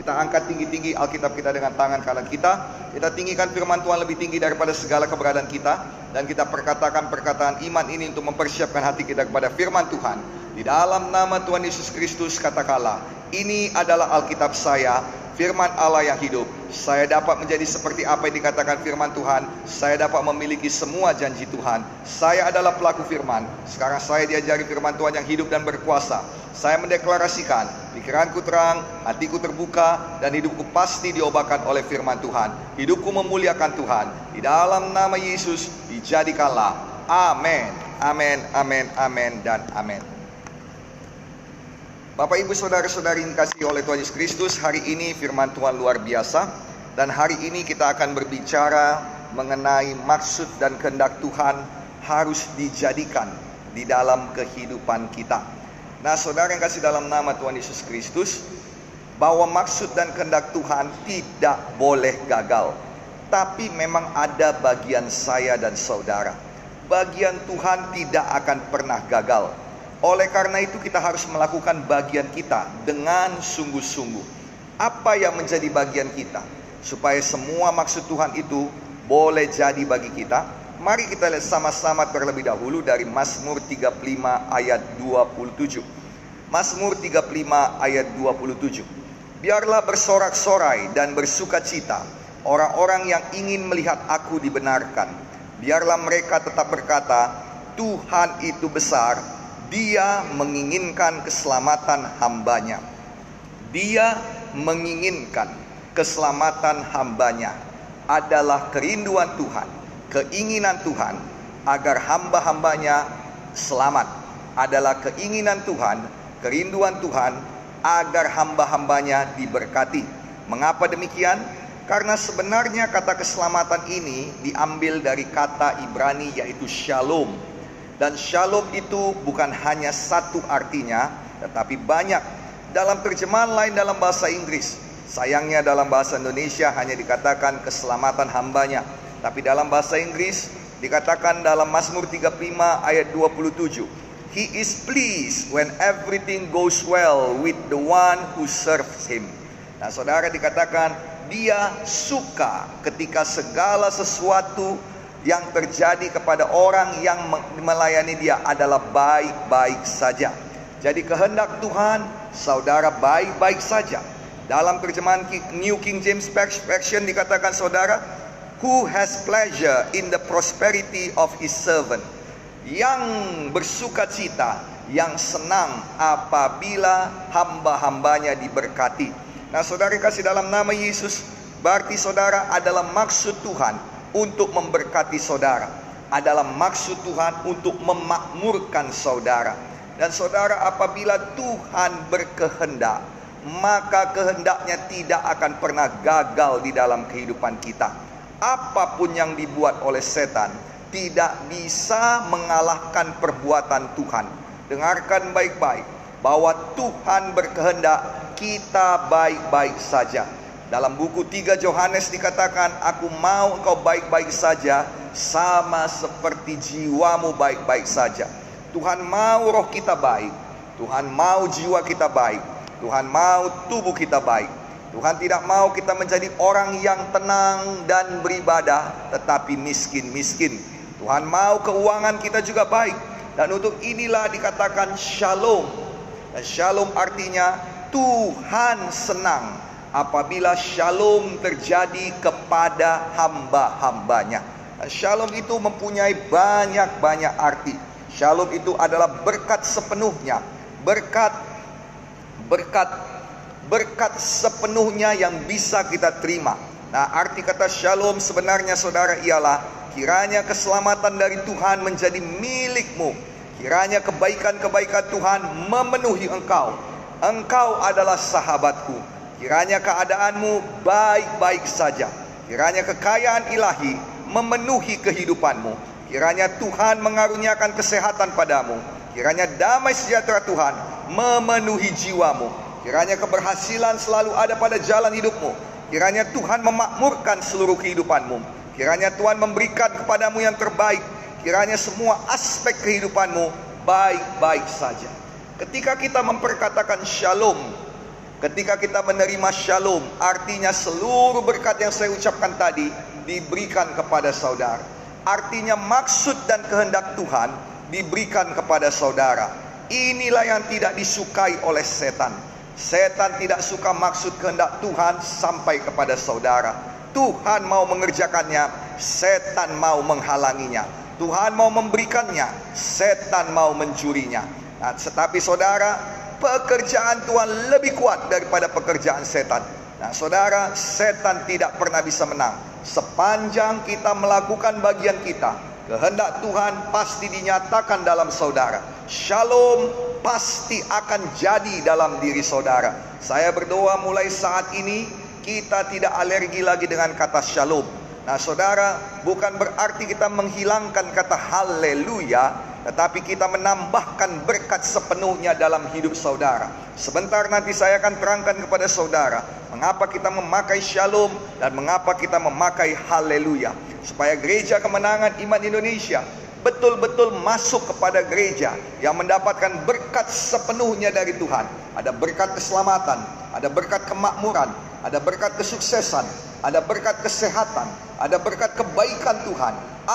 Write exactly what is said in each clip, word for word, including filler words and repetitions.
Kita angkat tinggi-tinggi Alkitab kita dengan tangan kanan kita. Kita tinggikan firman Tuhan lebih tinggi daripada segala keberadaan kita. Dan kita perkatakan perkataan iman ini untuk mempersiapkan hati kita kepada firman Tuhan. Di dalam nama Tuhan Yesus Kristus katakanlah, ini adalah Alkitab saya, firman Allah yang hidup. Saya dapat menjadi seperti apa yang dikatakan firman Tuhan. Saya dapat memiliki semua janji Tuhan. Saya adalah pelaku firman. Sekarang saya diajari firman Tuhan yang hidup dan berkuasa. Saya mendeklarasikan, pikiranku terang, hatiku terbuka, dan hidupku pasti diobatkan oleh firman Tuhan. Hidupku memuliakan Tuhan. Di dalam nama Yesus dijadikanlah. Amin, amin, amin, amin, dan amin. Bapak ibu saudara-saudari yang dikasihi oleh Tuhan Yesus Kristus, hari ini firman Tuhan luar biasa. Dan hari ini kita akan berbicara mengenai maksud dan kehendak Tuhan harus dijadikan di dalam kehidupan kita. Nah saudara yang kasih dalam nama Tuhan Yesus Kristus, bahwa maksud dan kehendak Tuhan tidak boleh gagal. Tapi memang ada bagian saya dan saudara. Bagian Tuhan tidak akan pernah gagal. Oleh karena itu kita harus melakukan bagian kita dengan sungguh-sungguh. Apa yang menjadi bagian kita supaya semua maksud Tuhan itu boleh jadi bagi kita? Mari kita lihat sama-sama terlebih dahulu dari Mazmur tiga puluh lima ayat dua puluh tujuh. Mazmur tiga puluh lima ayat dua puluh tujuh. Biarlah bersorak-sorai dan bersukacita orang-orang yang ingin melihat aku dibenarkan. Biarlah mereka tetap berkata, Tuhan itu besar. Dia menginginkan keselamatan hambanya. Dia menginginkan keselamatan hambanya. Adalah kerinduan Tuhan, keinginan Tuhan agar hamba-hambanya selamat. Adalah keinginan Tuhan, kerinduan Tuhan agar hamba-hambanya diberkati. Mengapa demikian? Karena sebenarnya kata keselamatan ini diambil dari kata Ibrani yaitu shalom. Dan shalom itu bukan hanya satu artinya, tetapi banyak. Dalam terjemahan lain dalam bahasa Inggris, sayangnya dalam bahasa Indonesia hanya dikatakan keselamatan hambanya. Tapi dalam bahasa Inggris dikatakan dalam Mazmur tiga puluh lima ayat dua puluh tujuh, He is pleased when everything goes well with the one who serves him. Nah saudara, dikatakan dia suka ketika segala sesuatu yang terjadi kepada orang yang melayani dia adalah baik-baik saja. Jadi kehendak Tuhan, saudara, baik-baik saja. Dalam terjemahan New King James Version dikatakan saudara, who has pleasure in the prosperity of his servant. Yang bersukacita, yang senang apabila hamba-hambanya diberkati. Nah saudara kasih dalam nama Yesus, berarti saudara adalah maksud Tuhan untuk memberkati saudara, adalah maksud Tuhan untuk memakmurkan saudara. Dan saudara, apabila Tuhan berkehendak, maka kehendaknya tidak akan pernah gagal di dalam kehidupan kita. Apapun yang dibuat oleh setan tidak bisa mengalahkan perbuatan Tuhan. Dengarkan baik-baik, bahwa Tuhan berkehendak kita baik-baik saja. Dalam buku tiga Yohanes dikatakan, aku mau engkau baik-baik saja, sama seperti jiwamu baik-baik saja. Tuhan mau roh kita baik, Tuhan mau jiwa kita baik, Tuhan mau tubuh kita baik. Tuhan tidak mau kita menjadi orang yang tenang dan beribadah tetapi miskin-miskin. Tuhan mau keuangan kita juga baik. Dan untuk inilah dikatakan shalom. Dan shalom artinya Tuhan senang apabila shalom terjadi kepada hamba-hambanya. Shalom itu mempunyai banyak-banyak arti. Shalom itu adalah berkat sepenuhnya. Berkat, berkat, berkat sepenuhnya yang bisa kita terima. Nah, arti kata shalom sebenarnya saudara ialah kiranya keselamatan dari Tuhan menjadi milikmu. Kiranya kebaikan-kebaikan Tuhan memenuhi engkau. Engkau adalah sahabatku. Kiranya keadaanmu baik-baik saja. Kiranya kekayaan ilahi memenuhi kehidupanmu. Kiranya Tuhan mengaruniakan kesehatan padamu. Kiranya damai sejahtera Tuhan memenuhi jiwamu. Kiranya keberhasilan selalu ada pada jalan hidupmu. Kiranya Tuhan memakmurkan seluruh kehidupanmu. Kiranya Tuhan memberikan kepadamu yang terbaik. Kiranya semua aspek kehidupanmu baik-baik saja. Ketika kita memperkatakan shalom, Ketika kita menerima shalom, artinya seluruh berkat yang saya ucapkan tadi diberikan kepada saudara. Artinya maksud dan kehendak Tuhan diberikan kepada saudara. Inilah yang tidak disukai oleh setan. Setan tidak suka maksud kehendak Tuhan sampai kepada saudara. Tuhan mau mengerjakannya, setan mau menghalanginya. Tuhan mau memberikannya, setan mau mencurinya. Nah, tetapi saudara, pekerjaan Tuhan lebih kuat daripada pekerjaan setan. Nah saudara, setan tidak pernah bisa menang. Sepanjang kita melakukan bagian kita, kehendak Tuhan pasti dinyatakan dalam saudara. Shalom pasti akan jadi dalam diri saudara. Saya berdoa mulai saat ini kita tidak alergi lagi dengan kata shalom. Nah saudara, bukan berarti kita menghilangkan kata haleluya, tetapi kita menambahkan berkat sepenuhnya dalam hidup saudara. Sebentar nanti saya akan terangkan kepada saudara mengapa kita memakai shalom dan mengapa kita memakai haleluya. Supaya Gereja Kemenangan Iman Indonesia betul-betul masuk kepada gereja yang mendapatkan berkat sepenuhnya dari Tuhan. Ada berkat keselamatan, ada berkat kemakmuran, ada berkat kesuksesan, ada berkat kesehatan, ada berkat kebaikan Tuhan,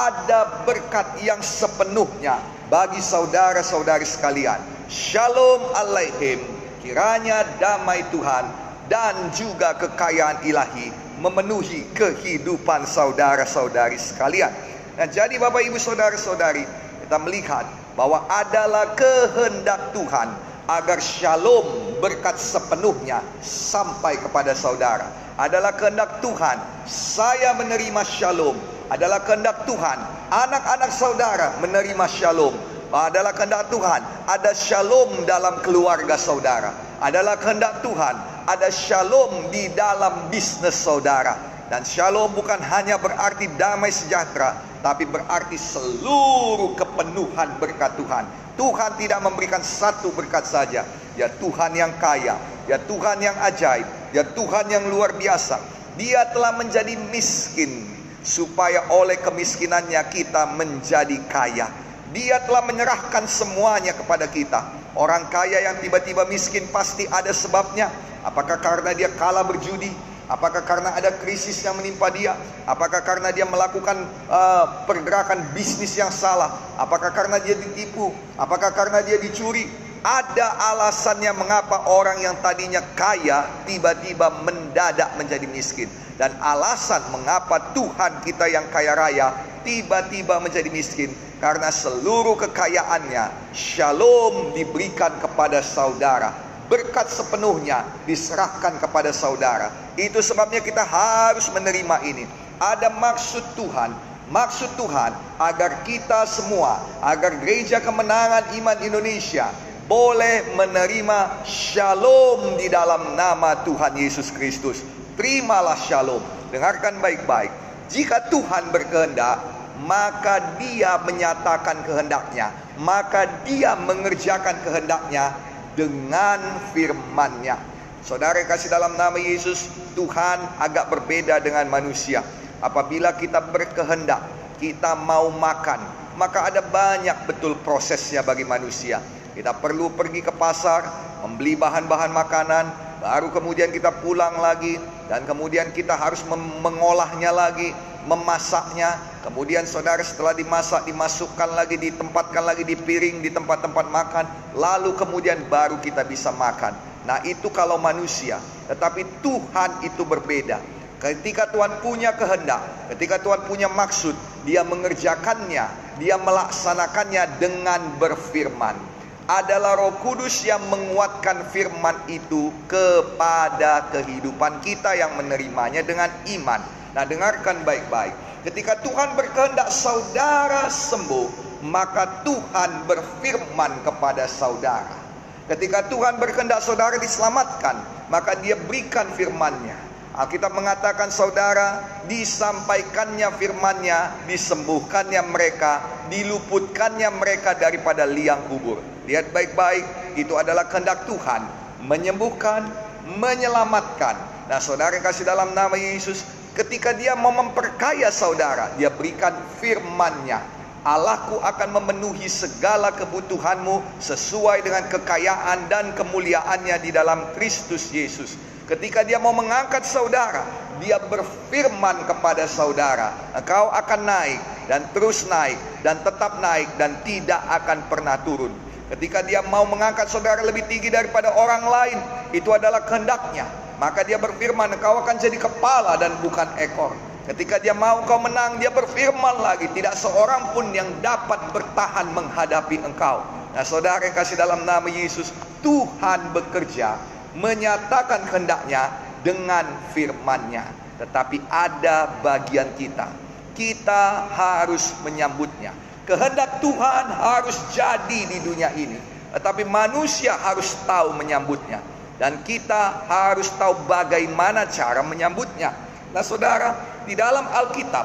ada berkat yang sepenuhnya bagi saudara-saudari sekalian. Shalom alaihim, kiranya damai Tuhan dan juga kekayaan ilahi memenuhi kehidupan saudara-saudari sekalian. Nah jadi Bapak Ibu Saudara-saudari, kita melihat bahwa adalah kehendak Tuhan agar shalom berkat sepenuhnya sampai kepada saudara. Adalah kehendak Tuhan saya menerima shalom. Adalah kehendak Tuhan anak-anak saudara menerima shalom. Adalah kehendak Tuhan ada shalom dalam keluarga saudara. Adalah kehendak Tuhan ada shalom di dalam bisnis saudara. Dan shalom bukan hanya berarti damai sejahtera, tapi berarti seluruh kepenuhan berkat Tuhan. Tuhan tidak memberikan satu berkat saja. Ya Tuhan yang kaya, ya Tuhan yang ajaib, ya Tuhan yang luar biasa. Dia telah menjadi miskin supaya oleh kemiskinannya kita menjadi kaya. Dia telah menyerahkan semuanya kepada kita. Orang kaya yang tiba-tiba miskin pasti ada sebabnya. Apakah karena dia kalah berjudi? Apakah karena ada krisis yang menimpa dia? Apakah karena dia melakukan uh, pergerakan bisnis yang salah? Apakah karena dia ditipu? Apakah karena dia dicuri? Ada alasannya mengapa orang yang tadinya kaya tiba-tiba mendadak menjadi miskin. Dan alasan mengapa Tuhan kita yang kaya raya tiba-tiba menjadi miskin, karena seluruh kekayaannya shalom diberikan kepada saudara. Berkat sepenuhnya diserahkan kepada saudara. Itu sebabnya kita harus menerima ini. Ada maksud Tuhan. Maksud Tuhan agar kita semua, agar Gereja Kemenangan Iman Indonesia boleh menerima shalom di dalam nama Tuhan Yesus Kristus. Terimalah shalom. Dengarkan baik-baik. Jika Tuhan berkehendak, maka Dia menyatakan kehendaknya. Maka Dia mengerjakan kehendaknya dengan firman-Nya. Saudara kasih dalam nama Yesus, Tuhan agak berbeda dengan manusia. Apabila kita berkehendak, kita mau makan, maka ada banyak betul prosesnya bagi manusia. Kita perlu pergi ke pasar, membeli bahan-bahan makanan, baru kemudian kita pulang lagi, dan kemudian kita harus mengolahnya lagi, memasaknya. Kemudian saudara setelah dimasak, dimasukkan lagi, ditempatkan lagi di piring, di tempat-tempat makan, lalu kemudian baru kita bisa makan. Nah itu kalau manusia. Tetapi Tuhan itu berbeda. Ketika Tuhan punya kehendak, ketika Tuhan punya maksud, Dia mengerjakannya, Dia melaksanakannya dengan berfirman. Adalah Roh Kudus yang menguatkan firman itu kepada kehidupan kita yang menerimanya dengan iman. Nah dengarkan baik-baik. Ketika Tuhan berkehendak saudara sembuh, maka Tuhan berfirman kepada saudara. Ketika Tuhan berkehendak saudara diselamatkan, maka Dia berikan firman-Nya. Alkitab mengatakan saudara, disampaikannya firman-Nya, disembuhkannya mereka, diluputkannya mereka daripada liang kubur. Lihat baik-baik, itu adalah kehendak Tuhan, menyembuhkan, menyelamatkan. Nah saudara yang kasih dalam nama Yesus, ketika Dia mau memperkaya saudara, Dia berikan firman-Nya. Allahku akan memenuhi segala kebutuhanmu sesuai dengan kekayaan dan kemuliaannya di dalam Kristus Yesus. Ketika dia mau mengangkat saudara, dia berfirman kepada saudara, engkau akan naik dan terus naik dan tetap naik dan tidak akan pernah turun. Ketika dia mau mengangkat saudara lebih tinggi daripada orang lain, itu adalah kehendaknya. Maka dia berfirman, engkau akan jadi kepala dan bukan ekor. Ketika dia mau engkau menang, dia berfirman lagi, tidak seorang pun yang dapat bertahan menghadapi engkau. Nah saudara yang kasih dalam nama Yesus, Tuhan bekerja menyatakan kehendaknya dengan firman-Nya. Tetapi ada bagian kita, kita harus menyambutnya. Kehendak Tuhan harus jadi di dunia ini, tetapi manusia harus tahu menyambutnya. Dan kita harus tahu bagaimana cara menyambutnya. Nah saudara, di dalam Alkitab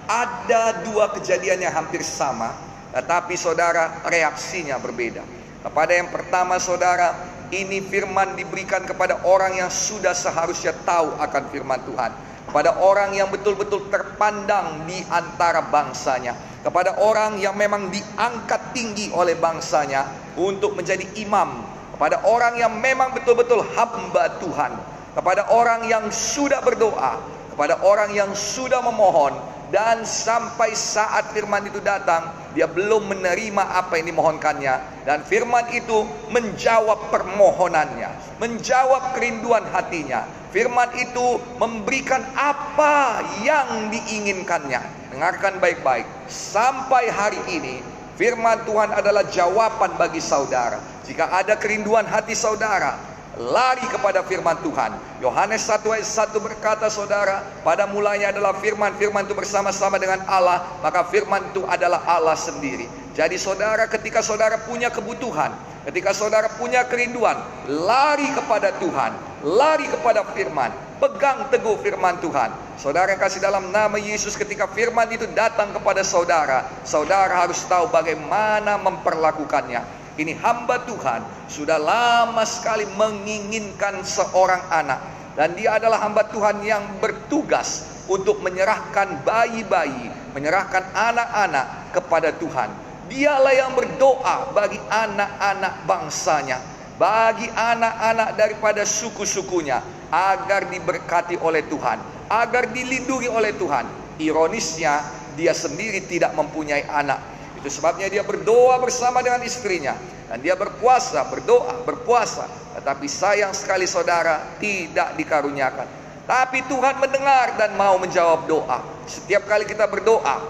ada dua kejadian yang hampir sama, tetapi saudara reaksinya berbeda. Kepada yang pertama saudara, ini firman diberikan kepada orang yang sudah seharusnya tahu akan firman Tuhan. Kepada orang yang betul-betul terpandang di antara bangsanya. Kepada orang yang memang diangkat tinggi oleh bangsanya untuk menjadi imam. Kepada orang yang memang betul-betul hamba Tuhan. Kepada orang yang sudah berdoa. Kepada orang yang sudah memohon. Dan sampai saat firman itu datang, dia belum menerima apa yang dimohonkannya. Dan firman itu menjawab permohonannya, menjawab kerinduan hatinya. Firman itu memberikan apa yang diinginkannya. Dengarkan baik-baik, sampai hari ini firman Tuhan adalah jawaban bagi saudara. Jika ada kerinduan hati saudara, lari kepada firman Tuhan. Yohanes satu ayat satu berkata saudara, pada mulanya adalah firman, firman itu bersama-sama dengan Allah, maka firman itu adalah Allah sendiri. Jadi saudara, ketika saudara punya kebutuhan, ketika saudara punya kerinduan, lari kepada Tuhan, lari kepada firman, pegang teguh firman Tuhan. Saudara yang kasih dalam nama Yesus, ketika firman itu datang kepada saudara, saudara harus tahu bagaimana memperlakukannya. Ini hamba Tuhan sudah lama sekali menginginkan seorang anak. Dan dia adalah hamba Tuhan yang bertugas untuk menyerahkan bayi-bayi, menyerahkan anak-anak kepada Tuhan. Dialah yang berdoa bagi anak-anak bangsanya, bagi anak-anak daripada suku-sukunya, agar diberkati oleh Tuhan, agar dilindungi oleh Tuhan. Ironisnya, dia sendiri tidak mempunyai anak. Itu sebabnya dia berdoa bersama dengan istrinya. Dan dia berpuasa, berdoa, berpuasa. Tetapi sayang sekali saudara, tidak dikaruniakan. Tapi Tuhan mendengar dan mau menjawab doa. Setiap kali kita berdoa,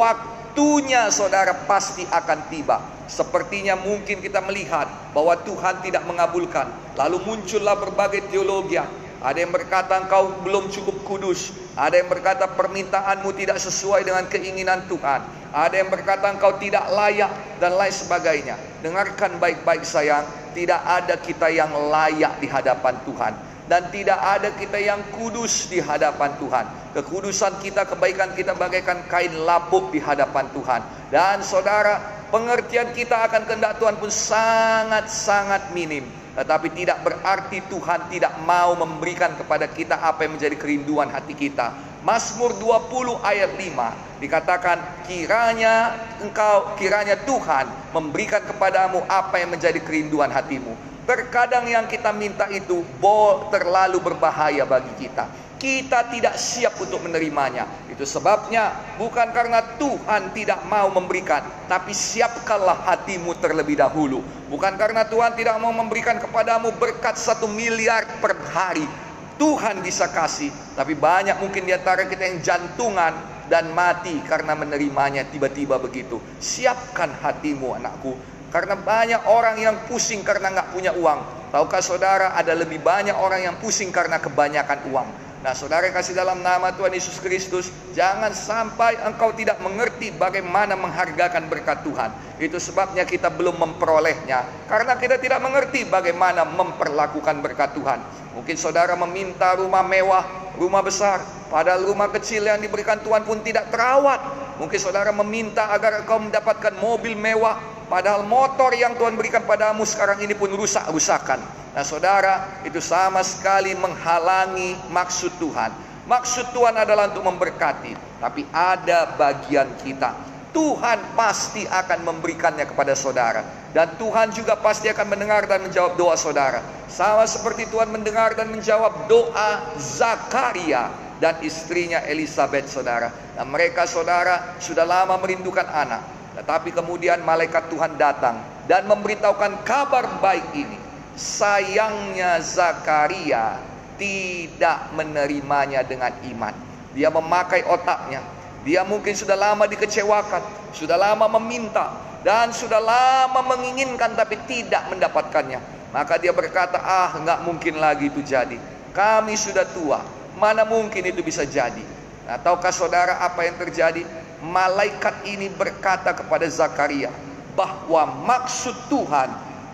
waktunya saudara pasti akan tiba. Sepertinya mungkin kita melihat bahwa Tuhan tidak mengabulkan. Lalu muncullah berbagai teologi. Ada yang berkata engkau belum cukup kudus. Ada yang berkata permintaanmu tidak sesuai dengan keinginan Tuhan. Ada yang berkata engkau tidak layak dan lain sebagainya. Dengarkan baik-baik sayang, tidak ada kita yang layak di hadapan Tuhan. Dan tidak ada kita yang kudus di hadapan Tuhan. Kekudusan kita, kebaikan kita bagaikan kain lapuk di hadapan Tuhan. Dan saudara, pengertian kita akan kehendak Tuhan pun sangat-sangat minim. Tetapi tidak berarti Tuhan tidak mau memberikan kepada kita apa yang menjadi kerinduan hati kita. Mazmur dua puluh ayat lima dikatakan, kiranya engkau, kiranya Tuhan memberikan kepadamu apa yang menjadi kerinduan hatimu. Terkadang yang kita minta itu terlalu berbahaya bagi kita. Kita tidak siap untuk menerimanya. Itu sebabnya bukan karena Tuhan tidak mau memberikan, tapi siapkanlah hatimu terlebih dahulu. Bukan karena Tuhan tidak mau memberikan kepadamu berkat satu miliar per hari. Tuhan bisa kasih, tapi banyak mungkin di antara kita yang jantungan dan mati karena menerimanya tiba-tiba begitu. Siapkan hatimu anakku. Karena banyak orang yang pusing karena nggak punya uang. Tahukah saudara, ada lebih banyak orang yang pusing karena kebanyakan uang. Nah saudara kasih dalam nama Tuhan Yesus Kristus, jangan sampai engkau tidak mengerti bagaimana menghargakan berkat Tuhan. Itu sebabnya kita belum memperolehnya, karena kita tidak mengerti bagaimana memperlakukan berkat Tuhan. Mungkin saudara meminta rumah mewah, rumah besar, padahal rumah kecil yang diberikan Tuhan pun tidak terawat. Mungkin saudara meminta agar engkau mendapatkan mobil mewah, padahal motor yang Tuhan berikan padamu sekarang ini pun rusak-rusakan. Nah saudara, itu sama sekali menghalangi maksud Tuhan. Maksud Tuhan adalah untuk memberkati, tapi ada bagian kita. Tuhan pasti akan memberikannya kepada saudara. Dan Tuhan juga pasti akan mendengar dan menjawab doa saudara. Sama seperti Tuhan mendengar dan menjawab doa Zakaria dan istrinya Elizabeth saudara. Dan mereka saudara sudah lama merindukan anak. Tetapi kemudian malaikat Tuhan datang dan memberitahukan kabar baik ini. Sayangnya Zakaria tidak menerimanya dengan iman. Dia memakai otaknya. Dia mungkin sudah lama dikecewakan, sudah lama meminta, dan sudah lama menginginkan tapi tidak mendapatkannya. Maka dia berkata, ah nggak mungkin lagi itu jadi. Kami sudah tua, mana mungkin itu bisa jadi. Nah, tahukah saudara apa yang terjadi? Malaikat ini berkata kepada Zakaria bahwa maksud Tuhan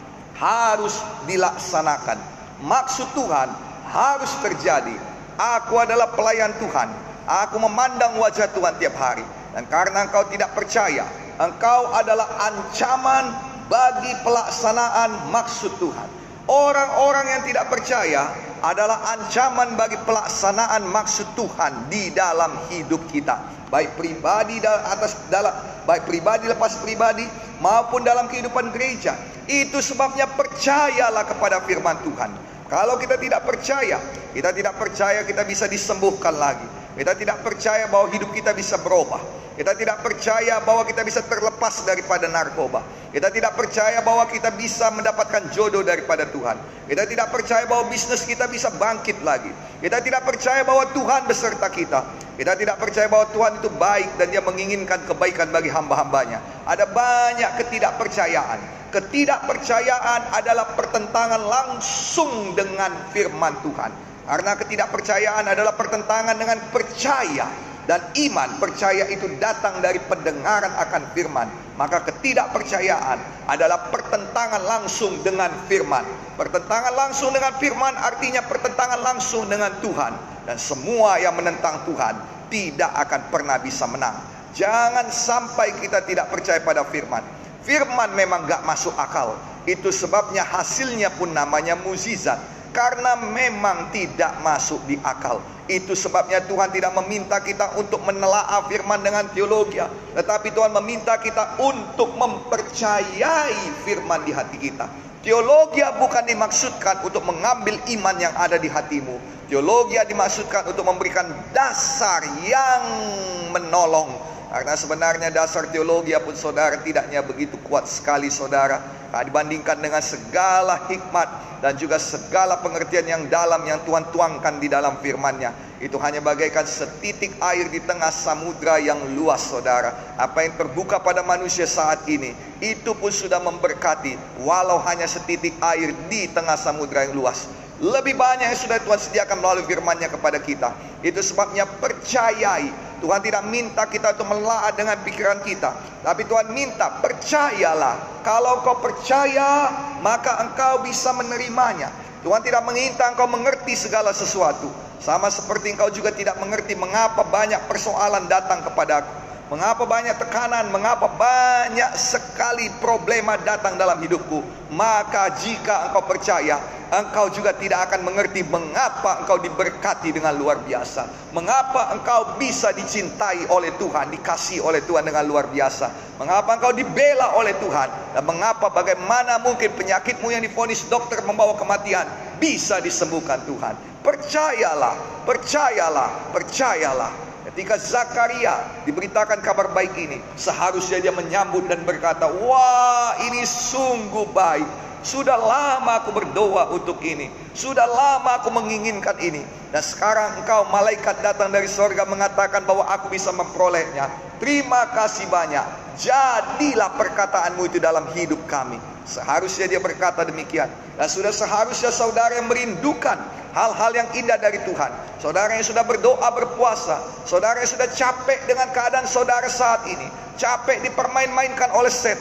harus dilaksanakan. Maksud Tuhan harus terjadi. Aku adalah pelayan Tuhan. Aku memandang wajah Tuhan tiap hari. Dan karena engkau tidak percaya, engkau adalah ancaman bagi pelaksanaan maksud Tuhan. Orang-orang yang tidak percaya adalah ancaman bagi pelaksanaan maksud Tuhan di dalam hidup kita. Baik pribadi atas dalam baik pribadi lepas pribadi maupun dalam kehidupan gereja. Itu sebabnya percayalah kepada firman Tuhan. Kalau kita tidak percaya, kita tidak percaya kita bisa disembuhkan lagi. Kita tidak percaya bahwa hidup kita bisa berubah. Kita tidak percaya bahwa kita bisa terlepas daripada narkoba. Kita tidak percaya bahwa kita bisa mendapatkan jodoh daripada Tuhan. Kita tidak percaya bahwa bisnis kita bisa bangkit lagi. Kita tidak percaya bahwa Tuhan beserta kita. Kita tidak percaya bahwa Tuhan itu baik dan Dia menginginkan kebaikan bagi hamba-hambanya. Ada banyak ketidakpercayaan. Ketidakpercayaan adalah pertentangan langsung dengan firman Tuhan. Karena ketidakpercayaan adalah pertentangan dengan percaya. Dan iman, percaya itu datang dari pendengaran akan firman. Maka ketidakpercayaan adalah pertentangan langsung dengan firman. Pertentangan langsung dengan firman artinya pertentangan langsung dengan Tuhan. Dan semua yang menentang Tuhan tidak akan pernah bisa menang. Jangan sampai kita tidak percaya pada firman. Firman memang gak masuk akal. Itu sebabnya hasilnya pun namanya mukjizat. Karena memang tidak masuk di akal. Itu sebabnya Tuhan tidak meminta kita untuk menelaah firman dengan teologi, tetapi Tuhan meminta kita untuk mempercayai firman di hati kita. Teologi bukan dimaksudkan untuk mengambil iman yang ada di hatimu. Teologi dimaksudkan untuk memberikan dasar yang menolong. Karena sebenarnya dasar teologi pun saudara tidaknya begitu kuat sekali saudara, dibandingkan dengan segala hikmat dan juga segala pengertian yang dalam yang Tuhan tuangkan di dalam firman-Nya. Itu hanya bagaikan setitik air di tengah samudra yang luas saudara. Apa yang terbuka pada manusia saat ini, itu pun sudah memberkati walau hanya setitik air di tengah samudra yang luas. Lebih banyak yang sudah Tuhan sediakan melalui firman-Nya kepada kita. Itu sebabnya percayai. Tuhan tidak minta kita untuk menelaah dengan pikiran kita, tapi Tuhan minta percayalah. Kalau kau percaya, maka engkau bisa menerimanya. Tuhan tidak menginginkan engkau mengerti segala sesuatu. Sama seperti engkau juga tidak mengerti mengapa banyak persoalan datang kepadaku, mengapa banyak tekanan, mengapa banyak sekali problema datang dalam hidupku. Maka jika engkau percaya, engkau juga tidak akan mengerti mengapa engkau diberkati dengan luar biasa, mengapa engkau bisa dicintai oleh Tuhan, dikasihi oleh Tuhan dengan luar biasa, mengapa engkau dibela oleh Tuhan, dan mengapa bagaimana mungkin penyakitmu yang divonis dokter membawa kematian bisa disembuhkan Tuhan. Percayalah, percayalah, percayalah. Ketika Zakaria diberitakan kabar baik ini, seharusnya dia menyambut dan berkata, wah ini sungguh baik. Sudah lama aku berdoa untuk ini. Sudah lama aku menginginkan ini. Dan sekarang engkau malaikat datang dari sorga mengatakan bahwa aku bisa memperolehnya. Terima kasih banyak. Jadilah perkataanmu itu dalam hidup kami. Seharusnya dia berkata demikian. Dan sudah seharusnya saudara yang merindukan hal-hal yang indah dari Tuhan, saudara yang sudah berdoa berpuasa, saudara yang sudah capek dengan keadaan saudara saat ini, capek dipermain-mainkan oleh setan,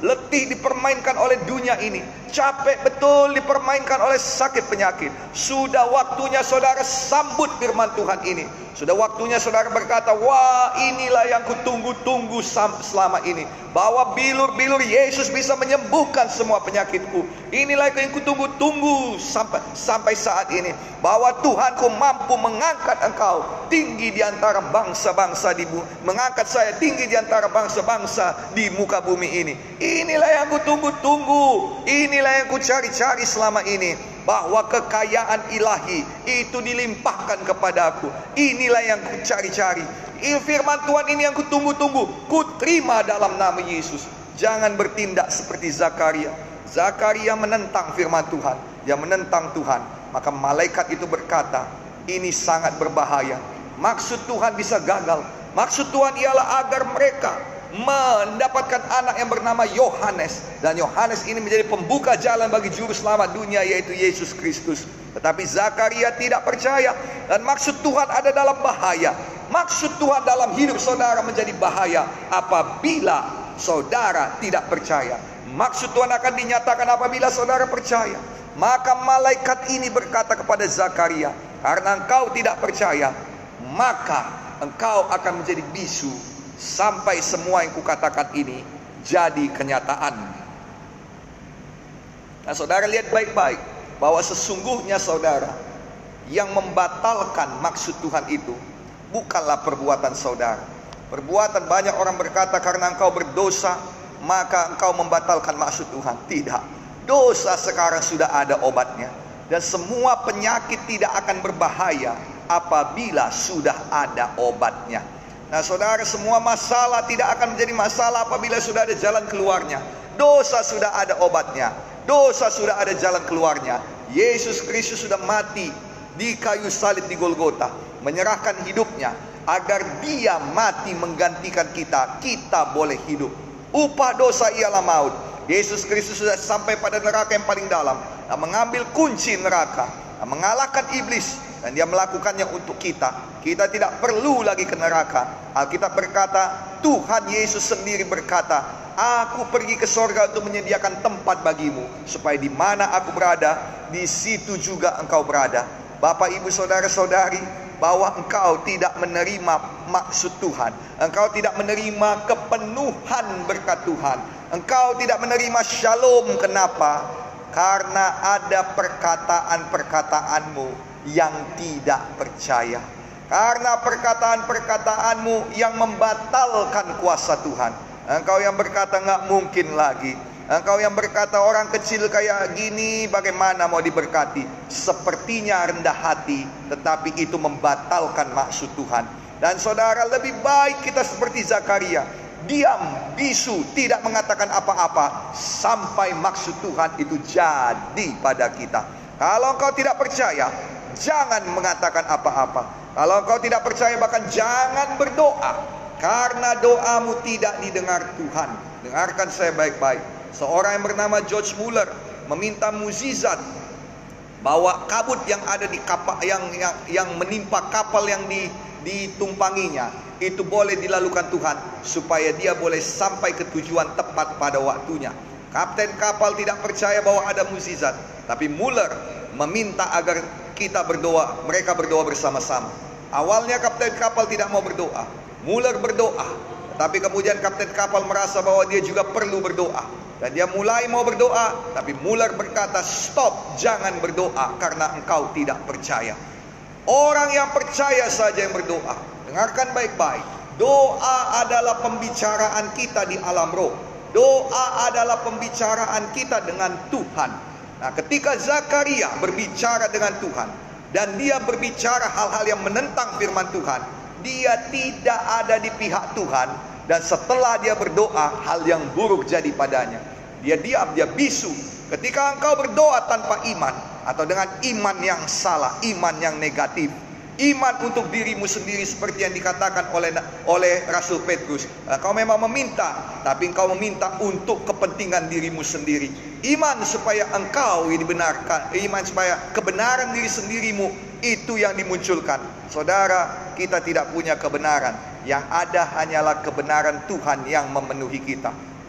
letih dipermainkan oleh dunia ini, capek betul dipermainkan oleh sakit penyakit. Sudah waktunya saudara sambut firman Tuhan ini. Sudah waktunya saudara berkata, wah inilah yang kutunggu-tunggu selama ini, bahwa bilur-bilur Yesus bisa menyembuhkan semua penyakitku. Inilah yang kutunggu-tunggu sampai sampai saat ini, bahwa Tuhanku mampu mengangkat engkau tinggi di antara bangsa-bangsa di bumi, mengangkat saya tinggi di antara bangsa-bangsa di muka bumi ini. Inilah yang kutunggu-tunggu, inilah yang kucari-cari selama ini, bahwa kekayaan ilahi itu dilimpahkan kepadaku. Inilah yang kucari-cari. Firman Tuhan ini yang kutunggu-tunggu, kuterima dalam nama Yesus. Jangan bertindak seperti Zakaria. Zakaria menentang firman Tuhan, dia menentang Tuhan. Maka malaikat itu berkata, ini sangat berbahaya. Maksud Tuhan bisa gagal. Maksud Tuhan ialah agar mereka mendapatkan anak yang bernama Yohanes, dan Yohanes ini menjadi pembuka jalan bagi juru selamat dunia, yaitu Yesus Kristus. Tetapi Zakaria tidak percaya, dan maksud Tuhan ada dalam bahaya. Maksud Tuhan dalam hidup saudara menjadi bahaya apabila saudara tidak percaya. Maksud Tuhan akan dinyatakan apabila saudara percaya. Maka malaikat ini berkata kepada Zakaria, karena engkau tidak percaya, maka engkau akan menjadi bisu sampai semua yang kukatakan ini jadi kenyataan. Nah saudara lihat baik-baik, bahwa sesungguhnya saudara, yang membatalkan maksud Tuhan itu bukanlah perbuatan saudara. Perbuatan banyak orang berkata, karena engkau berdosa maka engkau membatalkan maksud Tuhan. Tidak. Dosa sekarang sudah ada obatnya, dan semua penyakit tidak akan berbahaya apabila sudah ada obatnya. Nah saudara, semua masalah tidak akan menjadi masalah apabila sudah ada jalan keluarnya. Dosa sudah ada obatnya, dosa sudah ada jalan keluarnya. Yesus Kristus sudah mati di kayu salib di Golgota, menyerahkan hidupnya agar dia mati menggantikan kita, kita boleh hidup. Upah dosa ialah maut. Yesus Kristus sudah sampai pada neraka yang paling dalam, dan mengambil kunci neraka, dan mengalahkan iblis, dan dia melakukannya untuk kita. Kita tidak perlu lagi ke neraka. Alkitab berkata, Tuhan Yesus sendiri berkata, aku pergi ke sorga untuk menyediakan tempat bagimu, supaya di mana aku berada, di situ juga engkau berada. Bapak, ibu, saudara-saudari, bahwa engkau tidak menerima maksud Tuhan, engkau tidak menerima kepenuhan berkat Tuhan, engkau tidak menerima shalom. Kenapa? Karena ada perkataan-perkataanmu yang tidak percaya. Karena perkataan-perkataanmu yang membatalkan kuasa Tuhan. Engkau yang berkata nggak mungkin lagi. Engkau yang berkata orang kecil kayak gini bagaimana mau diberkati. Sepertinya rendah hati, tetapi itu membatalkan maksud Tuhan. Dan saudara, lebih baik kita seperti Zakaria, diam, bisu, tidak mengatakan apa-apa sampai maksud Tuhan itu jadi pada kita. Kalau engkau tidak percaya, jangan mengatakan apa-apa. Kalau engkau tidak percaya, bahkan jangan berdoa, karena doamu tidak didengar Tuhan. Dengarkan saya baik-baik. Seorang yang bernama George Muller meminta mukjizat bahwa kabut yang ada di kapal, yang yang, yang menimpa kapal yang di, ditumpanginya itu boleh dilakukan Tuhan, supaya dia boleh sampai ke tujuan tepat pada waktunya. Kapten kapal tidak percaya bahwa ada mukjizat, tapi Muller meminta agar kita berdoa, mereka berdoa bersama-sama. Awalnya kapten kapal tidak mau berdoa, Muller berdoa, tapi kemudian kapten kapal merasa bahwa dia juga perlu berdoa, dan dia mulai mau berdoa, tapi Muller berkata, stop, jangan berdoa karena engkau tidak percaya. Orang yang percaya saja yang berdoa. Dengarkan baik-baik, doa adalah pembicaraan kita di alam roh. Doa adalah pembicaraan kita dengan Tuhan. Nah, ketika Zakaria berbicara dengan Tuhan, dan dia berbicara hal-hal yang menentang firman Tuhan, dia tidak ada di pihak Tuhan. Dan setelah dia berdoa, hal yang buruk jadi padanya. Dia diam, dia bisu. Ketika engkau berdoa tanpa iman, atau dengan iman yang salah, iman yang negatif, iman untuk dirimu sendiri seperti yang dikatakan oleh oleh Rasul Petrus, engkau memang meminta, tapi engkau meminta untuk kepentingan dirimu sendiri. Iman supaya engkau dibenarkan, iman supaya kebenaran diri sendirimu itu yang dimunculkan. Saudara, kita tidak punya kebenaran. Yang ada hanyalah kebenaran Tuhan yang memenuhi kita.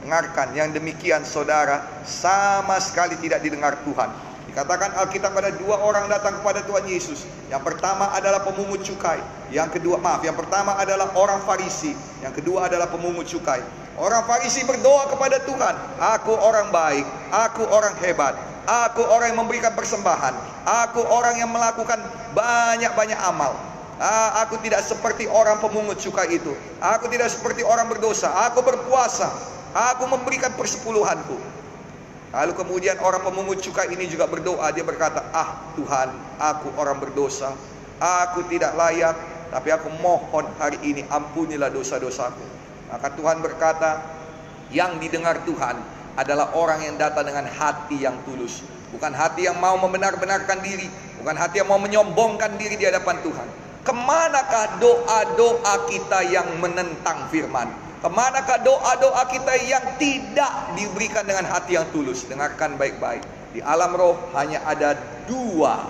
Dengarkan, yang demikian saudara sama sekali tidak didengar Tuhan. Dikatakan Alkitab ada dua orang datang kepada Tuhan Yesus. Yang pertama adalah pemungut cukai. Yang kedua, maaf, yang pertama adalah orang Farisi. Yang kedua adalah pemungut cukai. Orang Farisi berdoa kepada Tuhan, aku orang baik, aku orang hebat, aku orang yang memberikan persembahan, aku orang yang melakukan banyak-banyak amal. Ah, aku tidak seperti orang pemungut cukai itu. Aku tidak seperti orang berdosa. Aku berpuasa, aku memberikan persepuluhanku. Lalu kemudian orang pemungut cukai ini juga berdoa. Dia berkata, ah Tuhan, aku orang berdosa, aku tidak layak, tapi aku mohon hari ini ampunilah dosa-dosaku. Maka Tuhan berkata, yang didengar Tuhan adalah orang yang datang dengan hati yang tulus. Bukan hati yang mau membenar-benarkan diri, bukan hati yang mau menyombongkan diri di hadapan Tuhan. Kemanakah doa-doa kita yang menentang firman? Kemanakah doa-doa kita yang tidak diberikan dengan hati yang tulus? Dengarkan baik-baik. Di alam roh hanya ada dua.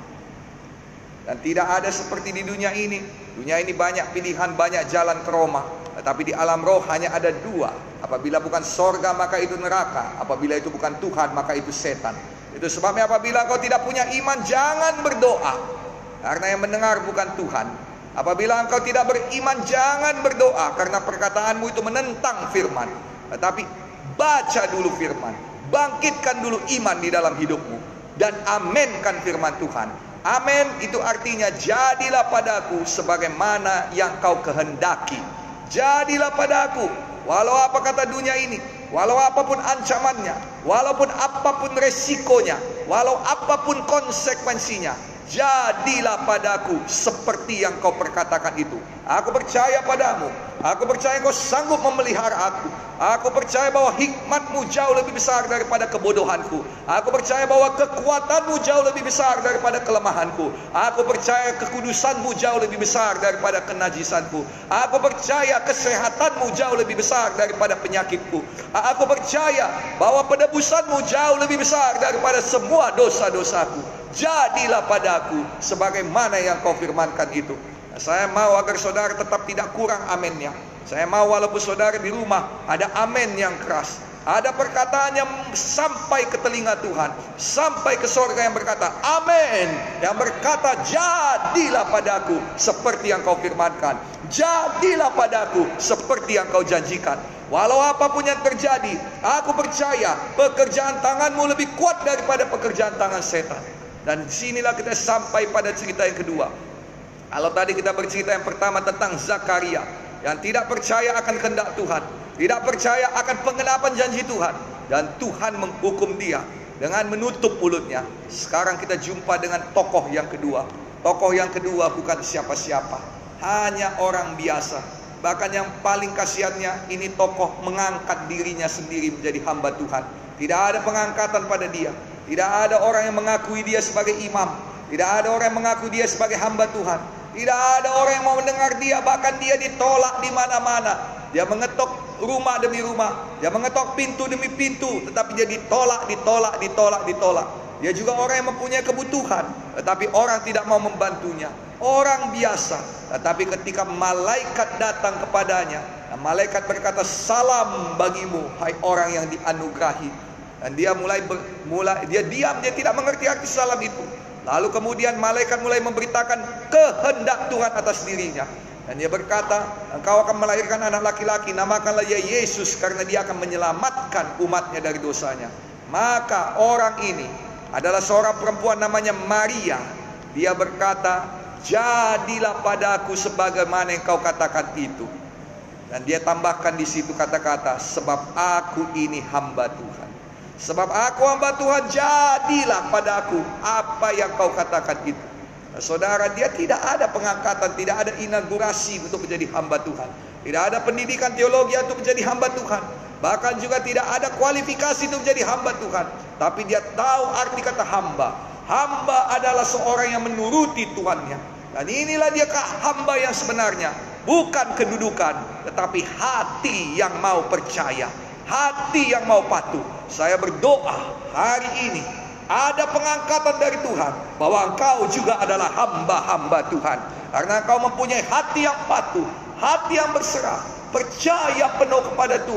Dan tidak ada seperti di dunia ini. Dunia ini banyak pilihan, banyak jalan ke Roma. Tetapi di alam roh hanya ada dua. Apabila bukan sorga maka itu neraka. Apabila itu bukan Tuhan maka itu setan. Itu sebabnya apabila kau tidak punya iman, jangan berdoa. Karena yang mendengar bukan Tuhan. Apabila engkau tidak beriman, jangan berdoa, karena perkataanmu itu menentang firman. Tetapi baca dulu firman, bangkitkan dulu iman di dalam hidupmu, dan amenkan firman Tuhan. Amen itu artinya jadilah padaku sebagaimana yang kau kehendaki. Jadilah padaku, walau apa kata dunia ini, walau apapun ancamannya, walaupun apapun resikonya, walau apapun konsekuensinya, jadilah padaku seperti yang kau perkatakan itu. Aku percaya padamu. Aku percaya kau sanggup memelihara aku. Aku percaya bahwa hikmatmu jauh lebih besar daripada kebodohanku. Aku percaya bahwa kekuatanmu jauh lebih besar daripada kelemahanku. Aku percaya kekudusanmu jauh lebih besar daripada kenajisanku. Aku percaya kesehatanmu jauh lebih besar daripada penyakitku. Aku percaya bahwa penebusanmu jauh lebih besar daripada semua dosa-dosaku. Jadilah padaku sebagaimana yang kau firmankan itu. Saya mau agar saudara tetap tidak kurang amennya. Saya mau walaupun saudara di rumah ada amen yang keras, ada perkataan yang sampai ke telinga Tuhan, sampai ke surga yang berkata amen, yang berkata jadilah padaku seperti yang kau firmankan, jadilah padaku seperti yang kau janjikan. Walau apapun yang terjadi, aku percaya pekerjaan tanganmu lebih kuat daripada pekerjaan tangan setan. Dan disinilah kita sampai pada cerita yang kedua. Kalau tadi kita bercerita yang pertama tentang Zakaria yang tidak percaya akan kehendak Tuhan, tidak percaya akan pengenapan janji Tuhan, dan Tuhan menghukum dia dengan menutup mulutnya. Sekarang kita jumpa dengan tokoh yang kedua. Tokoh yang kedua bukan siapa-siapa, hanya orang biasa. Bahkan yang paling kasihannya, ini tokoh mengangkat dirinya sendiri menjadi hamba Tuhan. Tidak ada pengangkatan pada dia. Tidak ada orang yang mengakui dia sebagai imam. Tidak ada orang yang mengaku dia sebagai hamba Tuhan. Tidak ada orang yang mau mendengar dia. Bahkan dia ditolak di mana-mana. Dia mengetok rumah demi rumah. Dia mengetok pintu demi pintu. Tetapi dia ditolak, ditolak, ditolak, ditolak. Dia juga orang yang mempunyai kebutuhan. Tetapi orang tidak mau membantunya. Orang biasa. Tetapi ketika malaikat datang kepadanya, malaikat berkata, salam bagimu, hai orang yang dianugerahi. Dan dia mulai, ber, mulai dia diam, dia tidak mengerti arti salam itu. Lalu kemudian malaikat mulai memberitakan kehendak Tuhan atas dirinya. Dan dia berkata, engkau akan melahirkan anak laki-laki, namakanlah dia Yesus, karena dia akan menyelamatkan umatnya dari dosanya. Maka orang ini adalah seorang perempuan namanya Maria. Dia berkata, jadilah padaku sebagaimana yang kau katakan itu. Dan dia tambahkan di situ kata-kata, sebab aku ini hamba Tuhan. Sebab aku hamba Tuhan, jadilah padaku apa yang kau katakan itu. Nah, saudara, dia tidak ada pengangkatan, tidak ada inaugurasi untuk menjadi hamba Tuhan. Tidak ada pendidikan teologi untuk menjadi hamba Tuhan. Bahkan juga tidak ada kualifikasi untuk menjadi hamba Tuhan. Tapi dia tahu arti kata hamba. Hamba adalah seorang yang menuruti Tuhannya. Dan inilah dia hamba yang sebenarnya. Bukan kedudukan, tetapi hati yang mau percaya, hati yang mau patuh. Saya berdoa hari ini ada pengangkatan dari Tuhan, bahwa engkau juga adalah hamba-hamba Tuhan. Karena engkau mempunyai hati yang patuh, hati yang berserah, percaya penuh kepada Tuhan.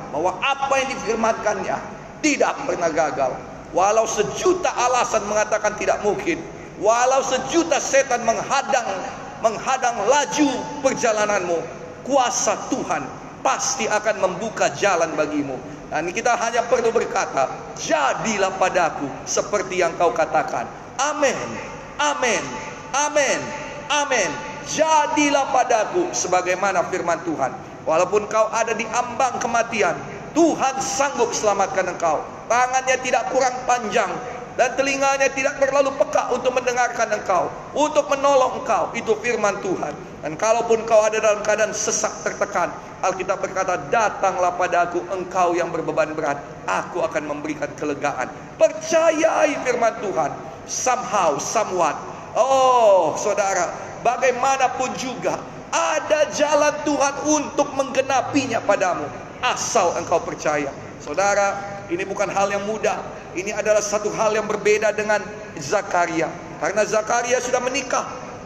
bahwa apa yang difirmankannya tidak pernah gagal. Walau sejuta alasan mengatakan tidak mungkin, walau sejuta setan menghadang menghadang laju perjalananmu, kuasa Tuhan pasti akan membuka jalan bagimu. Dan kita hanya perlu berkata, jadilah padaku seperti yang kau katakan. Amin, amin, amin, amin. Jadilah padaku sebagaimana firman Tuhan. Walaupun kau ada di ambang kematian, Tuhan sanggup selamatkan engkau. Tangannya tidak kurang panjang dan telinganya tidak terlalu peka untuk mendengarkan engkau, untuk menolong engkau. Itu firman Tuhan. Dan kalaupun kau ada dalam keadaan sesak tertekan, Alkitab berkata, datanglah padaku engkau yang berbeban berat, aku akan memberikan kelegaan. Percayai firman Tuhan. Somehow, somewhat, oh saudara, bagaimanapun juga ada jalan Tuhan untuk menggenapinya padamu, asal engkau percaya. Saudara, ini bukan hal yang mudah. Ini adalah satu hal yang berbeda dengan Zakaria, karena Zakaria sudah menikah,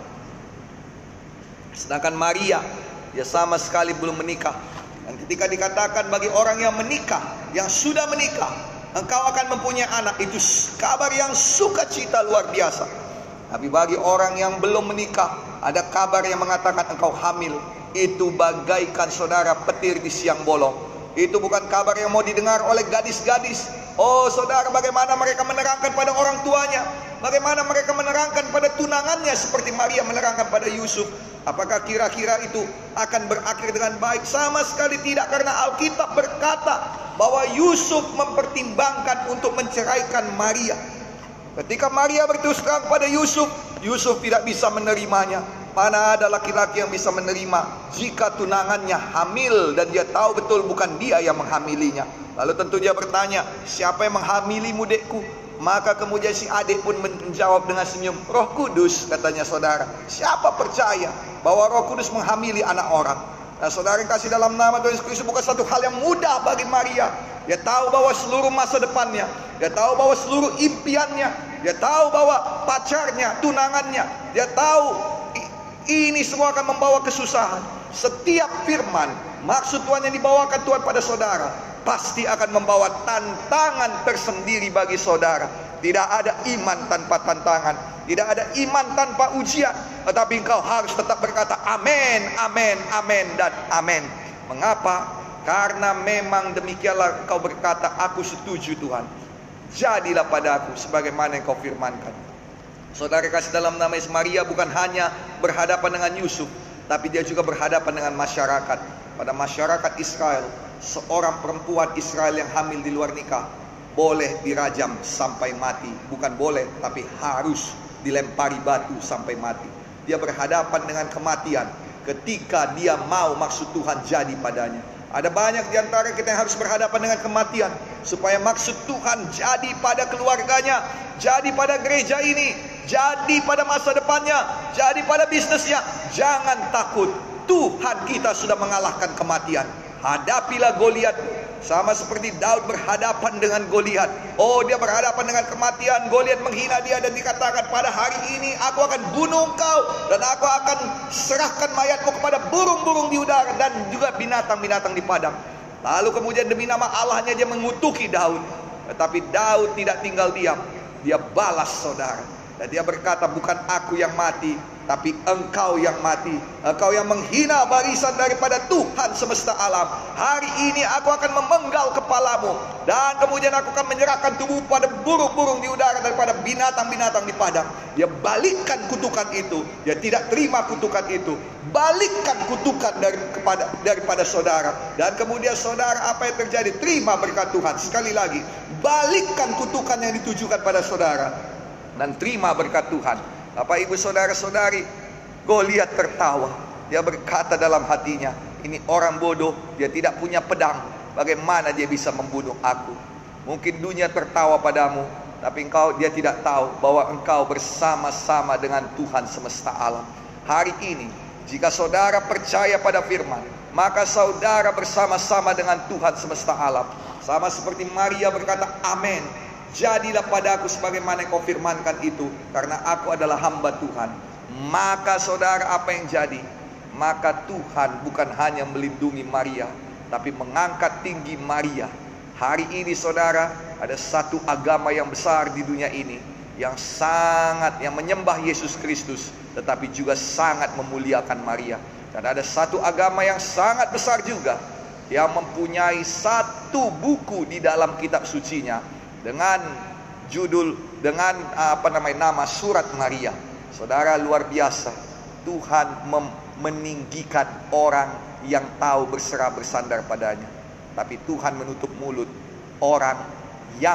sedangkan Maria, dia sama sekali belum menikah. Dan ketika dikatakan bagi orang yang menikah, yang sudah menikah, engkau akan mempunyai anak, itu kabar yang sukacita luar biasa. Tapi bagi orang yang belum menikah, ada kabar yang mengatakan engkau hamil. Itu bagaikan saudara petir di siang bolong. Itu bukan kabar yang mau didengar oleh gadis-gadis. Oh saudara, bagaimana mereka menerangkan pada orang tuanya, bagaimana mereka menerangkan pada tunangannya, seperti Maria menerangkan pada Yusuf. Apakah kira-kira itu akan berakhir dengan baik? Sama sekali tidak, karena Alkitab berkata bahwa Yusuf mempertimbangkan untuk menceraikan Maria. Ketika Maria berterus terang pada Yusuf, Yusuf tidak bisa menerimanya. Mana ada laki-laki yang bisa menerima jika tunangannya hamil dan dia tahu betul bukan dia yang menghamilinya. Lalu tentu dia bertanya, siapa yang menghamilimu, dekku? Maka kemudian si adik pun menjawab dengan senyum, Roh Kudus, katanya saudara. Siapa percaya bahwa Roh Kudus menghamili anak orang? Nah saudara yang kasih dalam nama Tuhan Yesus Kristus, bukan satu hal yang mudah bagi Maria. Dia tahu bahwa seluruh masa depannya, dia tahu bahwa seluruh impiannya, dia tahu bahwa pacarnya, tunangannya, dia tahu ini semua akan membawa kesusahan. Setiap firman, maksud Tuhan yang dibawakan Tuhan pada saudara, pasti akan membawa tantangan tersendiri bagi saudara. Tidak ada iman tanpa tantangan, tidak ada iman tanpa ujian. Tetapi engkau harus tetap berkata amin, amin, amin, dan amin. Mengapa? Karena memang demikianlah engkau berkata, aku setuju Tuhan, jadilah padaku sebagaimana yang kau firmankan. Saudara kasih dalam nama Yesus, Maria bukan hanya berhadapan dengan Yusuf, tapi dia juga berhadapan dengan masyarakat. Pada masyarakat Israel, seorang perempuan Israel yang hamil di luar nikah boleh dirajam sampai mati. Bukan boleh, tapi harus dilempari batu sampai mati. Dia berhadapan dengan kematian ketika dia mau maksud Tuhan jadi padanya. Ada banyak di antara kita yang harus berhadapan dengan kematian, supaya maksud Tuhan jadi pada keluarganya, jadi pada gereja ini, jadi pada masa depannya, jadi pada bisnisnya. Jangan takut, Tuhan kita sudah mengalahkan kematian. Hadapilah Goliat, sama seperti Daud berhadapan dengan Goliat. Oh, dia berhadapan dengan kematian. Goliat menghina dia dan dikatakan, pada hari ini aku akan bunuh engkau, dan aku akan serahkan mayatmu kepada burung-burung di udara dan juga binatang-binatang di padang. Lalu kemudian demi nama Allahnya dia mengutuki Daud. Tetapi Daud tidak tinggal diam, dia balas saudara. Dan dia berkata, bukan aku yang mati, tapi engkau yang mati. Engkau yang menghina barisan daripada Tuhan semesta alam. Hari ini aku akan memenggal kepalamu, dan kemudian aku akan menyerahkan tubuh pada burung-burung di udara daripada binatang-binatang di padang. Dia balikkan kutukan itu. Dia tidak terima kutukan itu. Balikkan kutukan dari, kepada, daripada saudara. Dan kemudian saudara, apa yang terjadi? Terima berkat Tuhan. Sekali lagi, balikkan kutukan yang ditujukan pada saudara, dan terima berkat Tuhan. Bapak ibu saudara-saudari, Goliat tertawa. Dia berkata dalam hatinya, ini orang bodoh, dia tidak punya pedang, bagaimana dia bisa membunuh aku? Mungkin dunia tertawa padamu, tapi engkau, dia tidak tahu bahwa engkau bersama-sama dengan Tuhan semesta alam. Hari ini, jika saudara percaya pada firman, maka saudara bersama-sama dengan Tuhan semesta alam. Sama seperti Maria berkata, amin, jadilah padaku sebagaimana yang kau firmankan itu, karena aku adalah hamba Tuhan. Maka saudara, apa yang jadi? Maka Tuhan bukan hanya melindungi Maria, tapi mengangkat tinggi Maria. Hari ini saudara, ada satu agama yang besar di dunia ini yang sangat, yang menyembah Yesus Kristus, tetapi juga sangat memuliakan Maria. Dan ada satu agama yang sangat besar juga, yang mempunyai satu buku di dalam kitab sucinya dengan judul, dengan apa namanya, nama Surat Maria. Saudara, luar biasa. Tuhan meninggikan orang yang tahu berserah bersandar padanya, tapi Tuhan menutup mulut orang yang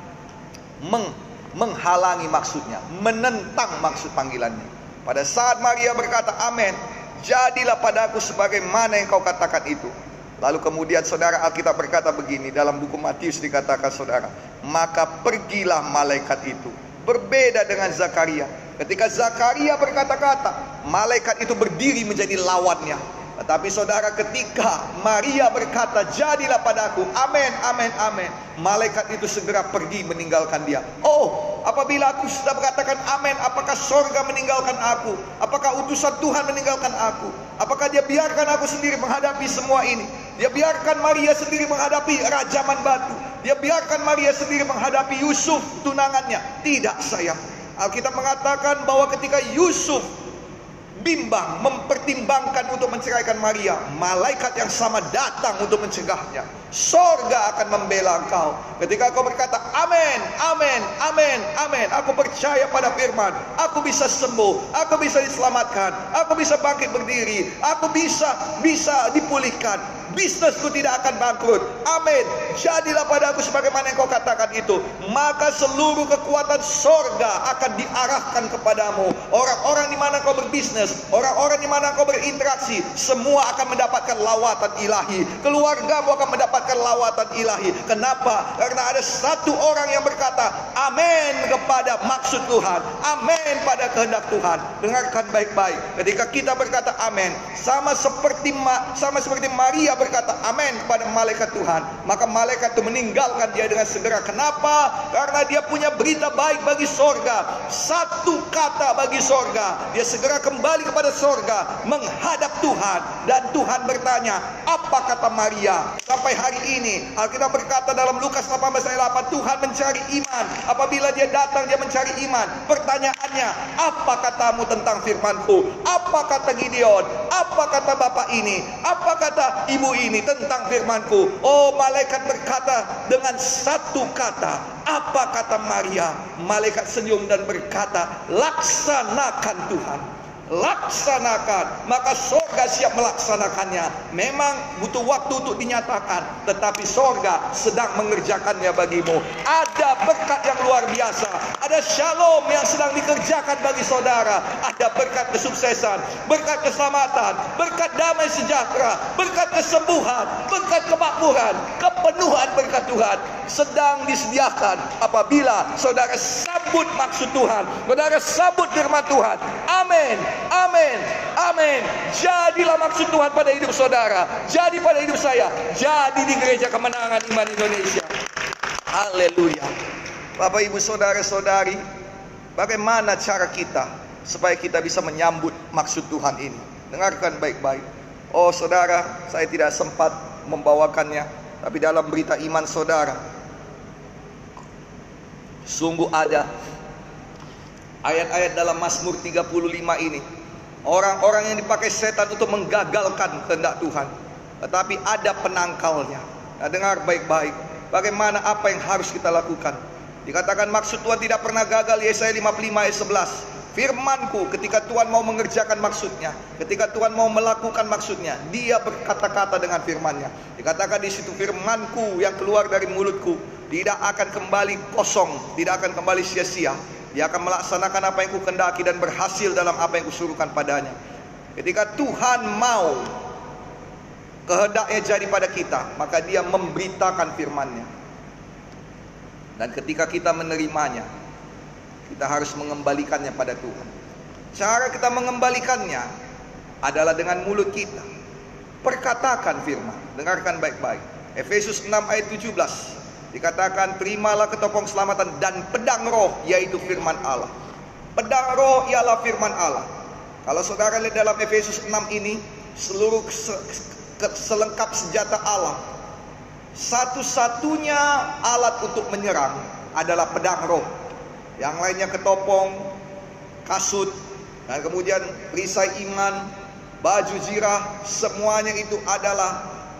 meng, menghalangi maksudnya, menentang maksud panggilannya. Pada saat Maria berkata, amin, jadilah padaku sebagaimana yang kau katakan itu. Lalu kemudian saudara, Alkitab berkata begini, dalam buku Matius dikatakan saudara, maka pergilah malaikat itu. Berbeda dengan Zakaria. Ketika Zakaria berkata-kata, malaikat itu berdiri menjadi lawannya. Tetapi saudara, ketika Maria berkata, jadilah padaku, amin, amin, amin, malaikat itu segera pergi meninggalkan dia. Oh, apabila aku sudah berkatakan amin, apakah sorga meninggalkan aku? Apakah utusan Tuhan meninggalkan aku? Apakah dia biarkan aku sendiri menghadapi semua ini? Dia biarkan Maria sendiri menghadapi rajaman batu. Dia biarkan Maria sendiri menghadapi Yusuf tunangannya. Tidak, sayang. Alkitab mengatakan bahwa ketika Yusuf bimbang, mempertimbangkan untuk menceraikan Maria, malaikat yang sama datang untuk mencegahnya. Sorga akan membela engkau. Ketika kau berkata, amin, amin, amin, amin, aku percaya pada firman, aku bisa sembuh, aku bisa diselamatkan, aku bisa bangkit berdiri, aku bisa, bisa dipulihkan, bisnisku tidak akan bangkrut, amin, jadilah padaku sebagaimana yang kau katakan itu. Maka seluruh kekuatan sorga akan diarahkan kepadamu. Orang-orang di mana kau berbisnis, orang-orang di mana kau berinteraksi, semua akan mendapatkan lawatan ilahi. Keluargamu akan mendapatkan lawatan ilahi. Kenapa? Karena ada satu orang yang berkata amin kepada maksud Tuhan, amin pada kehendak Tuhan. Dengarkan baik-baik. Ketika kita berkata amin, sama seperti sama seperti Maria berkata amin kepada malaikat Tuhan, maka malaikat itu meninggalkan dia dengan segera. Kenapa? Karena dia punya berita baik bagi sorga. Satu kata bagi sorga, dia segera kembali kepada sorga, menghadap Tuhan. Dan Tuhan bertanya, apa kata Maria? Sampai hari ini Alkitab berkata dalam Lukas delapan belas ayat delapan, Tuhan mencari iman. Apabila dia datang, dia mencari iman. Pertanyaannya, apa katamu tentang firmanku? Apa kata Gideon? Apa kata bapak ini? Apa kata ibu ini tentang firmanku? Oh, malaikat berkata dengan satu kata. Apa kata Maria? Malaikat senyum dan berkata, laksanakan Tuhan, laksanakan. Maka sorga siap melaksanakannya. Memang butuh waktu untuk dinyatakan, tetapi sorga sedang mengerjakannya bagimu. Ada berkat yang luar biasa, ada shalom yang sedang dikerjakan bagi saudara. Ada berkat kesuksesan, berkat keselamatan, berkat damai sejahtera, berkat kesembuhan, berkat kemakmuran, kepenuhan berkat Tuhan sedang disediakan apabila saudara sambut maksud Tuhan, saudara sambut firman Tuhan. Amin, amin, amin. Jadilah maksud Tuhan pada hidup saudara, jadi pada hidup saya, jadi di Gereja Kemenangan Iman Indonesia. Haleluya. Bapak ibu saudara-saudari, bagaimana cara kita supaya kita bisa menyambut maksud Tuhan ini? Dengarkan baik-baik. Oh saudara, saya tidak sempat membawakannya, tapi dalam berita iman saudara, sungguh ada ayat-ayat dalam Mazmur tiga puluh lima ini. Orang-orang yang dipakai setan untuk menggagalkan kehendak Tuhan, tetapi ada penangkalnya. Nah, dengar baik-baik, bagaimana apa yang harus kita lakukan. Dikatakan maksud Tuhan tidak pernah gagal, Yesaya lima puluh lima ayat sebelas. Firmanku, ketika Tuhan mau mengerjakan maksudnya, ketika Tuhan mau melakukan maksudnya, dia berkata-kata dengan firmannya. Dikatakan di situ, firmanku yang keluar dari mulutku tidak akan kembali kosong, tidak akan kembali sia-sia. Dia akan melaksanakan apa yang kukendaki dan berhasil dalam apa yang kusuruhkan padanya. Ketika Tuhan mau kehendaknya jadi pada kita, maka dia memberitakan firman-Nya. Dan ketika kita menerimanya, kita harus mengembalikannya pada Tuhan. Cara kita mengembalikannya adalah dengan mulut kita. Perkatakan firman. Dengarkan baik-baik. Efesus enam ayat tujuh belas. Dikatakan, terimalah ketopong keselamatan dan pedang roh, yaitu firman Allah. Pedang roh ialah firman Allah. Kalau saudara lihat dalam Efesus enam ini, seluruh selengkap senjata Allah. Satu-satunya alat untuk menyerang adalah pedang roh. Yang lainnya ketopong, kasut, dan kemudian perisai iman, baju zirah, semuanya itu adalah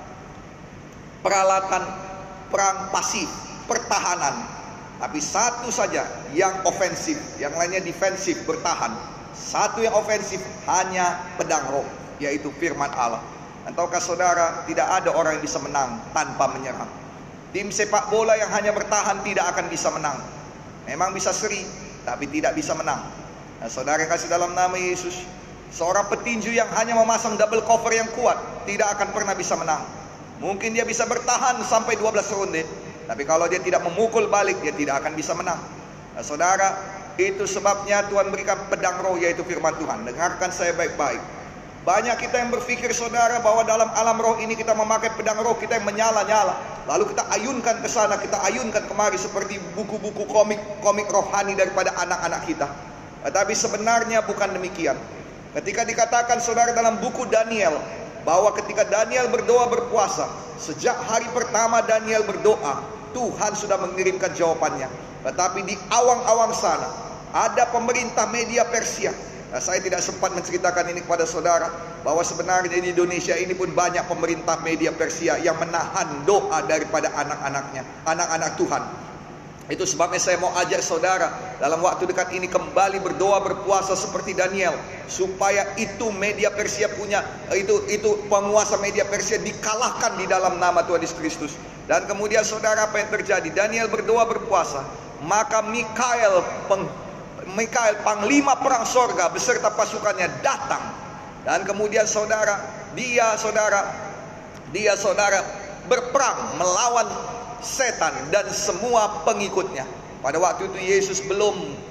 peralatan perang pasif, pertahanan. Tapi satu saja yang ofensif, yang lainnya defensif, bertahan. Satu yang ofensif hanya pedang roh, yaitu firman Allah. Dan tahukah saudara, tidak ada orang yang bisa menang tanpa menyerang. Tim sepak bola yang hanya bertahan tidak akan bisa menang. Memang bisa seri, tapi tidak bisa menang. Nah, saudara kasih dalam nama Yesus, seorang petinju yang hanya memasang double cover yang kuat tidak akan pernah bisa menang. Mungkin dia bisa bertahan sampai dua belas ronde, tapi kalau dia tidak memukul balik, dia tidak akan bisa menang. Nah, saudara, itu sebabnya Tuhan berikan pedang roh, yaitu firman Tuhan. Dengarkan saya baik-baik. Banyak kita yang berpikir, saudara, bahwa dalam alam roh ini kita memakai pedang roh kita yang menyala-nyala. Lalu kita ayunkan ke sana, kita ayunkan kemari seperti buku-buku komik, komik rohani daripada anak-anak kita. Tetapi sebenarnya bukan demikian. Ketika dikatakan, saudara, dalam buku Daniel, bahwa ketika Daniel berdoa berpuasa, sejak hari pertama Daniel berdoa, Tuhan sudah mengirimkan jawabannya. Tetapi di awang-awang sana ada pemerintah media Persia. Nah, saya tidak sempat menceritakan ini kepada saudara, bahwa sebenarnya di Indonesia ini pun banyak pemerintah media Persia yang menahan doa daripada anak-anaknya, anak-anak Tuhan. Itu sebabnya saya mau ajak saudara dalam waktu dekat ini kembali berdoa berpuasa seperti Daniel, supaya itu media Persia punya itu itu penguasa media Persia dikalahkan di dalam nama Tuhan Yesus Kristus. Dan kemudian saudara, apa yang terjadi? Daniel berdoa berpuasa, maka Mikael peng, Mikael panglima perang sorga beserta pasukannya datang. Dan kemudian saudara, dia saudara, dia saudara berperang melawan setan dan semua pengikutnya. Pada waktu itu Yesus belum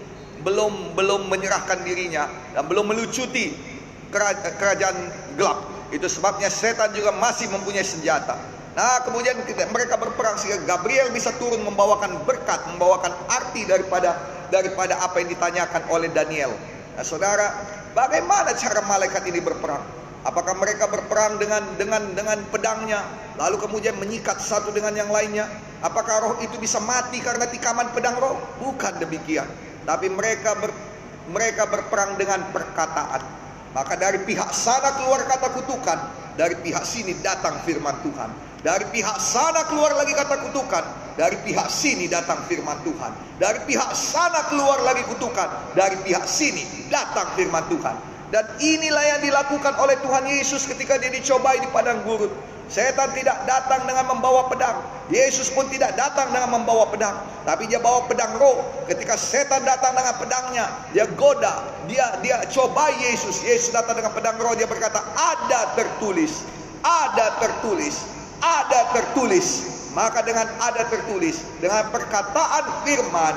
belum belum menyerahkan dirinya dan belum melucuti kerajaan gelap. Itu sebabnya setan juga masih mempunyai senjata. Nah, kemudian mereka berperang sehingga Gabriel bisa turun membawakan berkat, membawakan arti daripada daripada apa yang ditanyakan oleh Daniel. Nah, saudara, bagaimana cara malaikat ini berperang? Apakah mereka berperang dengan dengan dengan pedangnya, lalu kemudian menyikat satu dengan yang lainnya? Apakah roh itu bisa mati karena tikaman pedang roh? Bukan demikian. Tapi mereka ber, mereka berperang dengan perkataan. Maka dari pihak sana keluar kata kutukan, dari pihak sini datang firman Tuhan. Dari pihak sana keluar lagi kata kutukan, dari pihak sini datang firman Tuhan. Dari pihak sana keluar lagi kutukan, dari pihak sini datang firman Tuhan. Dan inilah yang dilakukan oleh Tuhan Yesus ketika dia dicobai di padang gurun. Setan tidak datang dengan membawa pedang, Yesus pun tidak datang dengan membawa pedang, tapi dia bawa pedang roh. Ketika setan datang dengan pedangnya, dia goda, dia dia cobai Yesus. Yesus datang dengan pedang roh, dia berkata, ada tertulis, ada tertulis, ada tertulis. Maka dengan ada tertulis, dengan perkataan firman,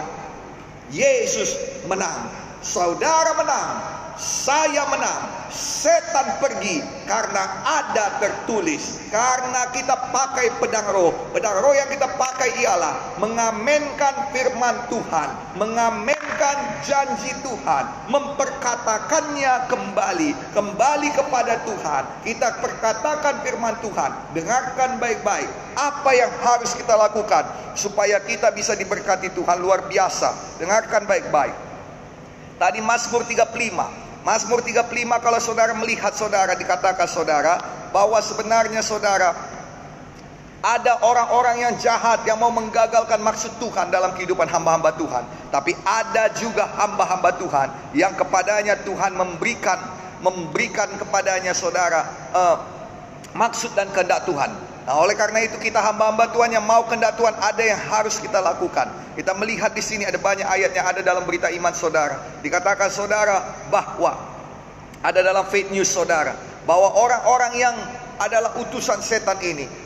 Yesus menang. Saudara menang, saya menang, setan pergi, karena ada tertulis. Karena kita pakai pedang roh. Pedang roh yang kita pakai ialah mengamenkan firman Tuhan, mengamenkan janji Tuhan, memperkatakannya kembali, kembali kepada Tuhan. Kita perkatakan firman Tuhan. Dengarkan baik-baik, apa yang harus kita lakukan supaya kita bisa diberkati Tuhan luar biasa. Dengarkan baik-baik. Tadi Mazmur tiga puluh lima. Mazmur tiga puluh lima, kalau saudara melihat, saudara, dikatakan saudara bahwa sebenarnya saudara ada orang-orang yang jahat yang mau menggagalkan maksud Tuhan dalam kehidupan hamba-hamba Tuhan. Tapi ada juga hamba-hamba Tuhan yang kepadanya Tuhan memberikan memberikan kepadanya saudara uh, maksud dan kehendak Tuhan. Nah, oleh karena itu kita hamba-hamba Tuhan yang mau kehendak Tuhan, ada yang harus kita lakukan. Kita melihat di sini ada banyak ayat yang ada dalam berita iman saudara. Dikatakan saudara bahwa ada dalam faith news saudara, bahwa orang-orang yang adalah utusan setan ini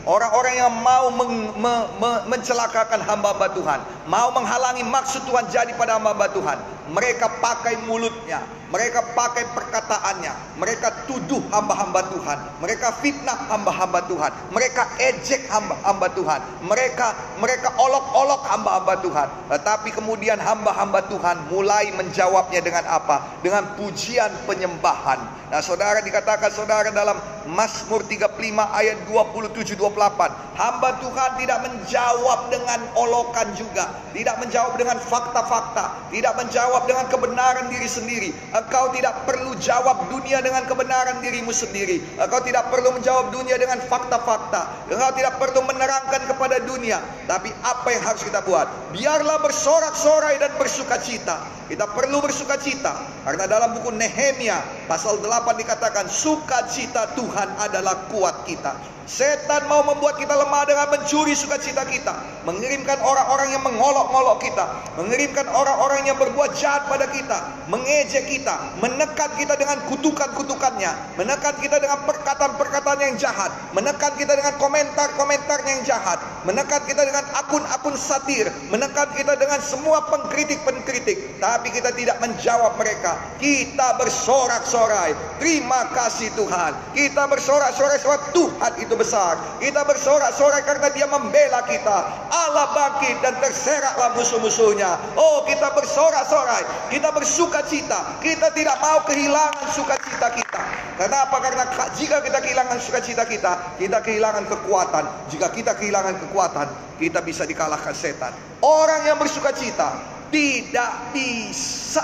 orang-orang yang mau meng, me, me, mencelakakan hamba-hamba Tuhan, mau menghalangi maksud Tuhan jadi pada hamba-hamba Tuhan. Mereka pakai mulutnya, mereka pakai perkataannya, mereka tuduh hamba-hamba Tuhan, mereka fitnah hamba-hamba Tuhan, mereka ejek hamba-hamba Tuhan, mereka mereka olok-olok hamba-hamba Tuhan. Tetapi kemudian hamba-hamba Tuhan mulai menjawabnya dengan apa? Dengan pujian penyembahan. Nah, saudara, dikatakan saudara dalam Mazmur tiga puluh lima ayat dua puluh tujuh dua puluh delapan, hamba Tuhan tidak menjawab dengan olokan juga, tidak menjawab dengan fakta-fakta, tidak menjawab dengan kebenaran diri sendiri. Engkau tidak perlu jawab dunia dengan kebenaran dirimu sendiri. Engkau tidak perlu menjawab dunia dengan fakta-fakta. Engkau tidak perlu menerangkan kepada dunia. Tapi apa yang harus kita buat? Biarlah bersorak-sorai dan bersukacita. Kita perlu bersukacita karena dalam buku Nehemia pasal delapan dikatakan sukacita Tuhan adalah kuat kita. Setan mau membuat kita lemah dengan mencuri sukacita kita, mengirimkan orang-orang yang mengolok-ngolok kita, mengirimkan orang-orang yang berbuat jahat pada kita, mengejek kita, menekan kita dengan kutukan-kutukannya, menekan kita dengan perkataan-perkataan yang jahat, menekan kita dengan komentar-komentar yang jahat, menekan kita dengan akun-akun satir, menekan kita dengan semua pengkritik-pengkritik. Tapi kita tidak menjawab mereka. Kita bersorak-sorai, terima kasih Tuhan. Kita bersorak-sorai sebab Tuhan itu besar. Kita bersorak-sorai karena Dia membela kita. Allah bangkit dan terseraklah musuh-musuhnya. Oh, kita bersorak-sorai, kita bersukacita. Kita tidak mau kehilangan sukacita kita. Kenapa? Karena jika kita kehilangan sukacita kita, kita kehilangan kekuatan. Jika kita kehilangan kekuatan, kita bisa dikalahkan setan. Orang yang bersukacita tidak bisa,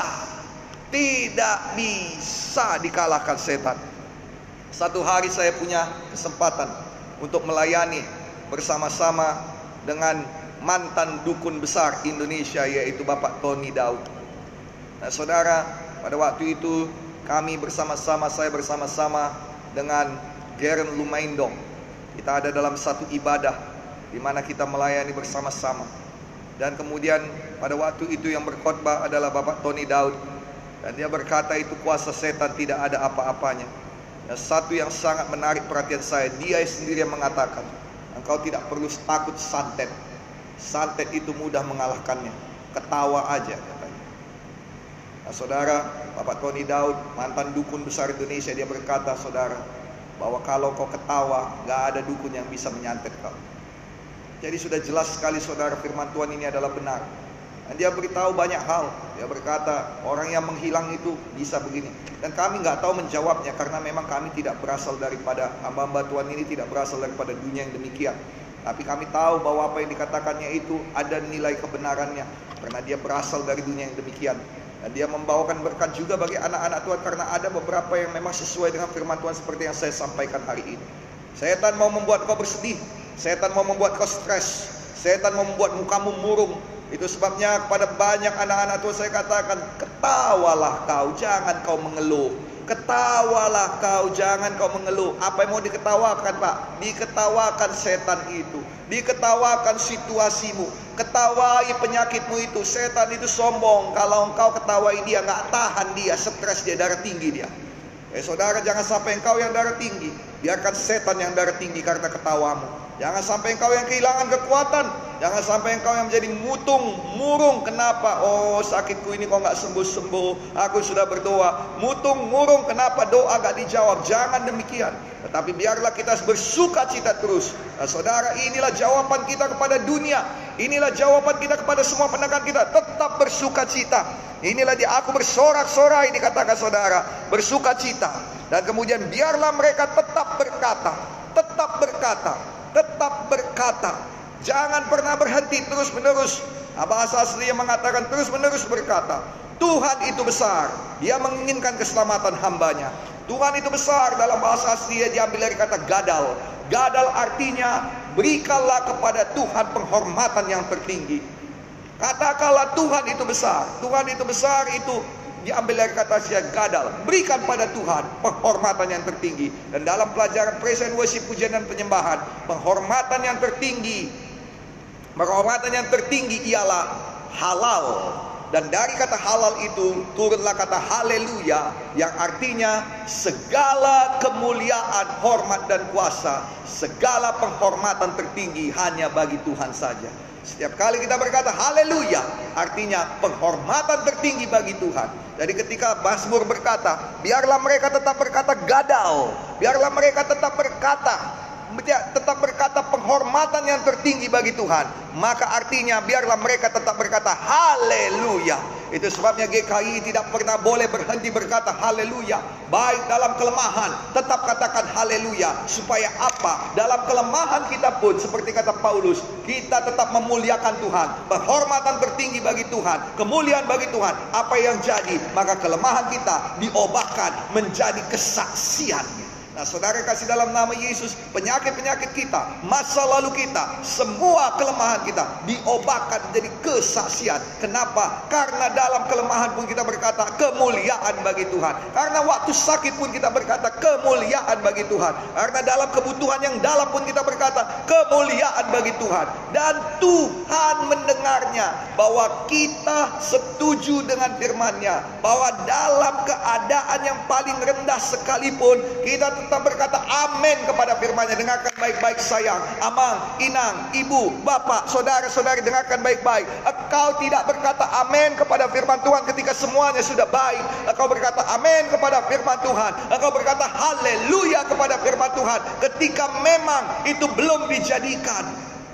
tidak bisa dikalahkan setan. Satu hari saya punya kesempatan untuk melayani bersama-sama dengan mantan dukun besar Indonesia, yaitu Bapak Tony Daud. Nah, saudara, pada waktu itu kami bersama-sama, saya bersama-sama dengan Geren Lumaindong. Kita ada dalam satu ibadah di mana kita melayani bersama-sama. Dan kemudian pada waktu itu yang berkhotbah adalah Bapak Tony Daud. Dan dia berkata itu kuasa setan tidak ada apa-apanya. Dan satu yang sangat menarik perhatian saya, dia sendiri yang mengatakan, engkau tidak perlu takut santet. Santet itu mudah mengalahkannya. Ketawa aja katanya. Nah, saudara, Bapak Tony Daud, mantan dukun besar Indonesia, dia berkata, saudara, bahwa kalau kau ketawa, gak ada dukun yang bisa menyantet kau. Jadi sudah jelas sekali saudara, firman Tuhan ini adalah benar. Dan dia beritahu banyak hal. Dia berkata orang yang menghilang itu bisa begini. Dan kami nggak tahu menjawabnya karena memang kami tidak berasal daripada hamba-hamba Tuhan ini, tidak berasal daripada dunia yang demikian. Tapi kami tahu bahwa apa yang dikatakannya itu ada nilai kebenarannya karena dia berasal dari dunia yang demikian. Dan dia membawakan berkat juga bagi anak-anak Tuhan karena ada beberapa yang memang sesuai dengan firman Tuhan seperti yang saya sampaikan hari ini. Setan mau membuat kau bersedih, setan mau membuat kau stres, setan mau membuat mukamu murung. Itu sebabnya kepada banyak anak-anak Tuhan saya katakan, ketawalah kau, jangan kau mengeluh. Ketawalah kau, jangan kau mengeluh. Apa yang mau diketawakan, Pak? Diketawakan setan itu, diketawakan situasimu, ketawai penyakitmu itu. Setan itu sombong. Kalau engkau ketawai dia, nggak tahan dia, stres dia, darah tinggi dia. Eh saudara, jangan sampai engkau yang darah tinggi, biarkan setan yang darah tinggi karena ketawamu. Jangan sampai engkau yang kehilangan kekuatan. Jangan sampai engkau yang menjadi mutung, murung. Kenapa? Oh, sakitku ini kok nggak sembuh-sembuh. Aku sudah berdoa. Mutung, murung. Kenapa doa gak dijawab? Jangan demikian. Tetapi biarlah kita bersuka cita terus. Nah, saudara, inilah jawaban kita kepada dunia. Inilah jawaban kita kepada semua penekan kita. Tetap bersuka cita. Inilah dia, aku bersorak-sorai, dikatakan saudara. Bersuka cita. Dan kemudian biarlah mereka tetap berkata. Tetap berkata. Tetap berkata. Jangan pernah berhenti, terus menerus. Bahasa asli yang mengatakan terus menerus berkata. Tuhan itu besar. Dia menginginkan keselamatan hambanya. Tuhan itu besar. Dalam bahasa asli diambil dari kata gadal. Gadal artinya berikanlah kepada Tuhan penghormatan yang tertinggi. Katakanlah Tuhan itu besar. Tuhan itu besar itu diambil dari kata sia gadal. Berikan pada Tuhan penghormatan yang tertinggi. Dan dalam pelajaran praise and worship, pujian dan penyembahan, penghormatan yang tertinggi, penghormatan yang tertinggi ialah halal. Dan dari kata halal itu turunlah kata haleluya, yang artinya segala kemuliaan, hormat dan kuasa, segala penghormatan tertinggi hanya bagi Tuhan saja. Setiap kali kita berkata haleluya, artinya penghormatan tertinggi bagi Tuhan. Jadi ketika Mazmur berkata, biarlah mereka tetap berkata gadal, biarlah mereka tetap berkata tetap berkata penghormatan yang tertinggi bagi Tuhan, maka artinya biarlah mereka tetap berkata haleluya. Itu sebabnya G K I tidak pernah boleh berhenti berkata haleluya. Baik dalam kelemahan, tetap katakan haleluya. Supaya apa? Dalam kelemahan kita pun, seperti kata Paulus, kita tetap memuliakan Tuhan. Penghormatan tertinggi bagi Tuhan, kemuliaan bagi Tuhan. Apa yang jadi? Maka kelemahan kita diubahkan menjadi kesaksian. Nah, saudara kasih dalam nama Yesus, penyakit-penyakit kita, masa lalu kita, semua kelemahan kita diobatkan menjadi kesaksian. Kenapa? Karena dalam kelemahan pun kita berkata kemuliaan bagi Tuhan. Karena waktu sakit pun kita berkata kemuliaan bagi Tuhan. Karena dalam kebutuhan yang dalam pun kita berkata kemuliaan bagi Tuhan. Dan Tuhan mendengarnya, bahwa kita setuju dengan firman-Nya, bahwa dalam keadaan yang paling rendah sekalipun kita tetap berkata amin kepada firman-Nya. Dengarkan baik-baik sayang, amang, inang, ibu, bapak, saudara-saudari, dengarkan baik-baik. Engkau tidak berkata amin kepada firman Tuhan ketika semuanya sudah baik. Engkau berkata amin kepada firman Tuhan, engkau berkata haleluya kepada firman Tuhan ketika memang itu belum dijadikan.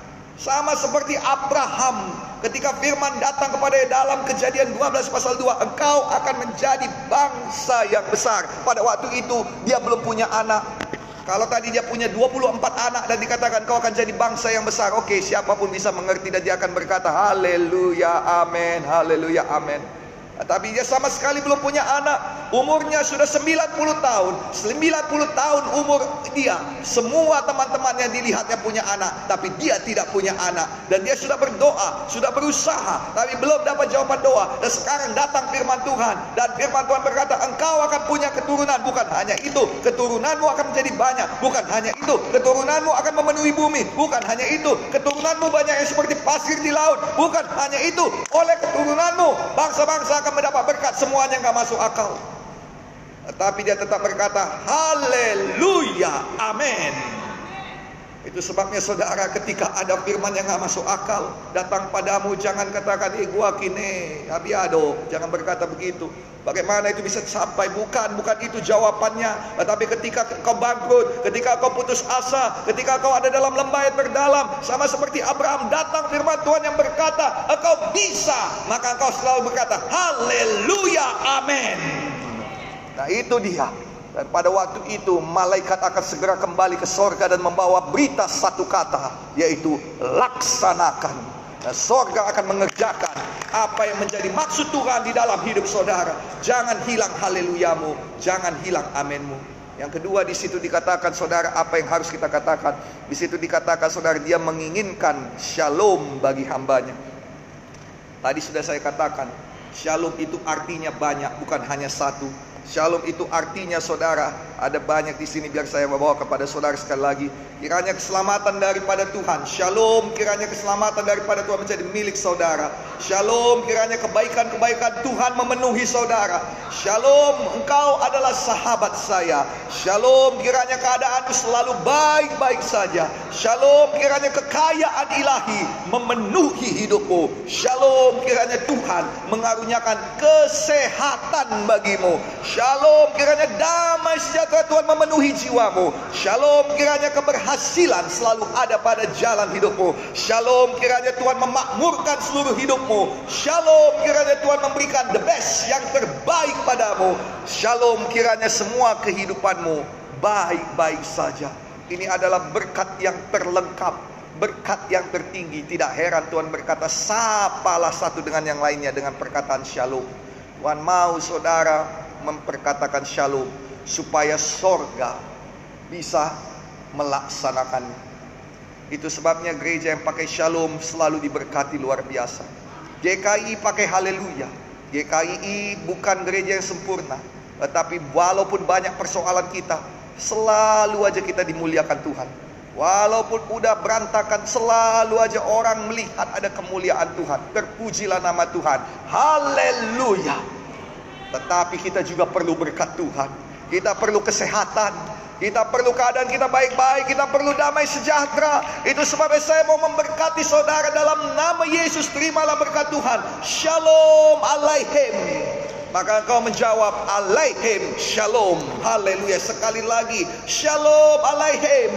Sama seperti Abraham, ketika firman datang kepada dalam Kejadian dua belas pasal dua, engkau akan menjadi bangsa yang besar. Pada waktu itu dia belum punya anak. Kalau tadi dia punya dua puluh empat anak dan dikatakan kau akan jadi bangsa yang besar, oke, siapapun bisa mengerti dan dia akan berkata haleluya, amin, haleluya, amin. Tapi dia sama sekali belum punya anak. Umurnya sudah sembilan puluh tahun. sembilan puluh tahun umur dia. Semua teman-temannya dilihatnya punya anak, tapi dia tidak punya anak. Dan dia sudah berdoa, sudah berusaha, tapi belum dapat jawaban doa. Dan sekarang datang firman Tuhan, dan firman Tuhan berkata engkau akan punya keturunan. Bukan hanya itu, keturunanmu akan menjadi banyak. Bukan hanya itu, keturunanmu akan memenuhi bumi. Bukan hanya itu, keturunanmu banyak yang seperti pasir di laut. Bukan hanya itu, oleh keturunanmu bangsa-bangsa akan mendapat berkat. Semuanya nggak masuk akal. Tetapi dia tetap berkata haleluya, amin. Itu sebabnya saudara, ketika ada firman yang gak masuk akal datang padamu, jangan katakan eh gua kini abiado. Jangan berkata begitu. Bagaimana itu bisa sampai? Bukan, bukan itu jawabannya. Tetapi ketika kau bangkrut, ketika kau putus asa, ketika kau ada dalam lembah yang terdalam, sama seperti Abraham, datang firman Tuhan yang berkata engkau bisa, maka engkau selalu berkata haleluya, amin. Nah itu dia. Dan pada waktu itu malaikat akan segera kembali ke sorga dan membawa berita satu kata, yaitu laksanakan. Dan sorga akan mengerjakan apa yang menjadi maksud Tuhan di dalam hidup saudara. Jangan hilang haleluyamu, jangan hilang aminmu. Yang kedua, di situ dikatakan saudara apa yang harus kita katakan. Di situ dikatakan saudara, dia menginginkan shalom bagi hambanya. Tadi sudah saya katakan, shalom itu artinya banyak, bukan hanya satu. Shalom itu artinya saudara, ada banyak di sini. Biar saya membawa kepada saudara sekali lagi. Kiranya keselamatan daripada Tuhan, shalom, kiranya keselamatan daripada Tuhan menjadi milik saudara. Shalom, kiranya kebaikan-kebaikan Tuhan memenuhi saudara. Shalom, engkau adalah sahabat saya. Shalom, kiranya keadaanmu selalu baik-baik saja. Shalom, kiranya kekayaan ilahi memenuhi hidupmu. Shalom, kiranya Tuhan mengaruniakan kesehatan bagimu. Shalom, kiranya damai sejahtera Tuhan memenuhi jiwamu. Shalom, kiranya keberhasilan selalu ada pada jalan hidupmu. Shalom, kiranya Tuhan memakmurkan seluruh hidupmu. Shalom, kiranya Tuhan memberikan the best, yang terbaik padamu. Shalom, kiranya semua kehidupanmu baik-baik saja. Ini adalah berkat yang terlengkap, berkat yang tertinggi. Tidak heran Tuhan berkata sapalah satu dengan yang lainnya dengan perkataan shalom. Tuhan mau saudara memperkatakan shalom supaya sorga bisa melaksanakannya. Itu sebabnya gereja yang pakai shalom selalu diberkati luar biasa. G K I pakai haleluya. G K I bukan gereja yang sempurna, tetapi walaupun banyak persoalan kita, selalu aja kita dimuliakan Tuhan. Walaupun udah berantakan, selalu aja orang melihat ada kemuliaan Tuhan. Terpujilah nama Tuhan. Haleluya. Tetapi kita juga perlu berkat Tuhan. Kita perlu kesehatan. Kita perlu keadaan kita baik-baik. Kita perlu damai sejahtera. Itu sebabnya saya mau memberkati saudara dalam nama Yesus. Terimalah berkat Tuhan. Shalom alaihim. Maka engkau menjawab, alaihim shalom. Haleluya. Sekali lagi, shalom alaihim.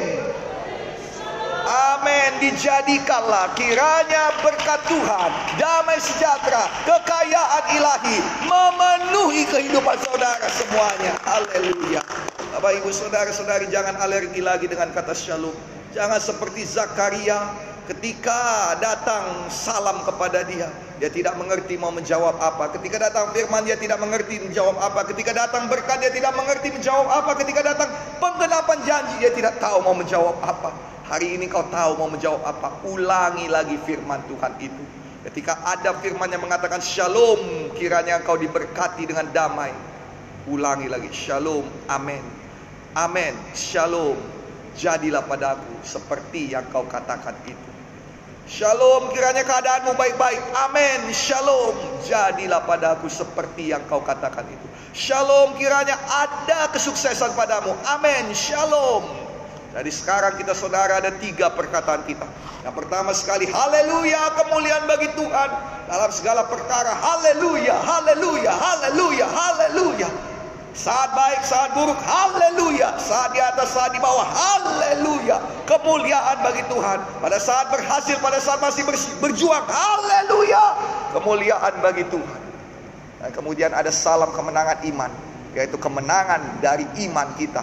Amin. Dijadikanlah kiranya berkat Tuhan, damai sejahtera, kekayaan ilahi memenuhi kehidupan saudara semuanya. Haleluya. Bapak ibu saudara-saudari, jangan alergi lagi dengan kata shalom. Jangan seperti Zakaria ketika datang salam kepada dia, dia tidak mengerti mau menjawab apa. Ketika datang firman, dia tidak mengerti menjawab apa. Ketika datang berkat, dia tidak mengerti menjawab apa. Ketika datang penggenapan janji, dia tidak tahu mau menjawab apa. Hari ini kau tahu mau menjawab apa. Ulangi lagi firman Tuhan itu. Ketika ada firman yang mengatakan shalom, kiranya engkau diberkati dengan damai. Ulangi lagi, shalom, amin. Amin, shalom. Jadilah padaku seperti yang kau katakan itu. Shalom, kiranya keadaanmu baik-baik. Amin, shalom. Jadilah padaku seperti yang kau katakan itu. Shalom, kiranya ada kesuksesan padamu. Amin, shalom. Jadi sekarang kita saudara ada tiga perkataan kita. Yang pertama sekali, haleluya, kemuliaan bagi Tuhan dalam segala perkara. Haleluya, haleluya, haleluya, haleluya. Saat baik, saat buruk, haleluya. Saat di atas, saat di bawah, haleluya. Kemuliaan bagi Tuhan. Pada saat berhasil, pada saat masih berjuang, haleluya. Kemuliaan bagi Tuhan. Dan kemudian ada salam kemenangan iman, yaitu kemenangan dari iman kita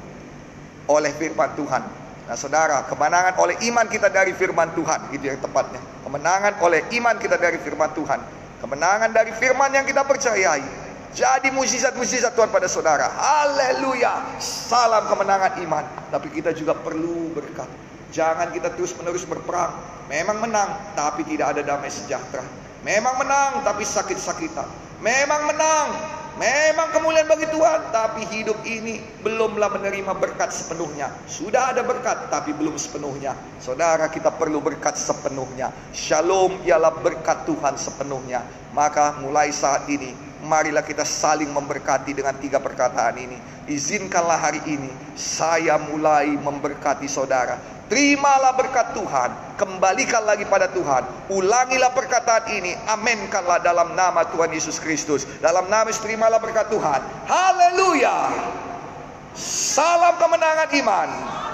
oleh firman Tuhan. Nah saudara, kemenangan oleh iman kita dari firman Tuhan, itu yang tepatnya. Kemenangan oleh iman kita dari firman Tuhan. Kemenangan dari firman yang kita percayai. Jadi mukjizat-mukjizat Tuhan pada saudara. Haleluya. Salam kemenangan iman. Tapi kita juga perlu berkat. Jangan kita terus menerus berperang. Memang menang, tapi tidak ada damai sejahtera. Memang menang, tapi sakit-sakitan. Memang menang, memang kemuliaan bagi Tuhan, tapi hidup ini belumlah menerima berkat sepenuhnya. Sudah ada berkat, tapi belum sepenuhnya. Saudara, kita perlu berkat sepenuhnya. Shalom ialah berkat Tuhan sepenuhnya. Maka mulai saat ini, marilah kita saling memberkati dengan tiga perkataan ini. Izinkanlah hari ini saya mulai memberkati saudara. Terimalah berkat Tuhan, kembalikan lagi pada Tuhan. Ulangilah perkataan ini, aminkanlah dalam nama Tuhan Yesus Kristus. Dalam nama Yesus, terimalah berkat Tuhan. Haleluya. Salam kemenangan iman.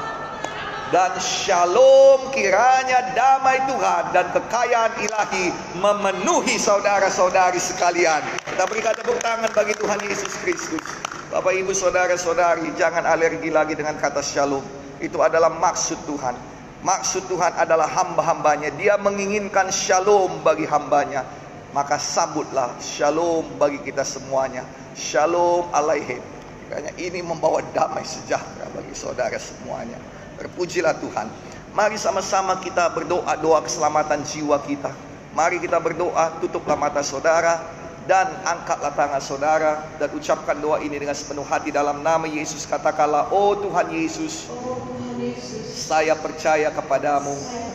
Dan shalom, kiranya damai Tuhan dan kekayaan ilahi memenuhi saudara-saudari sekalian. Kita berikan tepuk tangan bagi Tuhan Yesus Kristus. Bapak ibu saudara-saudari, jangan alergi lagi dengan kata shalom. Itu adalah maksud Tuhan. Maksud Tuhan adalah hamba-hambanya. Dia menginginkan shalom bagi hambanya. Maka sambutlah shalom bagi kita semuanya. Shalom alaihim. Kiranya ini membawa damai sejahtera bagi saudara semuanya. Terpujilah Tuhan. Mari sama-sama kita berdoa, doa keselamatan jiwa kita. Mari kita berdoa, tutuplah mata saudara dan angkatlah tangan saudara dan ucapkan doa ini dengan sepenuh hati dalam nama Yesus. Katakanlah, oh Tuhan Yesus, saya percaya kepadamu,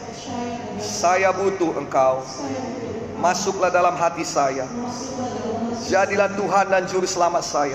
saya butuh Engkau. Masuklah dalam hati saya, jadilah Tuhan dan Juru Selamat saya,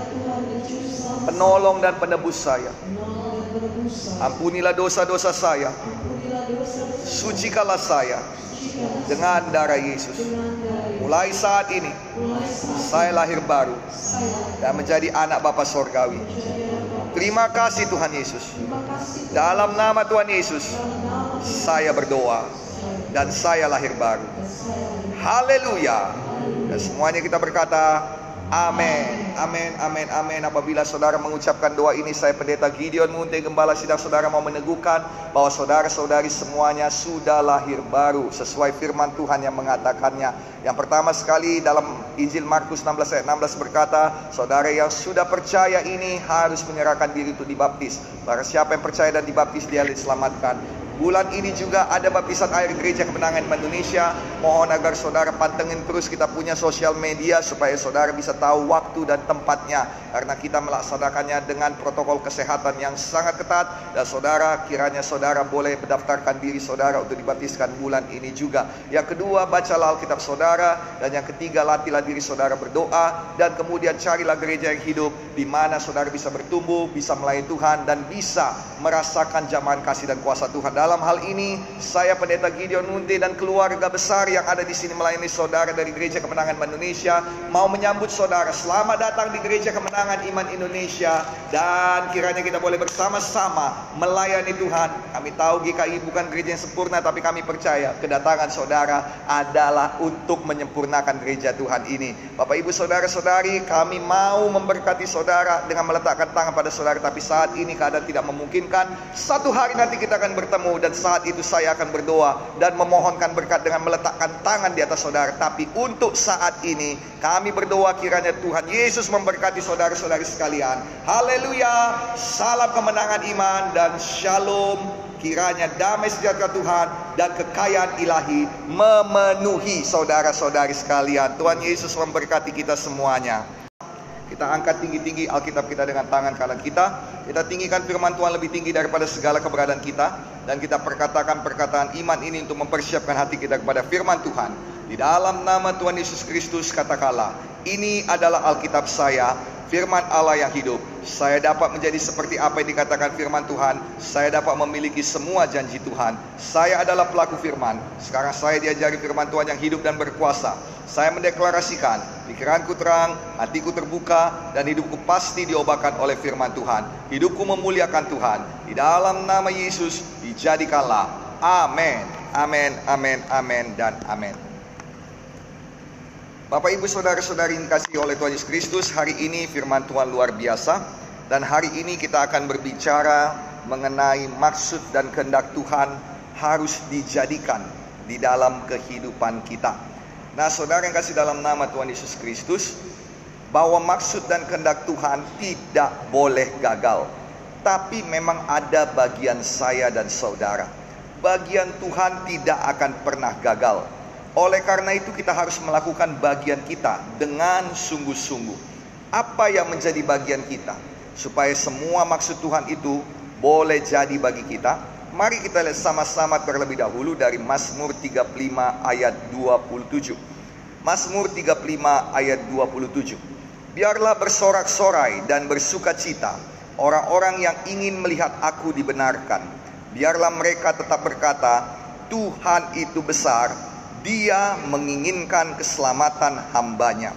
penolong dan penebus saya. Ampunilah dosa-dosa saya, sucikanlah saya dengan darah Yesus. Mulai saat ini saya lahir baru dan menjadi anak Bapa Sorgawi. Terima kasih Tuhan Yesus. Dalam nama Tuhan Yesus saya berdoa dan saya lahir baru. Haleluya. Dan semuanya kita berkata amin, amin, amin, amin. Apabila saudara mengucapkan doa ini, saya Pendeta Gideon Munte Gembala Sidang saudara mau meneguhkan bahwa saudara-saudari semuanya sudah lahir baru sesuai firman Tuhan yang mengatakannya. Yang pertama sekali dalam Injil Markus enam belas ayat enam belas berkata, saudara yang sudah percaya ini harus menyerahkan diri untuk dibaptis. Barang siapa yang percaya dan dibaptis, dia diselamatkan. Bulan ini juga ada baptisan air Gereja Kemenangan Indonesia. Mohon agar saudara pantengin terus kita punya sosial media supaya saudara bisa tahu waktu dan tempatnya, karena kita melaksanakannya dengan protokol kesehatan yang sangat ketat. Dan saudara, kiranya saudara boleh mendaftarkan diri saudara untuk dibaptiskan bulan ini juga. Yang kedua, bacalah Alkitab saudara. Dan yang ketiga, latihlah diri saudara berdoa. Dan kemudian carilah gereja yang hidup, di mana saudara bisa bertumbuh, bisa melayani Tuhan, dan bisa merasakan jamahan kasih dan kuasa Tuhan. Dalam hal ini, saya Pendeta Gideon Munte dan keluarga besar yang ada di sini melayani saudara dari Gereja Kemenangan Indonesia mau menyambut saudara. Selamat datang di Gereja Kemenangan Iman Indonesia, dan kiranya kita boleh bersama-sama melayani Tuhan. Kami tahu G K I bukan gereja yang sempurna, tapi kami percaya kedatangan saudara adalah untuk menyempurnakan gereja Tuhan ini. Bapak Ibu saudara-saudari, kami mau memberkati saudara dengan meletakkan tangan pada saudara, tapi saat ini keadaan tidak memungkinkan. Satu hari nanti kita akan bertemu, dan saat itu saya akan berdoa dan memohonkan berkat dengan meletakkan tangan di atas saudara. Tapi untuk saat ini kami berdoa kiranya Tuhan Yesus memberkati saudara-saudari sekalian. Haleluya. Salam kemenangan iman dan shalom. Kiranya damai sejahtera Tuhan dan kekayaan ilahi memenuhi saudara-saudari sekalian. Tuhan Yesus memberkati kita semuanya. Kita angkat tinggi-tinggi Alkitab kita dengan tangan kanan kita. Kita tinggikan firman Tuhan lebih tinggi daripada segala keberadaan kita. Dan kita perkatakan perkataan iman ini untuk mempersiapkan hati kita kepada firman Tuhan. Di dalam nama Tuhan Yesus Kristus katakanlah, ini adalah Alkitab saya, firman Allah yang hidup. Saya dapat menjadi seperti apa yang dikatakan firman Tuhan. Saya dapat memiliki semua janji Tuhan. Saya adalah pelaku firman. Sekarang saya diajari firman Tuhan yang hidup dan berkuasa. Saya mendeklarasikan, pikiranku terang, hatiku terbuka, dan hidupku pasti diobatkan oleh firman Tuhan. Hidupku memuliakan Tuhan. Di dalam nama Yesus dijadikanlah. Amin. Amin, amin, amin, dan amin. Bapak Ibu saudara-saudari yang dikasihi oleh Tuhan Yesus Kristus, hari ini firman Tuhan luar biasa. Dan hari ini kita akan berbicara mengenai maksud dan kehendak Tuhan harus dijadikan di dalam kehidupan kita. Nah saudara yang kasih dalam nama Tuhan Yesus Kristus, bahwa maksud dan kehendak Tuhan tidak boleh gagal. Tapi memang ada bagian saya dan saudara. Bagian Tuhan tidak akan pernah gagal. Oleh karena itu kita harus melakukan bagian kita dengan sungguh-sungguh. Apa yang menjadi bagian kita supaya semua maksud Tuhan itu boleh jadi bagi kita? Mari kita lihat sama-sama terlebih dahulu dari Mazmur tiga puluh lima ayat dua puluh tujuh. Mazmur tiga puluh lima ayat dua puluh tujuh. Biarlah bersorak-sorai dan bersukacita orang-orang yang ingin melihat aku dibenarkan. Biarlah mereka tetap berkata, Tuhan itu besar, Dia menginginkan keselamatan hambanya.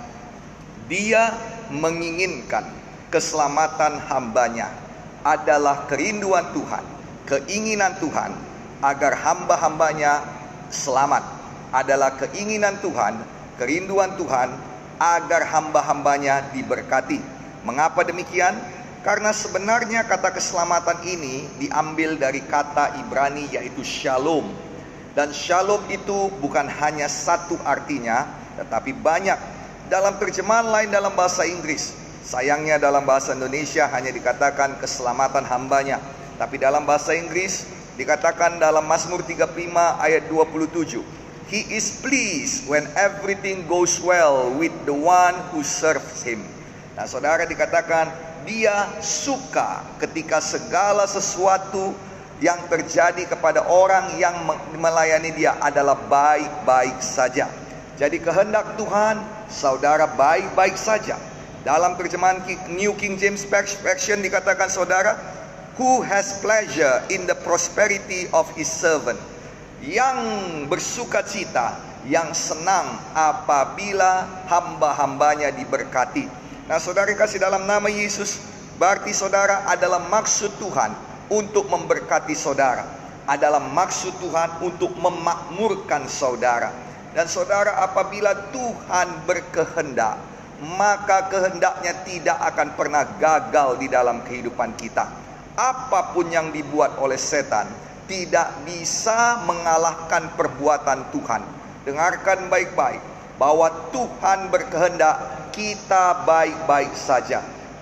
Dia menginginkan keselamatan hambanya. Adalah kerinduan Tuhan, keinginan Tuhan agar hamba-hambanya selamat. Adalah keinginan Tuhan, kerinduan Tuhan agar hamba-hambanya diberkati. Mengapa demikian? Karena sebenarnya kata keselamatan ini diambil dari kata Ibrani yaitu shalom. Dan shalom itu bukan hanya satu artinya, tetapi banyak. Dalam terjemahan lain dalam bahasa Inggris, sayangnya dalam bahasa Indonesia hanya dikatakan keselamatan hambanya. Tapi dalam bahasa Inggris dikatakan dalam Mazmur tiga puluh lima ayat dua puluh tujuh, He is pleased when everything goes well with the one who serves Him. Nah saudara, dikatakan Dia suka ketika segala sesuatu yang terjadi kepada orang yang melayani Dia adalah baik-baik saja. Jadi kehendak Tuhan, saudara, baik-baik saja. Dalam terjemahan New King James Version dikatakan saudara, who has pleasure in the prosperity of his servant. Yang bersukacita, yang senang apabila hamba-hambanya diberkati. Nah saudara kasih dalam nama Yesus, berarti saudara adalah maksud Tuhan untuk memberkati saudara, adalah maksud Tuhan untuk memakmurkan saudara. Dan saudara, apabila Tuhan berkehendak, maka kehendaknya tidak akan pernah gagal di dalam kehidupan kita. Apapun yang dibuat oleh setan tidak bisa mengalahkan perbuatan Tuhan. Dengarkan baik-baik, bahwa Tuhan berkehendak kita baik-baik saja.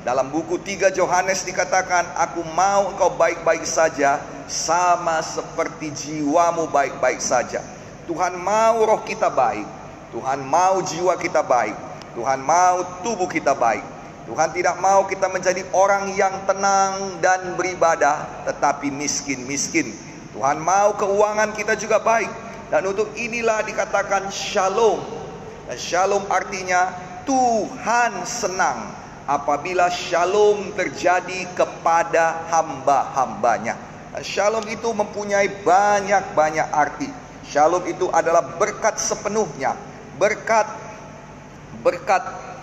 Dalam buku tiga Yohanes dikatakan, aku mau engkau baik-baik saja, sama seperti jiwamu baik-baik saja. Tuhan mau roh kita baik, Tuhan mau jiwa kita baik, Tuhan mau tubuh kita baik. Tuhan tidak mau kita menjadi orang yang tenang dan beribadah tetapi miskin-miskin. Tuhan mau keuangan kita juga baik. Dan untuk inilah dikatakan shalom. Dan shalom artinya Tuhan senang apabila shalom terjadi kepada hamba-hambanya. Dan shalom itu mempunyai banyak-banyak arti. Shalom itu adalah berkat sepenuhnya. Berkat, berkat,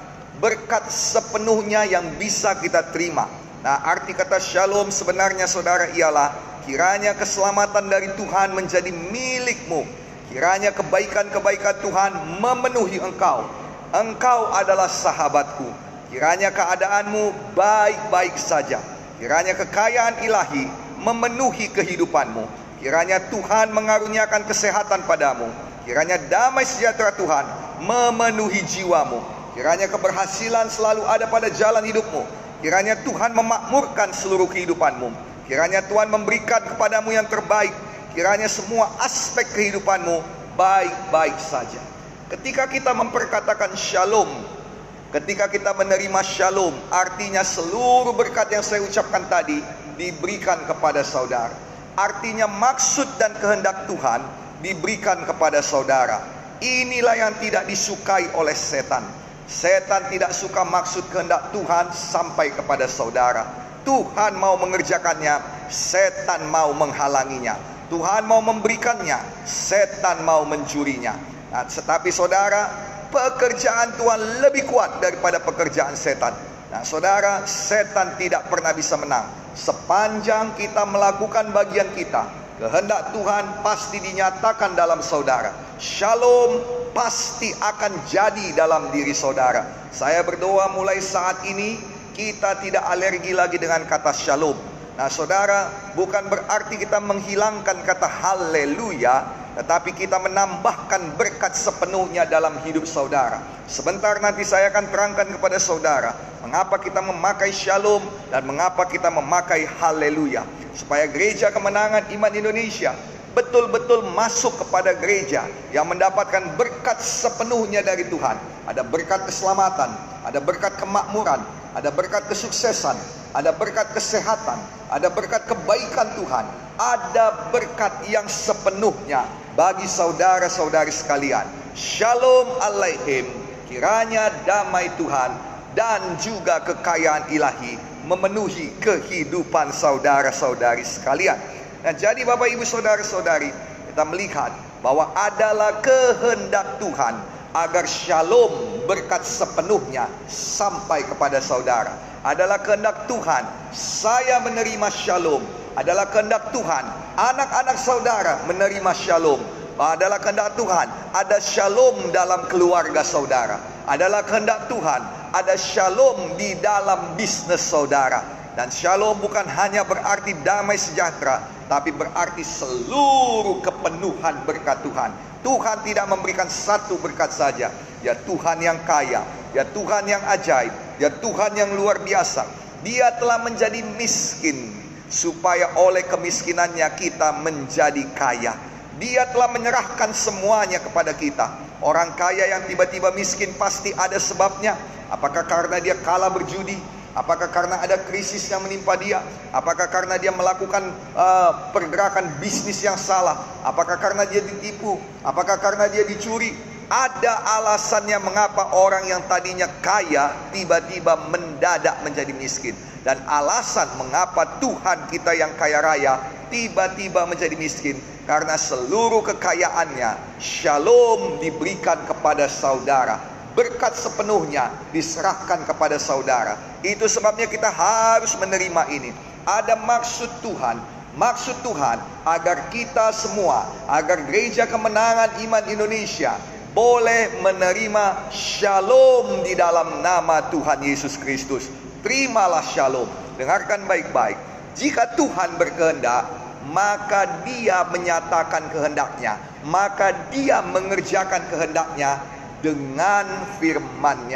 berkat sepenuhnya yang bisa kita terima. Nah, arti kata shalom sebenarnya saudara ialah kiranya keselamatan dari Tuhan menjadi milikmu. Kiranya kebaikan-kebaikan Tuhan memenuhi engkau. Engkau adalah sahabatku. Kiranya keadaanmu baik-baik saja. Kiranya kekayaan ilahi memenuhi kehidupanmu. Kiranya Tuhan mengaruniakan kesehatan padamu. Kiranya damai sejahtera Tuhan memenuhi jiwamu. Kiranya keberhasilan selalu ada pada jalan hidupmu. Kiranya Tuhan memakmurkan seluruh kehidupanmu. Kiranya Tuhan memberikan kepadamu yang terbaik. Kiranya semua aspek kehidupanmu baik-baik saja. Ketika kita memperkatakan shalom, ketika kita menerima shalom, artinya seluruh berkat yang saya ucapkan tadi diberikan kepada saudara. Artinya maksud dan kehendak Tuhan diberikan kepada saudara. Inilah yang tidak disukai oleh setan. Setan tidak suka maksud kehendak Tuhan sampai kepada saudara. Tuhan mau mengerjakannya, setan mau menghalanginya. Tuhan mau memberikannya, setan mau mencurinya. Nah, tetapi saudara, pekerjaan Tuhan lebih kuat daripada pekerjaan setan. Nah saudara, setan tidak pernah bisa menang. Sepanjang kita melakukan bagian kita, kehendak Tuhan pasti dinyatakan dalam saudara. Shalom pasti akan jadi dalam diri saudara. Saya berdoa mulai saat ini kita tidak alergi lagi dengan kata shalom. Nah saudara, bukan berarti kita menghilangkan kata haleluya, tetapi kita menambahkan berkat sepenuhnya dalam hidup saudara. Sebentar nanti saya akan terangkan kepada saudara mengapa kita memakai shalom dan mengapa kita memakai haleluya, supaya Gereja Kemenangan Iman Indonesia betul-betul masuk kepada gereja yang mendapatkan berkat sepenuhnya dari Tuhan. Ada berkat keselamatan, ada berkat kemakmuran, ada berkat kesuksesan, ada berkat kesehatan, ada berkat kebaikan Tuhan, ada berkat yang sepenuhnya bagi saudara-saudari sekalian. Shalom alaihim, kiranya damai Tuhan dan juga kekayaan ilahi memenuhi kehidupan saudara-saudari sekalian. Nah jadi Bapak Ibu Saudara-saudari, kita melihat bahwa adalah kehendak Tuhan agar shalom berkat sepenuhnya sampai kepada saudara. Adalah kehendak Tuhan saya menerima shalom. Adalah kehendak Tuhan anak-anak saudara menerima shalom. Adalah kehendak Tuhan ada shalom dalam keluarga saudara. Adalah kehendak Tuhan ada shalom di dalam bisnis saudara. Dan shalom bukan hanya berarti damai sejahtera, tapi berarti seluruh kepenuhan berkat Tuhan. Tuhan tidak memberikan satu berkat saja. Ya Tuhan yang kaya, ya Tuhan yang ajaib, ya Tuhan yang luar biasa. Dia telah menjadi miskin supaya oleh kemiskinannya kita menjadi kaya. Dia telah menyerahkan semuanya kepada kita. Orang kaya yang tiba-tiba miskin pasti ada sebabnya. Apakah karena dia kalah berjudi? Apakah karena ada krisis yang menimpa dia? Apakah karena dia melakukan uh, pergerakan bisnis yang salah? Apakah karena dia ditipu? Apakah karena dia dicuri? Ada alasannya mengapa orang yang tadinya kaya tiba-tiba mendadak menjadi miskin. Dan alasan mengapa Tuhan kita yang kaya raya tiba-tiba menjadi miskin, karena seluruh kekayaannya shalom diberikan kepada saudara. Berkat sepenuhnya diserahkan kepada saudara. Itu sebabnya kita harus menerima ini. Ada maksud Tuhan. Maksud Tuhan agar kita semua, agar Gereja Kemenangan Iman Indonesia boleh menerima shalom di dalam nama Tuhan Yesus Kristus. Terimalah shalom. Dengarkan baik-baik. Jika Tuhan berkehendak, maka Dia menyatakan kehendaknya. Maka Dia mengerjakan kehendaknya dengan firman-Nya.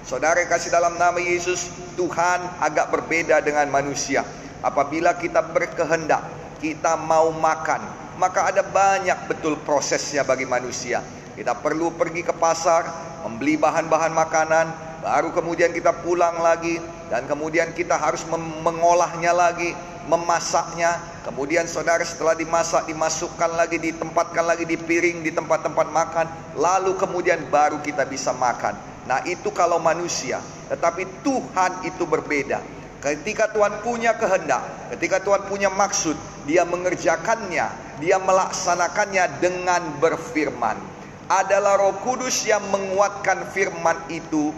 Saudara yang kasih dalam nama Yesus, Tuhan agak berbeda dengan manusia. Apabila kita berkehendak, kita mau makan, maka ada banyak betul prosesnya bagi manusia. Kita perlu pergi ke pasar, membeli bahan-bahan makanan, baru kemudian kita pulang lagi, dan kemudian kita harus mengolahnya lagi, memasaknya. Kemudian saudara setelah dimasak, dimasukkan lagi, ditempatkan lagi di piring, di tempat-tempat makan, lalu kemudian baru kita bisa makan. Nah itu kalau manusia. Tetapi Tuhan itu berbeda. Ketika Tuhan punya kehendak, ketika Tuhan punya maksud, Dia mengerjakannya, Dia melaksanakannya dengan berfirman. Adalah Roh Kudus yang menguatkan firman itu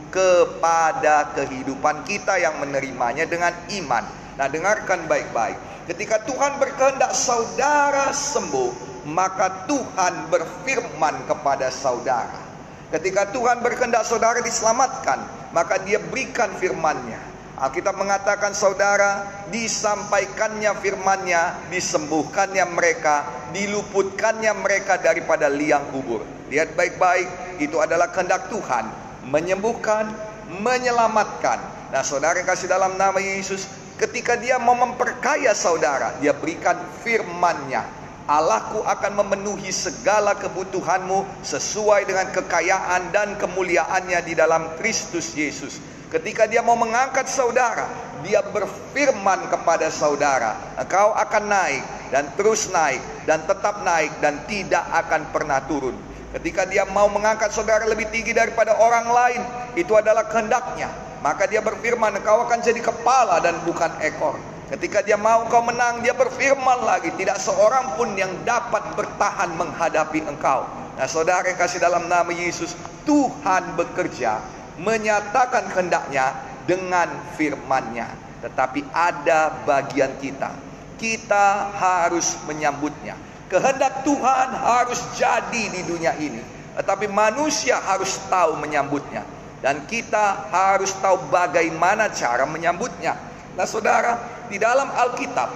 kepada kehidupan kita yang menerimanya dengan iman. Nah dengarkan baik-baik. Ketika Tuhan berkehendak saudara sembuh, maka Tuhan berfirman kepada saudara. Ketika Tuhan berkehendak saudara diselamatkan, maka Dia berikan firman-Nya. Alkitab mengatakan saudara, disampaikannya firman-Nya, disembuhkannya mereka, diluputkannya mereka daripada liang kubur. Lihat baik-baik, itu adalah kehendak Tuhan, menyembuhkan, menyelamatkan. Nah saudara yang kasih dalam nama Yesus, ketika Dia mau memperkaya saudara, Dia berikan firman-Nya. Allahku akan memenuhi segala kebutuhanmu sesuai dengan kekayaan dan kemuliaannya di dalam Kristus Yesus. Ketika Dia mau mengangkat saudara, Dia berfirman kepada saudara, engkau akan naik dan terus naik dan tetap naik dan tidak akan pernah turun. Ketika Dia mau mengangkat saudara lebih tinggi daripada orang lain, itu adalah kehendak-Nya. Maka Dia berfirman, engkau akan jadi kepala dan bukan ekor. Ketika Dia mau engkau menang, Dia berfirman lagi, tidak seorang pun yang dapat bertahan menghadapi engkau. Nah saudara yang kasih dalam nama Yesus, Tuhan bekerja, menyatakan kehendak-Nya dengan firman-Nya. Tetapi ada bagian kita, kita harus menyambutnya. Kehendak Tuhan harus jadi di dunia ini, tetapi manusia harus tahu menyambutnya. Dan kita harus tahu bagaimana cara menyambutnya. Nah saudara, di dalam Alkitab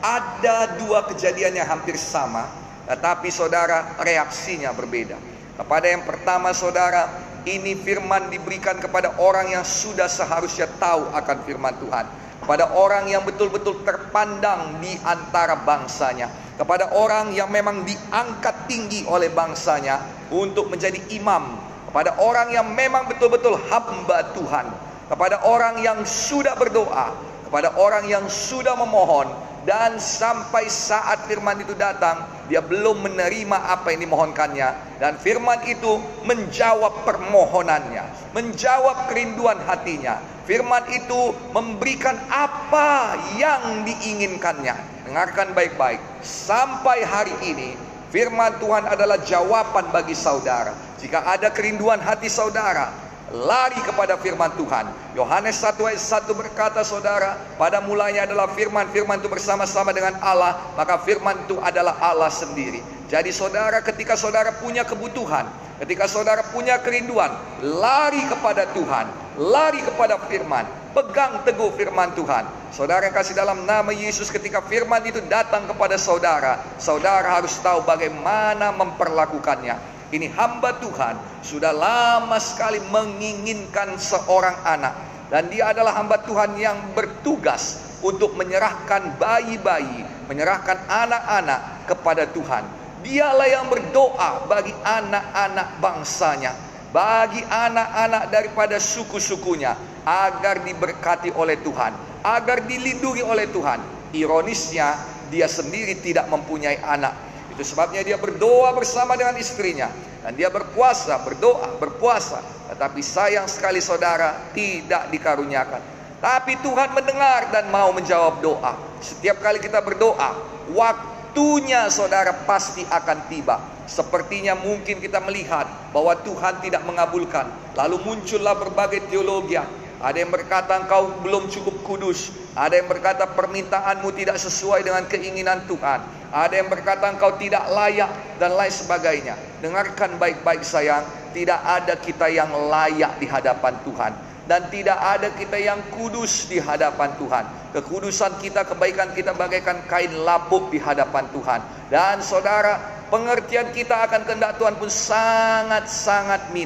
ada dua kejadian yang hampir sama, tetapi saudara reaksinya berbeda. Kepada yang pertama saudara, ini firman diberikan kepada orang yang sudah seharusnya tahu akan firman Tuhan. Kepada orang yang betul-betul terpandang di antara bangsanya. Kepada orang yang memang diangkat tinggi oleh bangsanya untuk menjadi imam. Kepada orang yang memang betul-betul hamba Tuhan. Kepada orang yang sudah berdoa. Kepada orang yang sudah memohon. Dan sampai saat firman itu datang, dia belum menerima apa yang dimohonkannya. Dan firman itu menjawab permohonannya, menjawab kerinduan hatinya. Firman itu memberikan apa yang diinginkannya. Dengarkan baik-baik, sampai hari ini firman Tuhan adalah jawaban bagi saudara. Jika ada kerinduan hati saudara, lari kepada firman Tuhan. Yohanes satu ayat satu berkata saudara, pada mulanya adalah firman, firman itu bersama-sama dengan Allah, maka firman itu adalah Allah sendiri. Jadi saudara, ketika saudara punya kebutuhan, ketika saudara punya kerinduan, lari kepada Tuhan, lari kepada firman, pegang teguh firman Tuhan. Saudara yang kasih dalam nama Yesus, ketika firman itu datang kepada saudara, saudara harus tahu bagaimana memperlakukannya. Ini hamba Tuhan sudah lama sekali menginginkan seorang anak. Dan dia adalah hamba Tuhan yang bertugas untuk menyerahkan bayi-bayi, menyerahkan anak-anak kepada Tuhan. Dialah yang berdoa bagi anak-anak bangsanya, bagi anak-anak daripada suku-sukunya, agar diberkati oleh Tuhan, agar dilindungi oleh Tuhan. Ironisnya, dia sendiri tidak mempunyai anak. Itu sebabnya dia berdoa bersama dengan istrinya. Dan dia berpuasa, berdoa, berpuasa. Tetapi sayang sekali saudara, tidak dikaruniakan. Tapi Tuhan mendengar dan mau menjawab doa. Setiap kali kita berdoa, waktunya saudara pasti akan tiba. Sepertinya mungkin kita melihat bahwa Tuhan tidak mengabulkan. Lalu muncullah berbagai teologi. Ada yang berkata engkau belum cukup kudus. Ada yang berkata permintaanmu tidak sesuai dengan keinginan Tuhan. Ada yang berkata engkau tidak layak dan lain sebagainya. Dengarkan baik-baik sayang, tidak ada kita yang layak di hadapan Tuhan. Dan tidak ada kita yang kudus di hadapan Tuhan. Kekudusan kita, kebaikan kita bagaikan kain lapuk di hadapan Tuhan. Dan saudara, pengertian kita akan kehendak Tuhan pun sangat-sangat minim.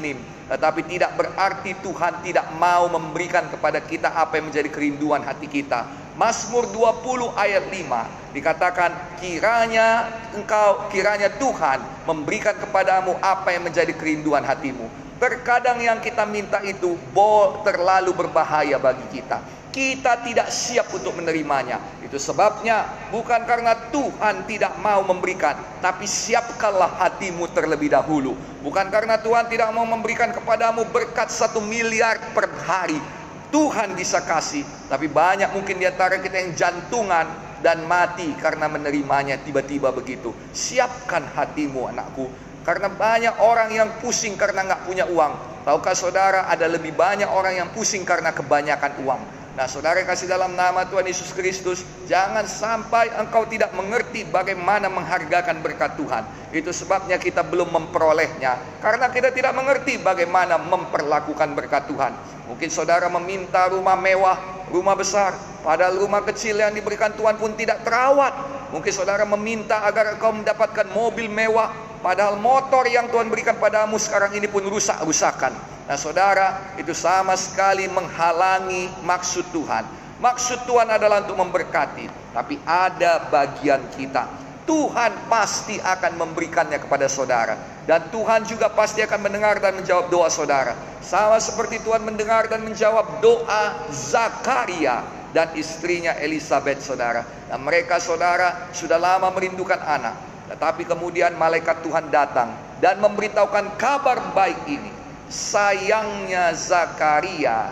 Tetapi tidak berarti Tuhan tidak mau memberikan kepada kita apa yang menjadi kerinduan hati kita. Mazmur dua puluh ayat lima dikatakan, kiranya engkau, kiranya Tuhan memberikan kepadamu apa yang menjadi kerinduan hatimu. Terkadang yang kita minta itu bo terlalu berbahaya bagi kita. Kita tidak siap untuk menerimanya. Itu sebabnya bukan karena Tuhan tidak mau memberikan, tapi siapkanlah hatimu terlebih dahulu. Bukan karena Tuhan tidak mau memberikan kepadamu berkat satu miliar per hari. Tuhan bisa kasih, tapi banyak mungkin di antara kita yang jantungan dan mati karena menerimanya tiba-tiba begitu. Siapkan hatimu, anakku. Karena banyak orang yang pusing karena nggak punya uang. Tahukah saudara, ada lebih banyak orang yang pusing karena kebanyakan uang. Nah, saudara kasih dalam nama Tuhan Yesus Kristus, jangan sampai engkau tidak mengerti bagaimana menghargakan berkat Tuhan. Itu sebabnya kita belum memperolehnya, karena kita tidak mengerti bagaimana memperlakukan berkat Tuhan. Mungkin saudara meminta rumah mewah, rumah besar, padahal rumah kecil yang diberikan Tuhan pun tidak terawat. Mungkin saudara meminta agar engkau mendapatkan mobil mewah, padahal motor yang Tuhan berikan padamu sekarang ini pun rusak-rusakan. Nah saudara, itu sama sekali menghalangi maksud Tuhan. Maksud Tuhan adalah untuk memberkati, tapi ada bagian kita. Tuhan pasti akan memberikannya kepada saudara, dan Tuhan juga pasti akan mendengar dan menjawab doa saudara. Sama seperti Tuhan mendengar dan menjawab doa Zakaria dan istrinya Elizabeth, saudara. Nah, mereka saudara sudah lama merindukan anak, tetapi kemudian malaikat Tuhan datang dan memberitahukan kabar baik ini. Sayangnya Zakaria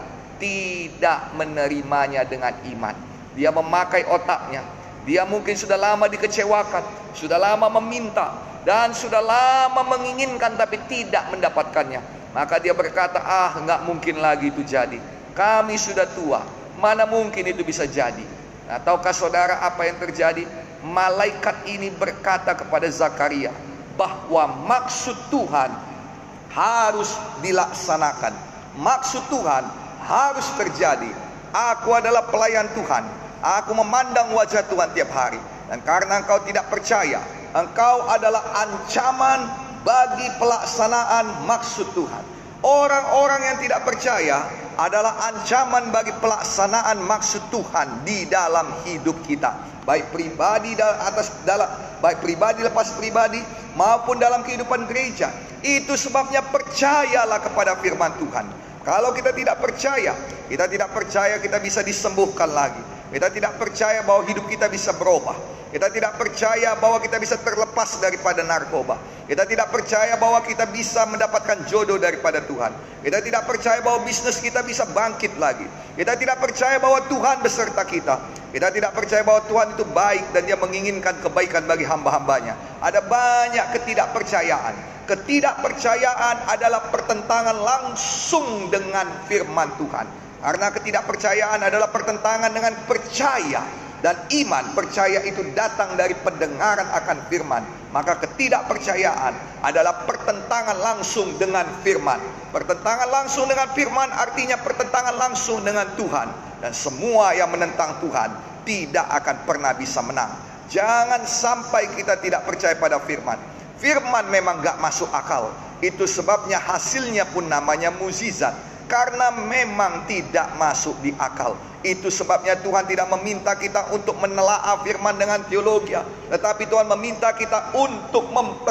tidak menerimanya dengan iman. Dia memakai otaknya. Dia mungkin sudah lama dikecewakan, sudah lama meminta, dan sudah lama menginginkan tapi tidak mendapatkannya. Maka dia berkata, ah nggak mungkin lagi itu jadi. Kami sudah tua, mana mungkin itu bisa jadi. Nah, tahukah saudara apa yang terjadi? Malaikat ini berkata kepada Zakaria bahwa maksud Tuhan harus dilaksanakan. Maksud Tuhan harus terjadi. Aku adalah pelayan Tuhan. Aku memandang wajah Tuhan tiap hari. Dan karena engkau tidak percaya, engkau adalah ancaman bagi pelaksanaan maksud Tuhan. Orang-orang yang tidak percaya adalah ancaman bagi pelaksanaan maksud Tuhan di dalam hidup kita. Baik pribadi atas dalam baik pribadi lepas pribadi maupun dalam kehidupan gereja. Itu sebabnya percayalah kepada firman Tuhan. Kalau kita tidak percaya, kita tidak percaya kita bisa disembuhkan lagi. Kita tidak percaya bahwa hidup kita bisa berubah. Kita tidak percaya bahwa kita bisa terlepas daripada narkoba. Kita tidak percaya bahwa kita bisa mendapatkan jodoh daripada Tuhan. Kita tidak percaya bahwa bisnis kita bisa bangkit lagi. Kita tidak percaya bahwa Tuhan beserta kita. Kita tidak percaya bahwa Tuhan itu baik dan Dia menginginkan kebaikan bagi hamba-hambanya. Ada banyak ketidakpercayaan. Ketidakpercayaan adalah pertentangan langsung dengan firman Tuhan. Karena ketidakpercayaan adalah pertentangan dengan percaya. Dan iman, percaya itu datang dari pendengaran akan firman. Maka ketidakpercayaan adalah pertentangan langsung dengan firman. Pertentangan langsung dengan firman artinya pertentangan langsung dengan Tuhan. Dan semua yang menentang Tuhan tidak akan pernah bisa menang. Jangan sampai kita tidak percaya pada firman. Firman memang gak masuk akal. Itu sebabnya hasilnya pun namanya mukjizat. Karena memang tidak masuk di akal. Itu sebabnya Tuhan tidak meminta kita untuk menelaah firman dengan teologi, tetapi Tuhan meminta kita untuk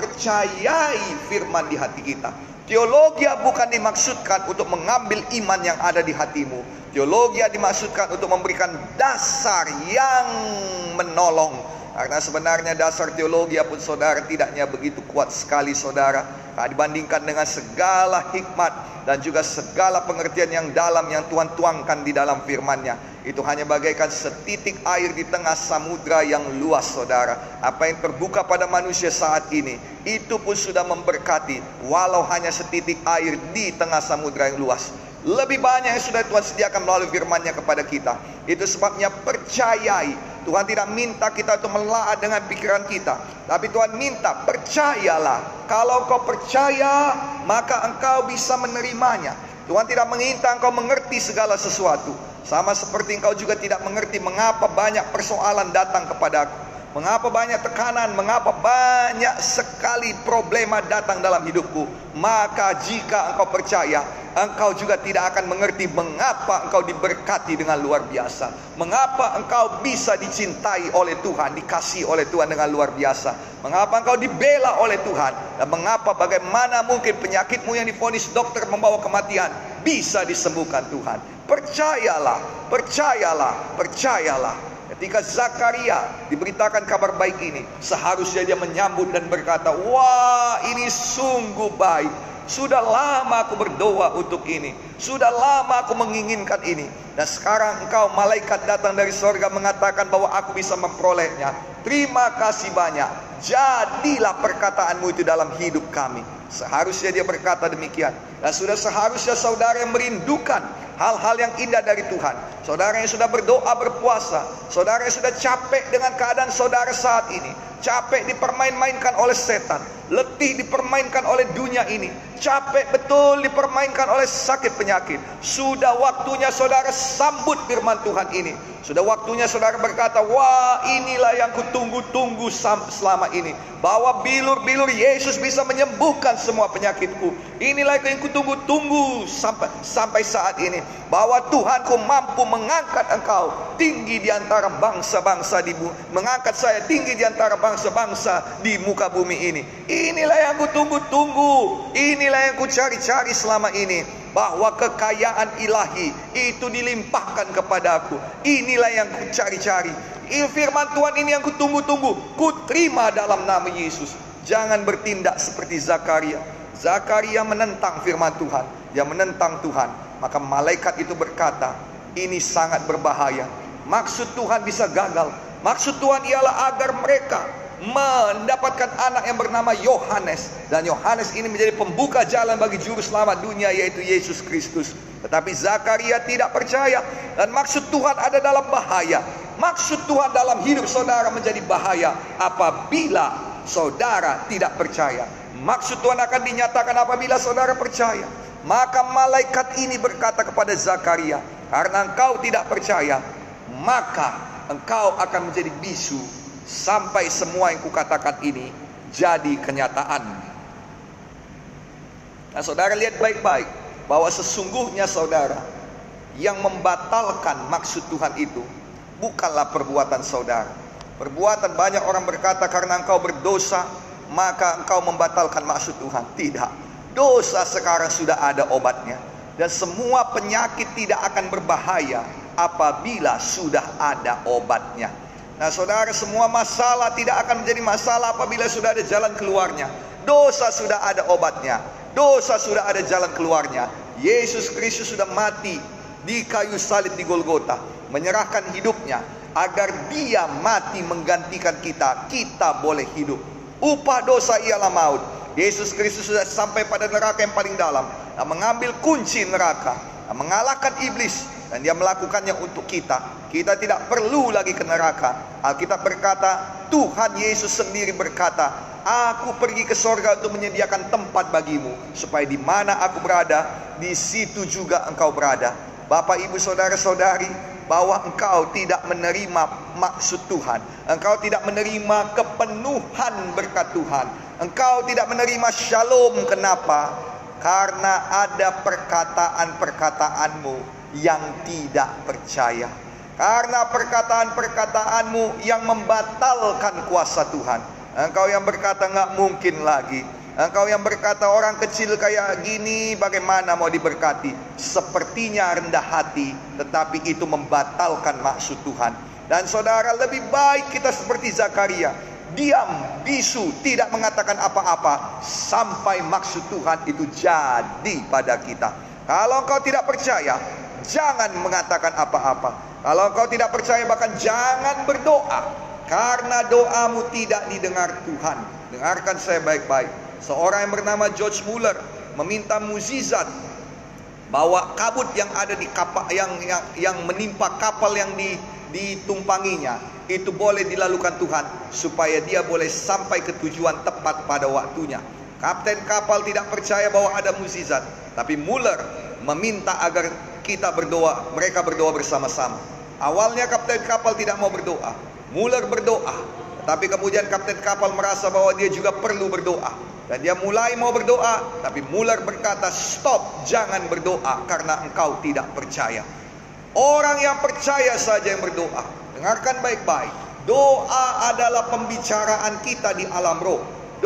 mempercayai firman di hati kita. Teologi bukan dimaksudkan untuk mengambil iman yang ada di hatimu. Teologi dimaksudkan untuk memberikan dasar yang menolong. Karena sebenarnya dasar teologi pun saudara tidaknya begitu kuat sekali saudara, nah, dibandingkan dengan segala hikmat dan juga segala pengertian yang dalam yang Tuhan tuangkan di dalam firman-Nya. Itu hanya bagaikan setitik air di tengah samudra yang luas saudara. Apa yang terbuka pada manusia saat ini, itu pun sudah memberkati walau hanya setitik air di tengah samudra yang luas. Lebih banyak yang sudah Tuhan sediakan melalui firman-Nya kepada kita. Itu sebabnya percayai. Tuhan tidak minta kita untuk menelaah dengan pikiran kita, tapi Tuhan minta percayalah. Kalau kau percaya, maka engkau bisa menerimanya. Tuhan tidak menginginkan engkau mengerti segala sesuatu. Sama seperti engkau juga tidak mengerti mengapa banyak persoalan datang kepadaku. Mengapa banyak tekanan, mengapa banyak sekali problema datang dalam hidupku? Maka jika engkau percaya, engkau juga tidak akan mengerti mengapa engkau diberkati dengan luar biasa. Mengapa engkau bisa dicintai oleh Tuhan, dikasihi oleh Tuhan dengan luar biasa. Mengapa engkau dibela oleh Tuhan. Dan mengapa bagaimana mungkin penyakitmu yang divonis dokter membawa kematian bisa disembuhkan Tuhan. Percayalah, percayalah, percayalah. Ketika Zakaria diberitakan kabar baik ini, seharusnya dia menyambut dan berkata, wah, ini sungguh baik. Sudah lama aku berdoa untuk ini. Sudah lama aku menginginkan ini. Dan sekarang engkau malaikat datang dari sorga mengatakan bahwa aku bisa memperolehnya. Terima kasih banyak. Jadilah perkataanmu itu dalam hidup kami. Seharusnya dia berkata demikian. Dan sudah seharusnya saudara yang merindukan hal-hal yang indah dari Tuhan. Saudara yang sudah berdoa berpuasa. Saudara yang sudah capek dengan keadaan saudara saat ini. Capek dipermain-mainkan oleh setan. Letih dipermainkan oleh dunia ini. Capek betul dipermainkan oleh sakit penyakit. Sudah waktunya saudara sambut firman Tuhan ini. Sudah waktunya saudara berkata, wah, inilah yang kutunggu-tunggu selama ini. Bahwa bilur-bilur Yesus bisa menyembuhkan semua penyakitku. Inilah yang kutunggu-tunggu sampai, sampai saat ini. Bahwa Tuhanku mampu mengangkat engkau tinggi di antara bangsa-bangsa di bumi. Mengangkat saya tinggi di antara bangsa-bangsa di muka bumi ini. Inilah yang kutunggu-tunggu. Inilah yang kucari-cari selama ini. Bahwa kekayaan ilahi itu dilimpahkan kepadaku. Inilah yang kucari-cari. Firman Tuhan ini yang kutunggu-tunggu. Kuterima dalam nama Yesus. Jangan bertindak seperti Zakaria. Zakaria menentang firman Tuhan. Dia menentang Tuhan. Maka malaikat itu berkata, ini sangat berbahaya. Maksud Tuhan bisa gagal. Maksud Tuhan ialah agar mereka mendapatkan anak yang bernama Yohanes. Dan Yohanes ini menjadi pembuka jalan bagi juru selamat dunia, yaitu Yesus Kristus. Tetapi Zakaria tidak percaya. Dan maksud Tuhan ada dalam bahaya. Maksud Tuhan dalam hidup saudara menjadi bahaya apabila saudara tidak percaya. Maksud Tuhan akan dinyatakan apabila saudara percaya. Maka malaikat ini berkata kepada Zakaria, karena engkau tidak percaya, maka engkau akan menjadi bisu sampai semua yang kukatakan ini jadi kenyataan. Nah, saudara lihat baik-baik bahwa sesungguhnya saudara, yang membatalkan maksud Tuhan itu bukanlah perbuatan saudara. Perbuatan banyak orang berkata karena engkau berdosa maka engkau membatalkan maksud Tuhan. Tidak. Dosa sekarang sudah ada obatnya. Dan semua penyakit tidak akan berbahaya apabila sudah ada obatnya. Nah saudara, semua masalah tidak akan menjadi masalah apabila sudah ada jalan keluarnya. Dosa sudah ada obatnya. Dosa sudah ada jalan keluarnya. Yesus Kristus sudah mati di kayu salib di Golgota, menyerahkan hidupnya agar dia mati menggantikan kita. Kita boleh hidup. Upah dosa ialah maut. Yesus Kristus sudah sampai pada neraka yang paling dalam, dan mengambil kunci neraka, dan mengalahkan iblis. Dan dia melakukannya untuk kita. Kita tidak perlu lagi ke neraka. Alkitab berkata, Tuhan Yesus sendiri berkata, aku pergi ke sorga untuk menyediakan tempat bagimu, supaya di mana aku berada, di situ juga engkau berada. Bapak, ibu, saudara-saudari, bahwa engkau tidak menerima maksud Tuhan. Engkau tidak menerima kepenuhan berkat Tuhan. Engkau tidak menerima shalom. Kenapa? Karena ada perkataan-perkataanmu yang tidak percaya. Karena perkataan-perkataanmu yang membatalkan kuasa Tuhan. Engkau yang berkata nggak mungkin lagi. Engkau yang berkata orang kecil kayak gini bagaimana mau diberkati. Sepertinya rendah hati, tetapi itu membatalkan maksud Tuhan. Dan saudara, lebih baik kita seperti Zakaria, diam, bisu, tidak mengatakan apa-apa sampai maksud Tuhan itu jadi pada kita. Kalau engkau tidak percaya, jangan mengatakan apa-apa. Kalau engkau tidak percaya, bahkan jangan berdoa, karena doamu tidak didengar Tuhan. Dengarkan saya baik-baik. Seorang yang bernama George Muller meminta mukjizat bahwa kabut yang ada di kapal yang yang, yang menimpa kapal yang di, ditumpanginya itu boleh dilakukan Tuhan supaya dia boleh sampai ke tujuan tepat pada waktunya. Kapten kapal tidak percaya bahwa ada mukjizat, tapi Muller meminta agar kita berdoa, mereka berdoa bersama-sama. Awalnya kapten kapal tidak mau berdoa. Muller berdoa. Tetapi kemudian kapten kapal merasa bahwa dia juga perlu berdoa. Dan dia mulai mau berdoa, tapi Muller berkata, stop, jangan berdoa karena engkau tidak percaya. Orang yang percaya saja yang berdoa. Dengarkan baik-baik. Doa adalah pembicaraan kita di alam roh.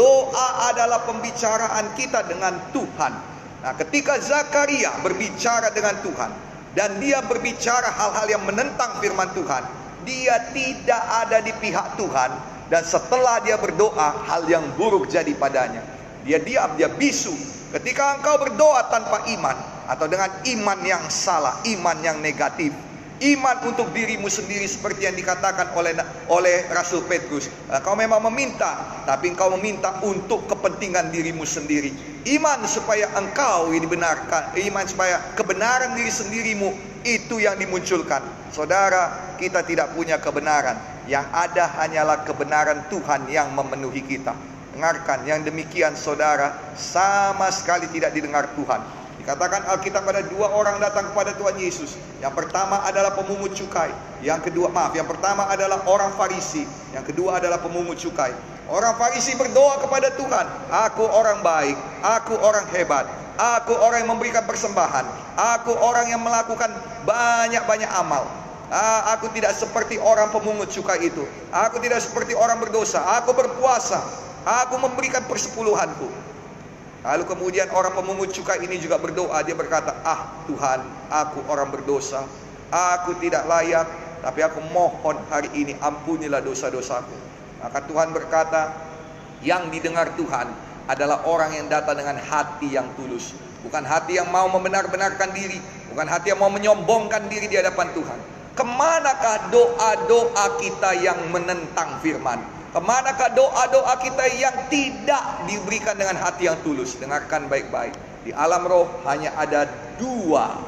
Doa adalah pembicaraan kita dengan Tuhan. Nah, ketika Zakaria berbicara dengan Tuhan, dan dia berbicara hal-hal yang menentang firman Tuhan, dia tidak ada di pihak Tuhan. Dan setelah dia berdoa, hal yang buruk jadi padanya. Dia diam, dia bisu. Ketika engkau berdoa tanpa iman, atau dengan iman yang salah, iman yang negatif, iman untuk dirimu sendiri seperti yang dikatakan oleh oleh Rasul Petrus, engkau memang meminta, tapi engkau meminta untuk kepentingan dirimu sendiri. Iman supaya engkau dibenarkan, iman supaya kebenaran diri sendirimu itu yang dimunculkan. Saudara, kita tidak punya kebenaran. Yang ada hanyalah kebenaran Tuhan yang memenuhi kita. Dengarkan, yang demikian saudara sama sekali tidak didengar Tuhan. Dikatakan Alkitab ada dua orang datang kepada Tuhan Yesus. Yang pertama adalah pemungut cukai. Yang kedua, maaf, yang pertama adalah orang Farisi. Yang kedua adalah pemungut cukai. Orang Farisi berdoa kepada Tuhan, aku orang baik, aku orang hebat, aku orang yang memberikan persembahan, aku orang yang melakukan banyak-banyak amal. Ah, aku tidak seperti orang pemungut cukai itu. Aku tidak seperti orang berdosa. Aku berpuasa. Aku memberikan persepuluhanku. Lalu kemudian orang pemungut cukai ini juga berdoa. Dia berkata, ah Tuhan, aku orang berdosa. Aku tidak layak. Tapi aku mohon hari ini ampunilah dosa-dosaku. Maka Tuhan berkata, yang didengar Tuhan adalah orang yang datang dengan hati yang tulus. Bukan hati yang mau membenar-benarkan diri. Bukan hati yang mau menyombongkan diri di hadapan Tuhan. Kemanakah doa-doa kita yang menentang firman? Kemanakah doa-doa kita yang tidak diberikan dengan hati yang tulus? Dengarkan baik-baik. Di alam roh hanya ada dua.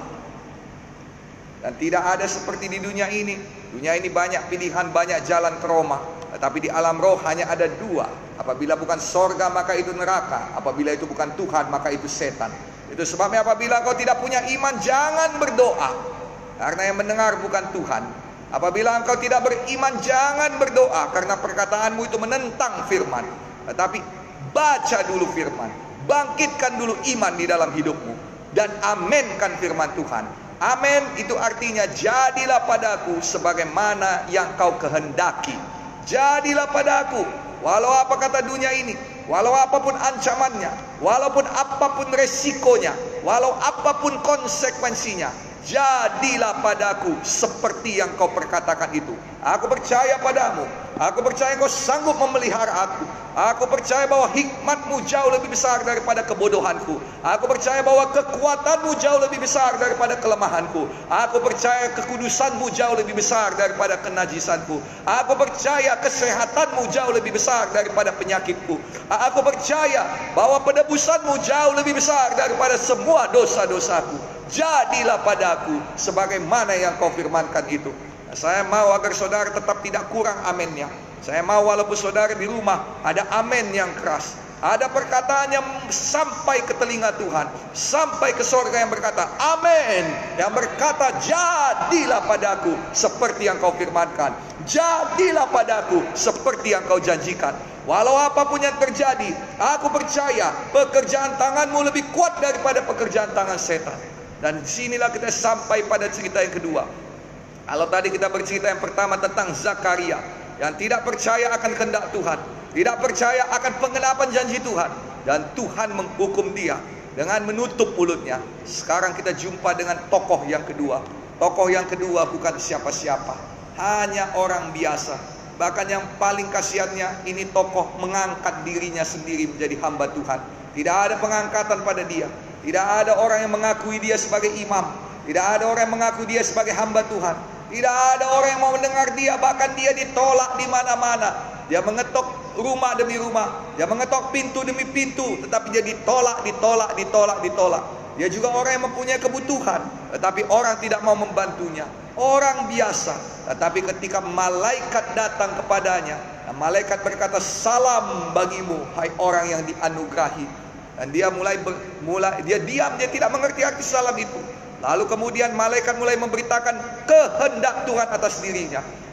Dan tidak ada seperti di dunia ini. Dunia ini banyak pilihan, banyak jalan ke Roma. Tetapi di alam roh hanya ada dua. Apabila bukan sorga maka itu neraka. Apabila itu bukan Tuhan maka itu setan. Itu sebabnya apabila kau tidak punya iman, jangan berdoa. Karena yang mendengar bukan Tuhan. Apabila engkau tidak beriman, jangan berdoa, karena perkataanmu itu menentang firman. Tetapi baca dulu firman, bangkitkan dulu iman di dalam hidupmu, dan amenkan firman Tuhan. Amen itu artinya jadilah padaku sebagaimana yang kau kehendaki. Jadilah padaku, walau apa kata dunia ini, walau apapun ancamannya, walaupun apapun resikonya, walau apapun konsekuensinya, jadilah padaku seperti yang kau perkatakan itu. Aku percaya padamu. Aku percaya kau sanggup memelihara aku. Aku percaya bahwa hikmatmu jauh lebih besar daripada kebodohanku. Aku percaya bahwa kekuatanmu jauh lebih besar daripada kelemahanku. Aku percaya kekudusanmu jauh lebih besar daripada kenajisanku. Aku percaya kesehatanmu jauh lebih besar daripada penyakitku. Aku percaya bahwa penebusanmu jauh lebih besar daripada semua dosa-dosaku. Jadilah padaku sebagaimana yang kau firmankan itu. Saya mau agar saudara tetap tidak kurang amennya. Saya mau walaupun saudara di rumah ada amen yang keras, ada perkataan yang sampai ke telinga Tuhan, sampai ke surga yang berkata amen, yang berkata jadilah padaku seperti yang kau firmankan, jadilah padaku seperti yang kau janjikan. Walau apapun yang terjadi, aku percaya pekerjaan tanganmu lebih kuat daripada pekerjaan tangan setan. Dan disinilah kita sampai pada cerita yang kedua. Kalau tadi kita bercerita yang pertama tentang Zakaria yang tidak percaya akan kehendak Tuhan, tidak percaya akan pengenapan janji Tuhan, dan Tuhan menghukum dia dengan menutup mulutnya. Sekarang kita jumpa dengan tokoh yang kedua. Tokoh yang kedua bukan siapa-siapa, hanya orang biasa. Bahkan yang paling kasihannya, ini tokoh mengangkat dirinya sendiri menjadi hamba Tuhan. Tidak ada pengangkatan pada dia. Tidak ada orang yang mengakui dia sebagai imam. Tidak ada orang yang mengaku dia sebagai hamba Tuhan. Tidak ada orang yang mau mendengar dia. Bahkan dia ditolak di mana-mana. Dia mengetok rumah demi rumah. Dia mengetok pintu demi pintu. Tetapi dia ditolak, ditolak, ditolak, ditolak. Dia juga orang yang mempunyai kebutuhan. Tetapi orang tidak mau membantunya. Orang biasa. Tetapi ketika malaikat datang kepadanya, malaikat berkata, salam bagimu, hai orang yang dianugerahi. Dan dia mulai, ber, mulai dia diam, dia tidak mengerti arti salam itu. Lalu kemudian malaikat mulai memberitakan kehendak Tuhan atas dirinya.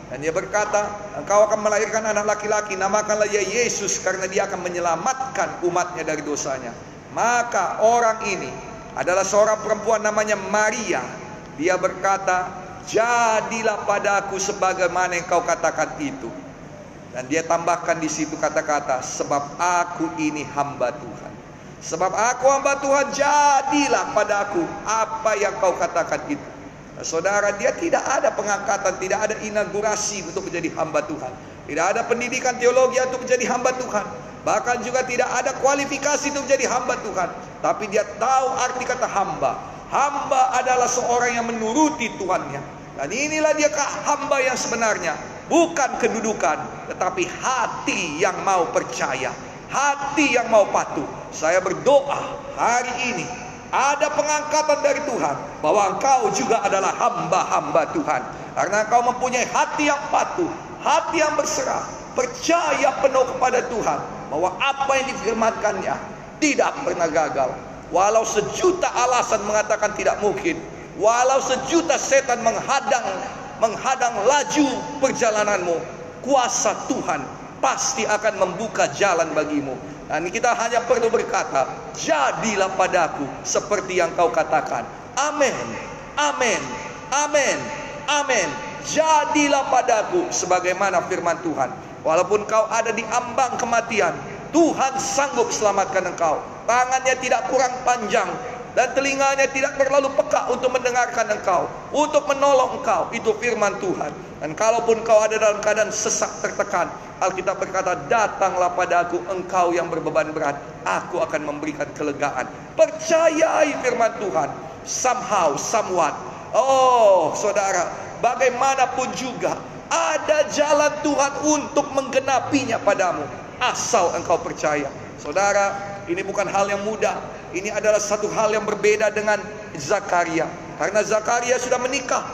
Dan dia berkata, engkau akan melahirkan anak laki-laki, namakanlah dia Yesus, karena dia akan menyelamatkan umatnya dari dosanya. Maka orang ini adalah seorang perempuan namanya Maria. Dia berkata, jadilah padaku sebagaimana yang kau katakan itu. Dan dia tambahkan di situ kata-kata, sebab aku ini hamba Tuhan. Sebab aku hamba Tuhan, jadilah padaku apa yang kau katakan itu. Nah, saudara, dia tidak ada pengangkatan, tidak ada inaugurasi untuk menjadi hamba Tuhan. Tidak ada pendidikan teologi untuk menjadi hamba Tuhan. Bahkan juga tidak ada kualifikasi untuk menjadi hamba Tuhan. Tapi dia tahu arti kata hamba. Hamba adalah seorang yang menuruti Tuhannya. Dan inilah dia hamba yang sebenarnya. Bukan kedudukan, tetapi hati yang mau percaya, hati yang mau patuh. Saya berdoa hari ini ada pengangkatan dari Tuhan, bahwa engkau juga adalah hamba-hamba Tuhan. Karena engkau mempunyai hati yang patuh, hati yang berserah, percaya penuh kepada Tuhan, bahwa apa yang difirmankannya tidak pernah gagal. Walau sejuta alasan mengatakan tidak mungkin, walau sejuta setan menghadang menghadang laju perjalananmu, kuasa Tuhan pasti akan membuka jalan bagimu. Dan kita hanya perlu berkata, jadilah padaku seperti yang kau katakan. Amin, amin, amin, amin. Jadilah padaku sebagaimana firman Tuhan. Walaupun kau ada di ambang kematian, Tuhan sanggup selamatkan engkau. Tangannya tidak kurang panjang, dan telinganya tidak terlalu peka untuk mendengarkan engkau, untuk menolong engkau. Itu firman Tuhan. Dan kalaupun kau ada dalam keadaan sesak tertekan, Alkitab berkata, datanglah padaku engkau yang berbeban berat, aku akan memberikan kelegaan. Percayai firman Tuhan. Somehow, somewhat, oh saudara, bagaimanapun juga ada jalan Tuhan untuk menggenapinya padamu, asal engkau percaya. Saudara, ini bukan hal yang mudah. Ini adalah satu hal yang berbeda dengan Zakaria. Karena Zakaria sudah menikah,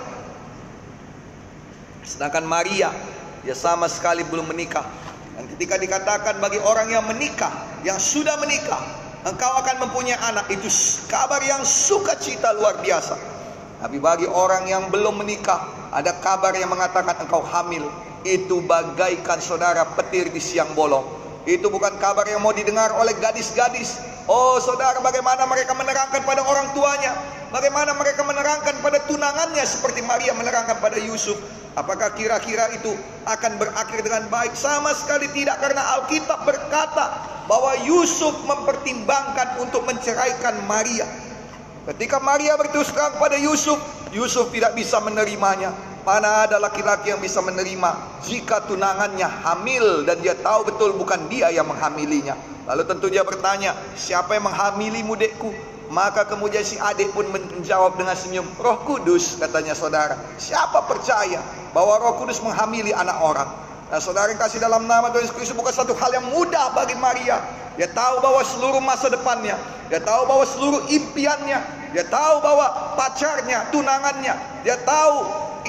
sedangkan Maria, dia sama sekali belum menikah. Dan ketika dikatakan bagi orang yang menikah, yang sudah menikah, engkau akan mempunyai anak, itu kabar yang sukacita luar biasa. Tapi bagi orang yang belum menikah, ada kabar yang mengatakan engkau hamil. Itu bagaikan saudara petir di siang bolong. Itu bukan kabar yang mau didengar oleh gadis-gadis. Oh saudara, bagaimana mereka menerangkan pada orang tuanya, bagaimana mereka menerangkan pada tunangannya, seperti Maria menerangkan pada Yusuf. Apakah kira-kira itu akan berakhir dengan baik? Sama sekali tidak, karena Alkitab berkata bahwa Yusuf mempertimbangkan untuk menceraikan Maria. Ketika Maria berterus terang pada Yusuf, Yusuf tidak bisa menerimanya. Mana ada laki-laki yang bisa menerima jika tunangannya hamil dan dia tahu betul bukan dia yang menghamilinya. Lalu tentu dia bertanya, siapa yang menghamilimu, dekku? Maka kemudian si adik pun menjawab dengan senyum, Roh Kudus, katanya saudara. Siapa percaya bahwa Roh Kudus menghamili anak orang? Nah saudara yang kasih dalam nama Tuhan Yesus Kristus, bukan satu hal yang mudah bagi Maria. Dia tahu bahwa seluruh masa depannya, dia tahu bahwa seluruh impiannya, dia tahu bahwa pacarnya, tunangannya, dia tahu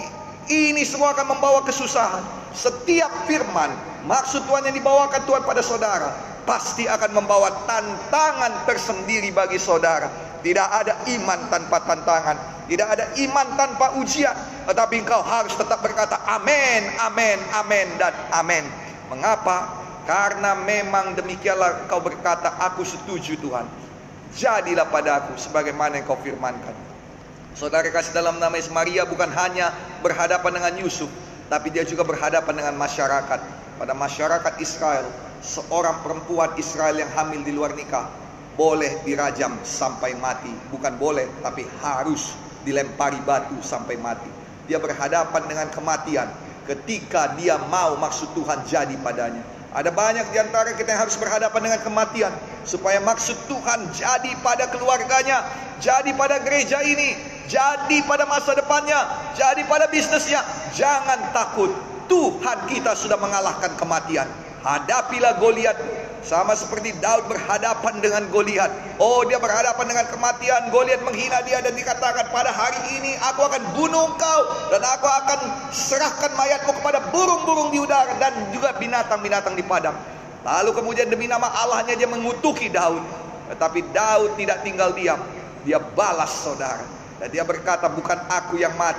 ini semua akan membawa kesusahan. Setiap firman, maksud Tuhan yang dibawakan Tuhan pada saudara, pasti akan membawa tantangan tersendiri bagi saudara. Tidak ada iman tanpa tantangan, tidak ada iman tanpa ujian. Tetapi engkau harus tetap berkata amin, amin, amin, dan amin. Mengapa? Karena memang demikianlah engkau berkata, aku setuju Tuhan, jadilah padaku sebagaimana yang kau firmankan. Saudara kasih dalam nama Yesus, Maria bukan hanya berhadapan dengan Yusuf, tapi dia juga berhadapan dengan masyarakat. Pada masyarakat Israel, seorang perempuan Israel yang hamil di luar nikah boleh dirajam sampai mati. Bukan boleh, tapi harus dilempari batu sampai mati. Dia berhadapan dengan kematian ketika dia mau maksud Tuhan jadi padanya. Ada banyak di antara kita yang harus berhadapan dengan kematian, supaya maksud Tuhan jadi pada keluarganya, jadi pada gereja ini, jadi pada masa depannya, jadi pada bisnisnya. Jangan takut, Tuhan kita sudah mengalahkan kematian. Hadapilah Goliat, sama seperti Daud berhadapan dengan Goliat. Oh, dia berhadapan dengan kematian. Goliat menghina dia dan dikatakan, pada hari ini aku akan bunuh engkau, dan aku akan serahkan mayatmu kepada burung-burung di udara dan juga binatang-binatang di padang. Lalu kemudian demi nama Allahnya dia mengutuki Daud. Tetapi Daud tidak tinggal diam, dia balas saudara. Dan dia berkata, bukan aku yang mati,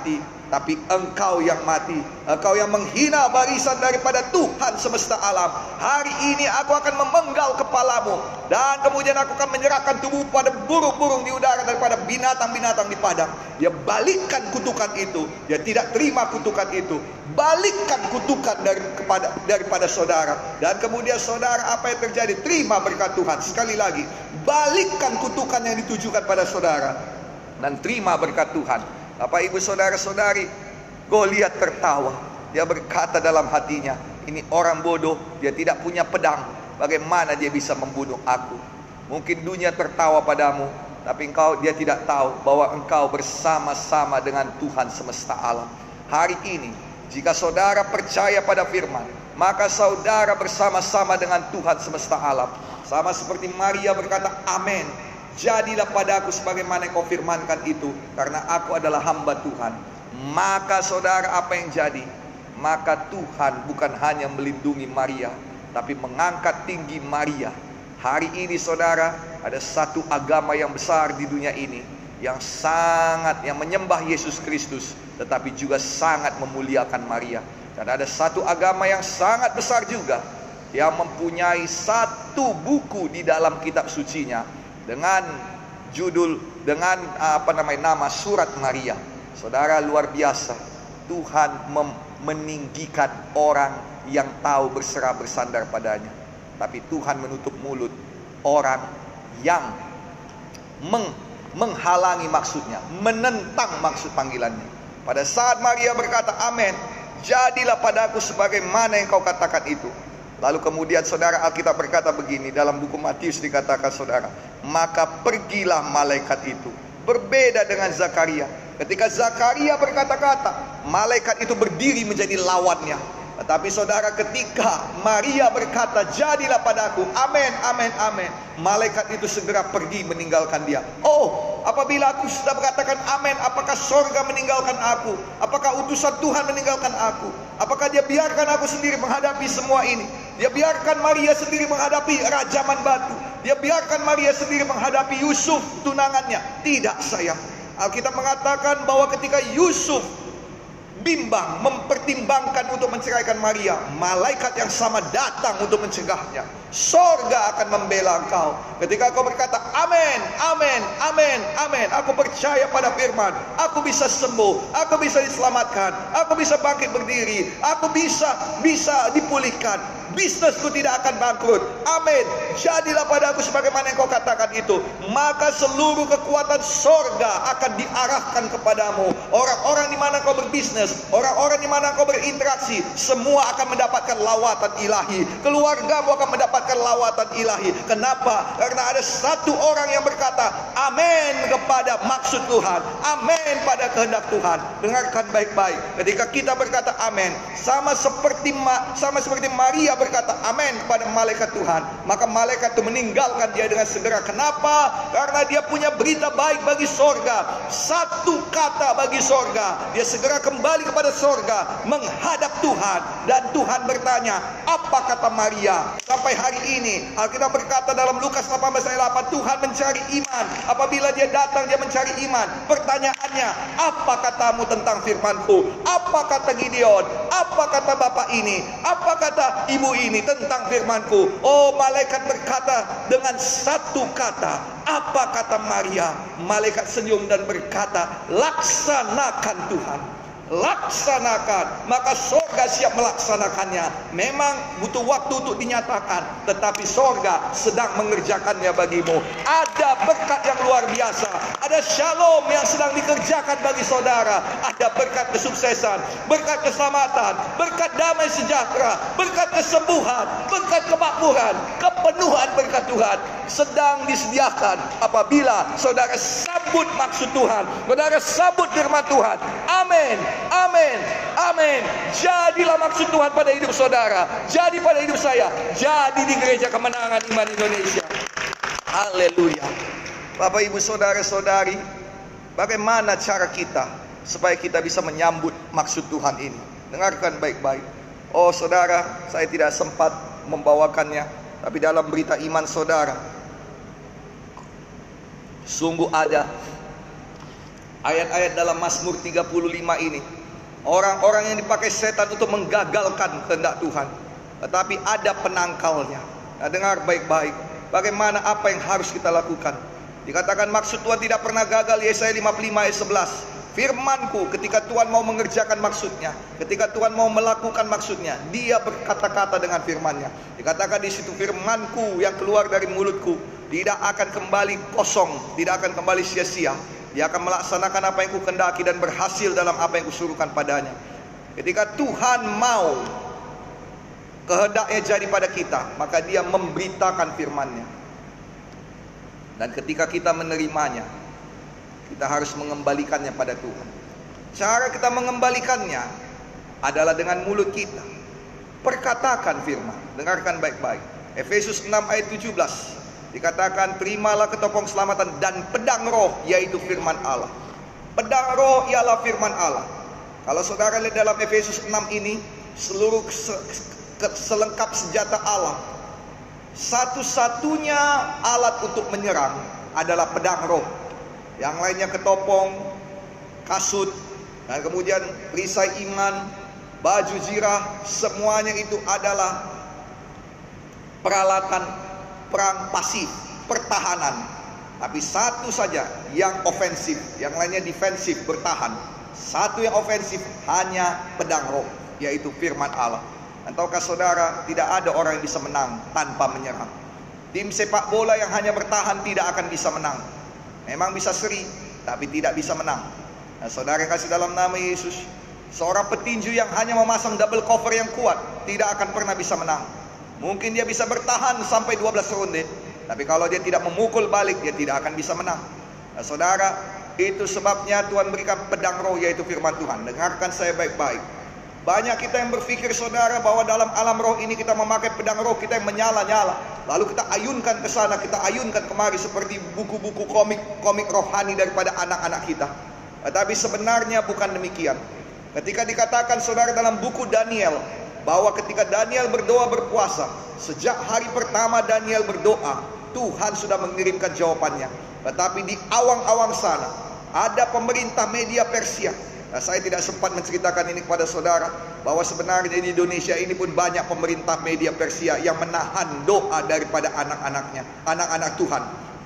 tapi engkau yang mati. Engkau yang menghina barisan daripada Tuhan semesta alam. Hari ini aku akan memenggal kepalamu, dan kemudian aku akan menyerahkan tubuh pada burung-burung di udara daripada binatang-binatang di padang. Dia balikkan kutukan itu. Dia tidak terima kutukan itu. Balikkan kutukan dari, kepada, daripada saudara. Dan kemudian saudara, apa yang terjadi? Terima berkat Tuhan. Sekali lagi, balikkan kutukan yang ditujukan pada saudara, dan terima berkat Tuhan. Bapak ibu saudara saudari, Goliat tertawa. Dia berkata dalam hatinya, ini orang bodoh, dia tidak punya pedang, bagaimana dia bisa membunuh aku? Mungkin dunia tertawa padamu, tapi engkau, dia tidak tahu bahwa engkau bersama-sama dengan Tuhan semesta alam. Hari ini, jika saudara percaya pada firman, maka saudara bersama-sama dengan Tuhan semesta alam. Sama seperti Maria berkata, amin. Jadilah padaku sebagaimana kau firmankan itu, karena aku adalah hamba Tuhan. Maka saudara, apa yang jadi? Maka Tuhan bukan hanya melindungi Maria, tapi mengangkat tinggi Maria. Hari ini saudara, ada satu agama yang besar di dunia ini, yang sangat, yang menyembah Yesus Kristus, tetapi juga sangat memuliakan Maria. Dan ada satu agama yang sangat besar juga, yang mempunyai satu buku di dalam kitab sucinya, dengan judul, dengan apa namanya, nama Surat Maria. Saudara, luar biasa. Tuhan meninggikan orang yang tahu berserah bersandar padanya, tapi Tuhan menutup mulut orang yang meng, menghalangi maksudnya, menentang maksud panggilannya. Pada saat Maria berkata, amin, jadilah padaku sebagaimana yang kau katakan itu. Lalu kemudian saudara, Alkitab berkata begini, dalam buku Matius dikatakan saudara, maka pergilah malaikat itu. Berbeda dengan Zakaria. Ketika Zakaria berkata-kata, malaikat itu berdiri menjadi lawannya. Tetapi saudara, ketika Maria berkata, jadilah padaku, amin, amin, amin, malaikat itu segera pergi meninggalkan dia. Oh, apabila aku sudah berkatakan amin, apakah sorga meninggalkan aku? Apakah utusan Tuhan meninggalkan aku? Apakah dia biarkan aku sendiri menghadapi semua ini? Dia biarkan Maria sendiri menghadapi rajaman batu. Dia biarkan Maria sendiri menghadapi Yusuf tunangannya. Tidak, sayang. Alkitab mengatakan bahwa ketika Yusuf bimbang, mempertimbangkan untuk menceraikan Maria, malaikat yang sama datang untuk mencegahnya. Sorga akan membela engkau. Ketika kau berkata, amin, amin, amin, amin, aku percaya pada firman, aku bisa sembuh, aku bisa diselamatkan, aku bisa bangkit berdiri, aku bisa, bisa dipulihkan, bisnisku tidak akan bangkrut, amin, jadilah padaku sebagaimana yang kau katakan itu. Maka seluruh kekuatan sorga akan diarahkan kepadamu. Orang-orang di mana kau berbisnis, orang-orang di mana kau berinteraksi, semua akan mendapatkan lawatan ilahi. Keluargamu akan mendapatkan lawatan ilahi. Kenapa? Karena ada satu orang yang berkata amin kepada maksud Tuhan, amin pada kehendak Tuhan. Dengarkan baik-baik. Ketika kita berkata amin, sama seperti sama seperti Maria berkata amin kepada malaikat Tuhan, maka malaikat itu meninggalkan dia dengan segera. Kenapa? Karena dia punya berita baik bagi sorga. Satu kata bagi sorga, dia segera kembali kepada sorga, menghadap Tuhan. Dan Tuhan bertanya, apa kata Maria? Sampai hari ini Alkitab berkata dalam Lukas delapan belas ayat delapan, Tuhan mencari iman. Apabila dia datang, dia mencari iman. Pertanyaannya, apa katamu tentang firmanku? Apa kata Gideon? Apa kata bapak ini? Apa kata ibu ini tentang firmanku? Oh, malaikat berkata dengan satu kata. Apa kata Maria? Malaikat senyum dan berkata, laksanakan Tuhan, laksanakan. Maka sorga siap melaksanakannya. Memang butuh waktu untuk dinyatakan, tetapi sorga sedang mengerjakannya bagimu. Ada berkat yang luar biasa, ada shalom yang sedang dikerjakan bagi saudara. Ada berkat kesuksesan, berkat keselamatan, berkat damai sejahtera, berkat kesembuhan, berkat kemakmuran, kepenuhan berkat Tuhan sedang disediakan apabila saudara sambut maksud Tuhan, saudara sambut firman Tuhan. Amin, amin, amin. Jadilah maksud Tuhan pada hidup saudara, jadi pada hidup saya, jadi di Gereja Kemenangan Iman Indonesia. Haleluya. Bapak ibu saudara saudari, bagaimana cara kita supaya kita bisa menyambut maksud Tuhan ini? Dengarkan baik-baik. Oh saudara, saya tidak sempat membawakannya, tapi dalam berita iman saudara, sungguh ada ayat-ayat dalam Mazmur tiga puluh lima ini Orang-orang yang dipakai setan untuk menggagalkan kehendak Tuhan, tetapi ada penangkalnya. Nah, dengar baik-baik, bagaimana apa yang harus kita lakukan. Dikatakan maksud Tuhan tidak pernah gagal, Yesaya lima puluh lima ayat sebelas. Firmanku, ketika Tuhan mau mengerjakan maksudnya, ketika Tuhan mau melakukan maksudnya, Dia berkata-kata dengan firman-Nya. Dikatakan di situ, firmanku yang keluar dari mulutku tidak akan kembali kosong, tidak akan kembali sia-sia. Dia akan melaksanakan apa yang kukehendaki dan berhasil dalam apa yang kusuruhkan padanya. Ketika Tuhan mau kehendaknya jadi pada kita, maka Dia memberitakan firman-Nya. Dan ketika kita menerimanya, kita harus mengembalikannya pada Tuhan. Cara kita mengembalikannya adalah dengan mulut kita. Perkatakan firman. Dengarkan baik-baik. Efesus enam ayat tujuh belas. Dikatakan, terimalah ketopong keselamatan dan pedang roh, yaitu firman Allah. Pedang roh ialah firman Allah. Kalau saudara lihat dalam Efesus enam ini, seluruh selengkap senjata Allah, satu-satunya alat untuk menyerang adalah pedang roh. Yang lainnya ketopong, kasut, dan kemudian perisai iman, baju zirah, semuanya itu adalah peralatan perang pasif, pertahanan. Tapi satu saja yang ofensif, yang lainnya defensif, bertahan. Satu yang ofensif hanya pedang roh, yaitu firman Allah. Dan tahukah saudara, tidak ada orang yang bisa menang tanpa menyerang. Tim sepak bola yang hanya bertahan tidak akan bisa menang. Memang bisa seri, tapi tidak bisa menang. Nah, saudara kasih dalam nama Yesus, seorang petinju yang hanya memasang double cover yang kuat tidak akan pernah bisa menang. Mungkin dia bisa bertahan sampai dua belas ronde, tapi kalau dia tidak memukul balik, dia tidak akan bisa menang. Nah, saudara, itu sebabnya Tuhan berikan pedang roh, yaitu firman Tuhan. Dengarkan saya baik-baik. Banyak kita yang berpikir, saudara, bahwa dalam alam roh ini kita memakai pedang roh kita yang menyala-nyala, lalu kita ayunkan ke sana, kita ayunkan kemari seperti buku-buku komik komik rohani daripada anak-anak kita. Tetapi sebenarnya bukan demikian. Ketika dikatakan, saudara, dalam buku Daniel, bahwa ketika Daniel berdoa berpuasa, sejak hari pertama Daniel berdoa, Tuhan sudah mengirimkan jawabannya. Tetapi di awang-awang sana ada pemerintah media Persia. Nah, saya tidak sempat menceritakan ini kepada saudara, bahwa sebenarnya di Indonesia ini pun banyak pemerintah media Persia yang menahan doa daripada anak-anaknya, anak-anak Tuhan.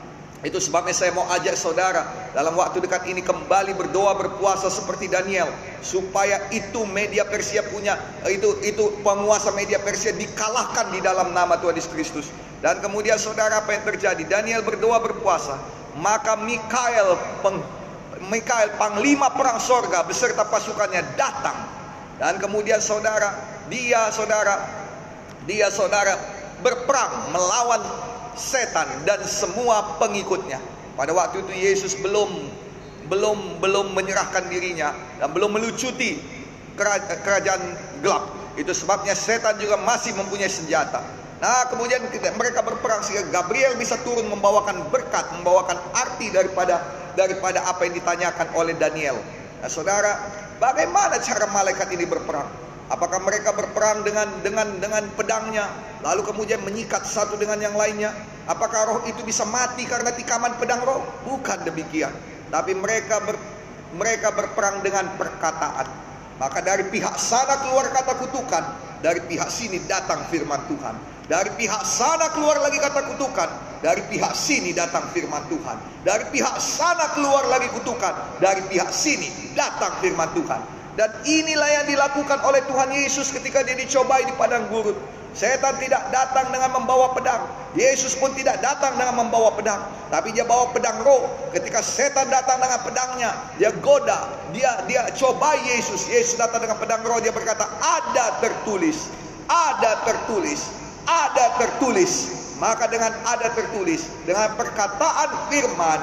Itu sebabnya saya mau ajak saudara dalam waktu dekat ini kembali berdoa berpuasa seperti Daniel, supaya itu media Persia punya, itu itu penguasa media Persia dikalahkan di dalam nama Tuhan Yesus Kristus. Dan kemudian saudara, apa yang terjadi? Daniel berdoa berpuasa, maka Mikael peng Mikael, panglima perang sorga beserta pasukannya datang. Dan kemudian saudara, dia saudara, dia saudara berperang melawan setan dan semua pengikutnya. Pada waktu itu Yesus belum belum belum menyerahkan dirinya dan belum melucuti kerajaan gelap. Itu sebabnya setan juga masih mempunyai senjata. Nah, kemudian mereka berperang sehingga Gabriel bisa turun membawakan berkat, membawakan arti daripada daripada apa yang ditanyakan oleh Daniel. Nah, saudara, bagaimana cara malaikat ini berperang? Apakah mereka berperang dengan dengan dengan pedangnya, lalu kemudian menyikat satu dengan yang lainnya? Apakah roh itu bisa mati karena tikaman pedang roh? Bukan demikian. Tapi mereka ber, mereka berperang dengan perkataan. Maka dari pihak sana keluar kata kutukan, dari pihak sini datang firman Tuhan. Dari pihak sana keluar lagi kata kutukan, dari pihak sini datang firman Tuhan. Dari pihak sana keluar lagi kutukan, dari pihak sini datang firman Tuhan. Dan inilah yang dilakukan oleh Tuhan Yesus ketika dia dicobai di padang gurun. Setan tidak datang dengan membawa pedang, Yesus pun tidak datang dengan membawa pedang, tapi dia bawa pedang roh. Ketika setan datang dengan pedangnya, dia goda, dia dia cobai Yesus. Yesus datang dengan pedang roh, dia berkata, ada tertulis, ada tertulis, ada tertulis. Maka dengan ada tertulis, dengan perkataan firman,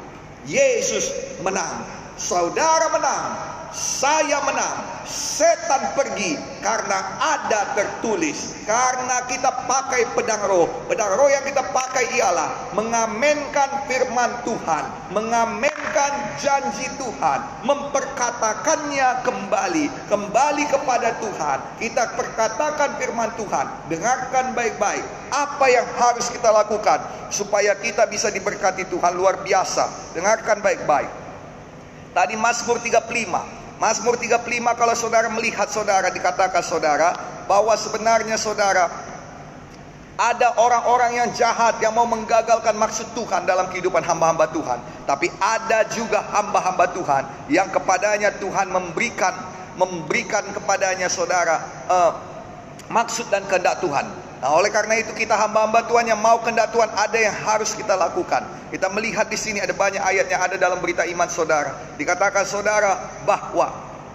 Yesus menang. Saudara menang, saya menang, setan pergi, karena ada tertulis. Karena kita pakai pedang roh. Pedang roh yang kita pakai ialah mengamenkan firman Tuhan, mengamenkan janji Tuhan, memperkatakannya kembali, kembali kepada Tuhan. Kita perkatakan firman Tuhan. Dengarkan baik-baik, apa yang harus kita lakukan supaya kita bisa diberkati Tuhan luar biasa. Dengarkan baik-baik. Tadi Mazmur tiga puluh lima Mazmur tiga puluh lima, kalau saudara melihat, saudara, dikatakan saudara bahwa sebenarnya saudara ada orang-orang yang jahat yang mau menggagalkan maksud Tuhan dalam kehidupan hamba-hamba Tuhan. Tapi ada juga hamba-hamba Tuhan yang kepadanya Tuhan memberikan memberikan kepadanya saudara uh, maksud dan kehendak Tuhan. Nah, oleh karena itu kita hamba-hamba Tuhan yang mau kehendak Tuhan, ada yang harus kita lakukan. Kita melihat di sini ada banyak ayat yang ada dalam berita iman saudara. Dikatakan saudara bahwa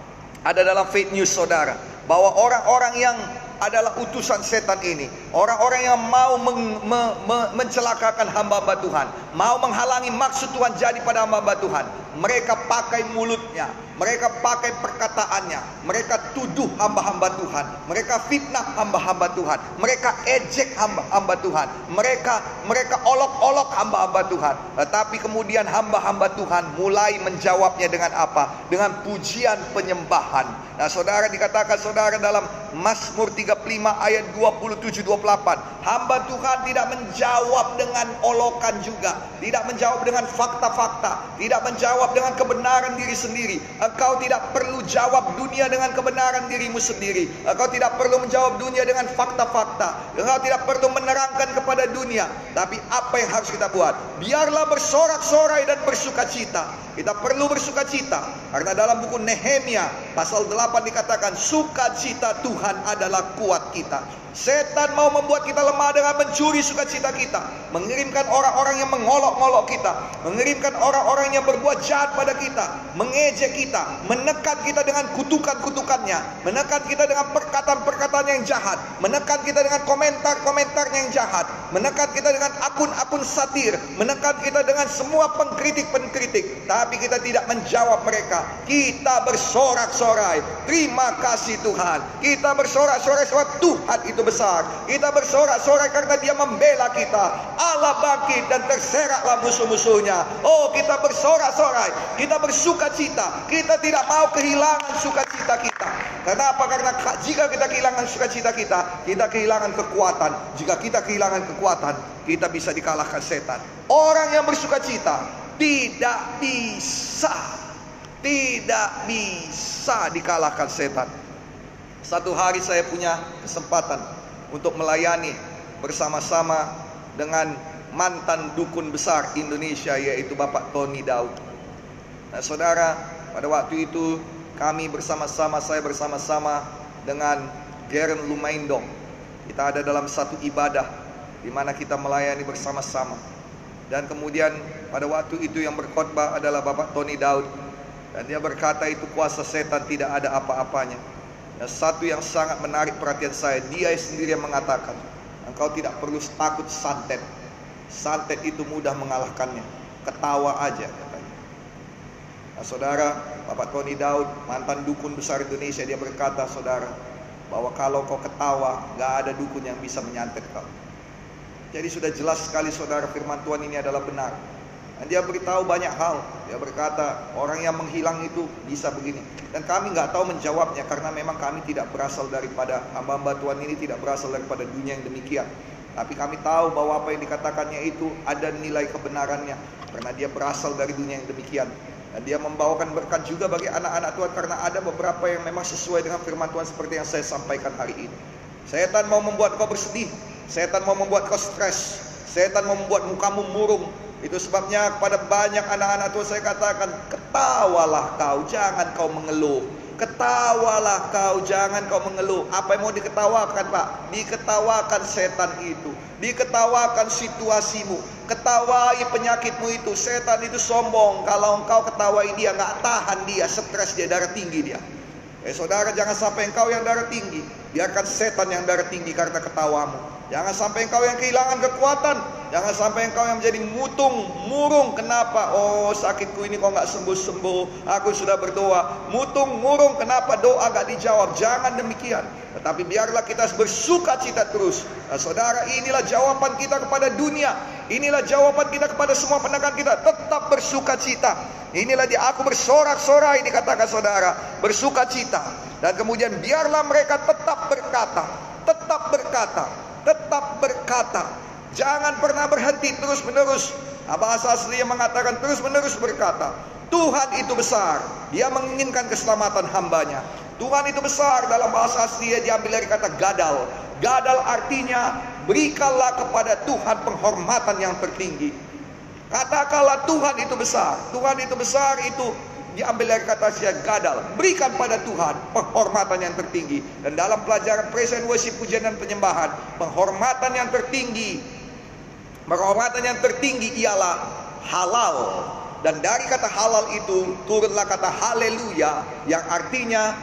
ada dalam faith news saudara, bahwa orang-orang yang adalah utusan setan ini, orang-orang yang mau meng, me, me, mencelakakan hamba-hamba Tuhan, mau menghalangi maksud Tuhan jadi pada hamba-hamba Tuhan. Mereka pakai mulutnya, mereka pakai perkataannya, mereka tuduh hamba-hamba Tuhan, mereka fitnah hamba-hamba Tuhan, mereka ejek hamba-hamba Tuhan, mereka mereka olok-olok hamba-hamba Tuhan. Tetapi kemudian hamba-hamba Tuhan mulai menjawabnya dengan apa? Dengan pujian penyembahan. Nah, saudara, dikatakan saudara dalam Mazmur tiga puluh lima ayat dua puluh tujuh dua puluh delapan, hamba Tuhan tidak menjawab dengan olokan juga, tidak menjawab dengan fakta-fakta, tidak menjawab dengan kebenaran diri sendiri. Engkau tidak perlu jawab dunia dengan kebenaran dirimu sendiri. Engkau tidak perlu menjawab dunia dengan fakta-fakta. Engkau tidak perlu menerangkan kepada dunia. Tapi apa yang harus kita buat? Biarlah bersorak-sorai dan bersukacita. Kita perlu bersukacita, karena dalam buku Nehemia pasal delapan dikatakan sukacita Tuhan adalah kuat kita. Setan mau membuat kita lemah dengan mencuri sukacita kita, mengirimkan orang-orang yang mengolok-ngolok kita, mengirimkan orang-orang yang berbuat jahat pada kita, mengejek kita, menekan kita dengan kutukan-kutukannya, menekan kita dengan perkataan-perkataan yang jahat, menekan kita dengan komentar-komentar yang jahat, menekan kita dengan akun-akun satir, menekan kita dengan semua pengkritik-pengkritik. Tapi kita tidak menjawab mereka. Kita bersorak-sorai, terima kasih Tuhan. Kita bersorak-sorai sebab Tuhan itu besar. Kita bersorak-sorai karena Dia membela kita. Allah bangkit dan terseraklah musuh-musuhnya. Oh, kita bersorak-sorai, kita bersukacita. Kita tidak mau kehilangan sukacita kita. Kenapa? Karena jika kita kehilangan sukacita kita, kita kehilangan kekuatan. Jika kita kehilangan kekuatan, kita bisa dikalahkan setan. Orang yang bersukacita tidak bisa, tidak bisa dikalahkan setan. Satu hari saya punya kesempatan untuk melayani bersama-sama dengan mantan dukun besar Indonesia, yaitu Bapak Tony Daud. Nah, saudara, pada waktu itu kami bersama-sama, saya bersama-sama dengan Geren Lumaindong. Kita ada dalam satu ibadah di mana kita melayani bersama-sama. Dan kemudian pada waktu itu yang berkhotbah adalah Bapak Tony Daud. Dan dia berkata itu kuasa setan tidak ada apa-apanya. Dan satu yang sangat menarik perhatian saya, dia sendiri yang mengatakan, engkau tidak perlu takut santet. Santet itu mudah mengalahkannya. Ketawa aja katanya. Nah, saudara, Bapak Tony Daud, mantan dukun besar Indonesia, dia berkata, saudara, bahwa kalau kau ketawa, gak ada dukun yang bisa menyantet kau. Jadi sudah jelas sekali saudara, firman Tuhan ini adalah benar. Dan dia beritahu banyak hal. Dia berkata orang yang menghilang itu bisa begini. Dan kami nggak tahu menjawabnya, karena memang kami tidak berasal daripada hamba-hamba Tuhan ini, tidak berasal daripada dunia yang demikian. Tapi kami tahu bahwa apa yang dikatakannya itu ada nilai kebenarannya, karena dia berasal dari dunia yang demikian. Dan dia membawakan berkat juga bagi anak-anak Tuhan, karena ada beberapa yang memang sesuai dengan firman Tuhan seperti yang saya sampaikan hari ini. Setan mau membuat kau bersedih, setan mau membuat kau stres, setan mau membuat mukamu murung. Itu sebabnya kepada banyak anak-anak Tuhan saya katakan, ketawalah kau, jangan kau mengeluh. Ketawalah kau, jangan kau mengeluh. Apa yang mau diketawakan, Pak? Diketawakan setan itu, diketawakan situasimu, ketawai penyakitmu itu. Setan itu sombong. Kalau engkau ketawai dia, nggak tahan dia, stres dia, darah tinggi dia. Eh saudara, jangan sampai engkau yang darah tinggi, biarkan setan yang darah tinggi karena ketawamu. Jangan sampai engkau yang kehilangan kekuatan. Jangan sampai engkau yang menjadi mutung, murung. Kenapa? Oh, sakitku ini kok nggak sembuh-sembuh. Aku sudah berdoa. Mutung, murung. Kenapa doa gak dijawab? Jangan demikian. Tetapi biarlah kita bersuka cita terus. Nah, saudara, inilah jawaban kita kepada dunia. Inilah jawaban kita kepada semua penekan kita. Tetap bersuka cita. Inilah dia, aku bersorak-sorai, dikatakan saudara. Bersuka cita. Dan kemudian biarlah mereka tetap berkata. Tetap berkata. Tetap berkata. Jangan pernah berhenti, terus menerus. Bahasa asli yang mengatakan terus menerus berkata. Tuhan itu besar, Dia menginginkan keselamatan hambanya. Tuhan itu besar, dalam bahasa asli diambil dari kata gadal. Gadal artinya berikanlah kepada Tuhan penghormatan yang tertinggi. Katakanlah Tuhan itu besar. Tuhan itu besar itu diambil dari kata sia gadal. Berikan pada Tuhan penghormatan yang tertinggi. Dan dalam pelajaran praise and worship, pujian dan penyembahan, penghormatan yang tertinggi, penghormatan yang tertinggi ialah halal. Dan dari kata halal itu turunlah kata haleluya, yang artinya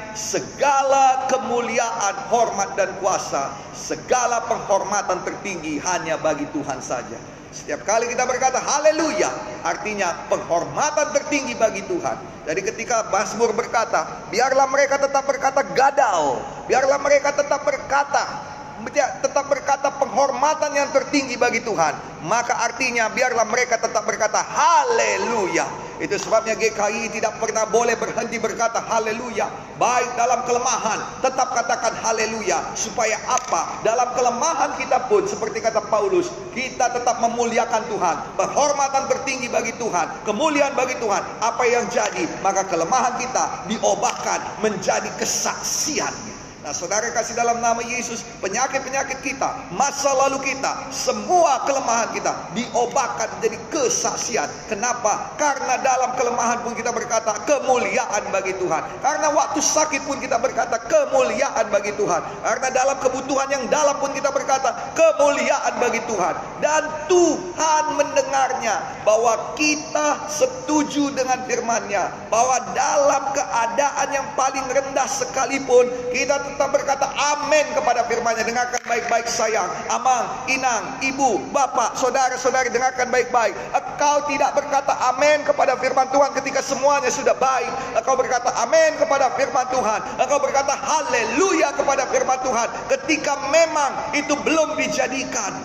segala kemuliaan, hormat dan kuasa, segala penghormatan tertinggi hanya bagi Tuhan saja. Setiap kali kita berkata haleluya, artinya penghormatan tertinggi bagi Tuhan. Jadi ketika Mazmur berkata, biarlah mereka tetap berkata gadal, biarlah mereka tetap berkata tetap berkata penghormatan yang tertinggi bagi Tuhan, maka artinya biarlah mereka tetap berkata haleluya. Itu sebabnya G K I tidak pernah boleh berhenti berkata haleluya. Baik dalam kelemahan, tetap katakan haleluya. Supaya apa? Dalam kelemahan kita pun, seperti kata Paulus, kita tetap memuliakan Tuhan. Penghormatan tertinggi bagi Tuhan, kemuliaan bagi Tuhan. Apa yang jadi? Maka kelemahan kita diubahkan menjadi kesaksian. Nah, saudara kasih dalam nama Yesus, penyakit-penyakit kita, masa lalu kita, semua kelemahan kita diubahkan menjadi kesaksian. Kenapa? Karena dalam kelemahan pun kita berkata kemuliaan bagi Tuhan. Karena waktu sakit pun kita berkata kemuliaan bagi Tuhan. Karena dalam kebutuhan yang dalam pun kita berkata kemuliaan bagi Tuhan. Dan Tuhan mendengarnya, bahwa kita setuju dengan firman-Nya, bahwa dalam keadaan yang paling rendah sekalipun kita tetap berkata amin kepada firman-Nya. Dengarkan baik-baik sayang, amang, inang, ibu, bapak, saudara-saudari, dengarkan baik-baik. Engkau tidak berkata amin kepada firman Tuhan ketika semuanya sudah baik. Engkau berkata amin kepada firman Tuhan, engkau berkata haleluya kepada firman Tuhan ketika memang itu belum dijadikan.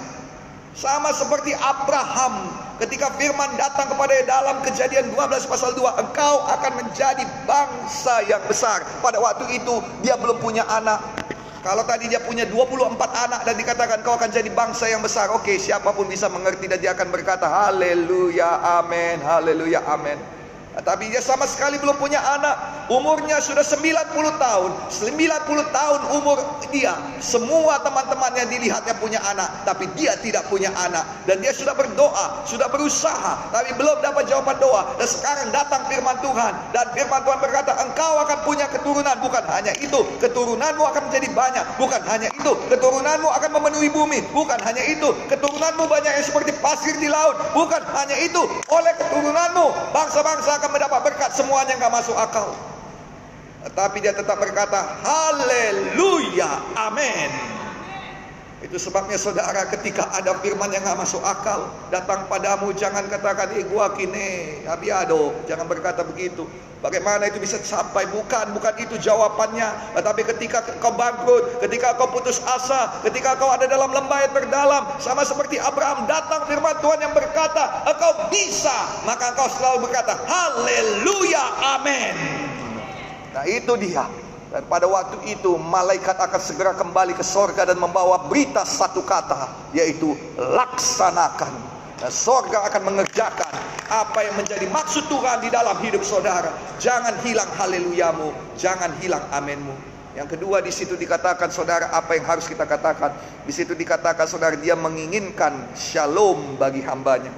Sama seperti Abraham, ketika firman datang kepada dalam Kejadian dua belas pasal dua, engkau akan menjadi bangsa yang besar. Pada waktu itu dia belum punya anak. Kalau tadi dia punya dua puluh empat anak dan dikatakan kau akan jadi bangsa yang besar, oke, siapapun bisa mengerti dan dia akan berkata haleluya, amin, haleluya, amin. Tapi dia sama sekali belum punya anak. Umurnya sudah sembilan puluh tahun. sembilan puluh tahun umur dia. Semua teman-temannya dilihatnya punya anak, tapi dia tidak punya anak. Dan dia sudah berdoa, sudah berusaha, tapi belum dapat jawaban doa. Dan sekarang datang firman Tuhan, dan firman Tuhan berkata engkau akan punya keturunan. Bukan hanya itu, keturunanmu akan menjadi banyak. Bukan hanya itu, keturunanmu akan memenuhi bumi. Bukan hanya itu, keturunanmu banyak yang seperti pasir di laut. Bukan hanya itu, oleh keturunanmu bangsa-bangsa akan mendapat berkat. Semuanya nggak masuk akal, tetapi dia tetap berkata haleluya, amin. Itu sebabnya saudara, ketika ada firman yang nggak masuk akal datang padamu, jangan katakan eh gua kini abiado. Jangan berkata begitu. Bagaimana itu bisa sampai? Bukan, bukan itu jawabannya. Tetapi ketika kau bangkrut, ketika kau putus asa, ketika kau ada dalam lembah yang terdalam, sama seperti Abraham, datang firman Tuhan yang berkata engkau bisa, maka engkau selalu berkata haleluya, amin. Nah itu dia. Dan pada waktu itu malaikat akan segera kembali ke sorga dan membawa berita satu kata, yaitu laksanakan. Dan sorga akan mengerjakan apa yang menjadi maksud Tuhan di dalam hidup saudara. Jangan hilang haleluyamu, jangan hilang aminmu. Yang kedua, di situ dikatakan saudara, apa yang harus kita katakan? Di situ dikatakan saudara, dia menginginkan shalom bagi hambanya.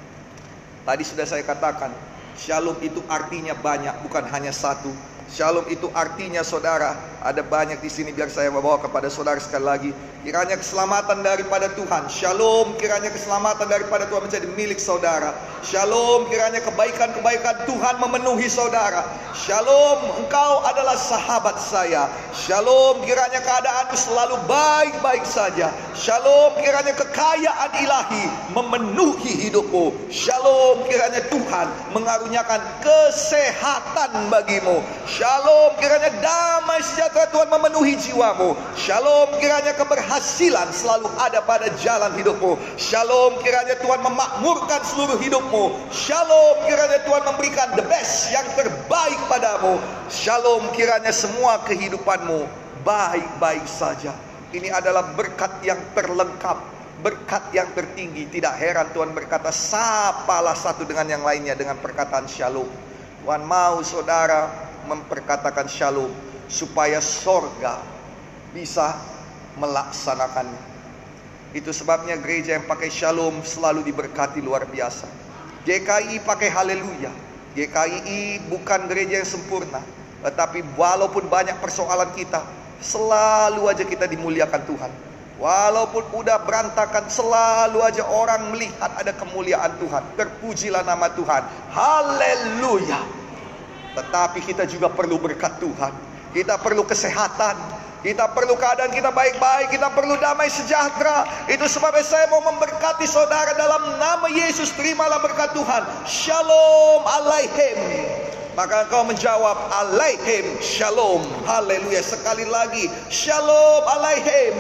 Tadi sudah saya katakan, shalom itu artinya banyak, bukan hanya satu. Shalom itu artinya saudara, ada banyak di sini, biar saya bawa kepada saudara sekali lagi. Kiranya keselamatan daripada Tuhan, shalom, kiranya keselamatan daripada Tuhan menjadi milik saudara. Shalom, kiranya kebaikan-kebaikan Tuhan memenuhi saudara. Shalom, engkau adalah sahabat saya. Shalom, kiranya keadaanmu selalu baik-baik saja. Shalom, kiranya kekayaan ilahi memenuhi hidupmu. Shalom, kiranya Tuhan mengaruniakan kesehatan bagimu. Shalom, kiranya damai sejahtera Tuhan memenuhi jiwamu. Shalom, kiranya keberhasilan selalu ada pada jalan hidupmu. Shalom, kiranya Tuhan memakmurkan seluruh hidupmu. Shalom, kiranya Tuhan memberikan the best, yang terbaik padamu. Shalom, kiranya semua kehidupanmu baik-baik saja. Ini adalah berkat yang terlengkap, berkat yang tertinggi. Tidak heran Tuhan berkata, sapalah satu dengan yang lainnya dengan perkataan shalom. Tuhan mau saudara memperkatakan shalom supaya sorga bisa melaksanakannya. Itu sebabnya gereja yang pakai shalom selalu diberkati luar biasa. G K I pakai haleluya. G K I bukan gereja yang sempurna, tetapi walaupun banyak persoalan kita, selalu aja kita dimuliakan Tuhan. Walaupun udah berantakan, selalu aja orang melihat ada kemuliaan Tuhan. Terpujilah nama Tuhan. Haleluya. Tetapi kita juga perlu berkat Tuhan. Kita perlu kesehatan. Kita perlu keadaan kita baik-baik. Kita perlu damai sejahtera. Itu sebabnya saya mau memberkati saudara dalam nama Yesus. Terimalah berkat Tuhan. Shalom alaihim. Maka engkau menjawab alaihim shalom. Haleluya. Sekali lagi, shalom alaihim.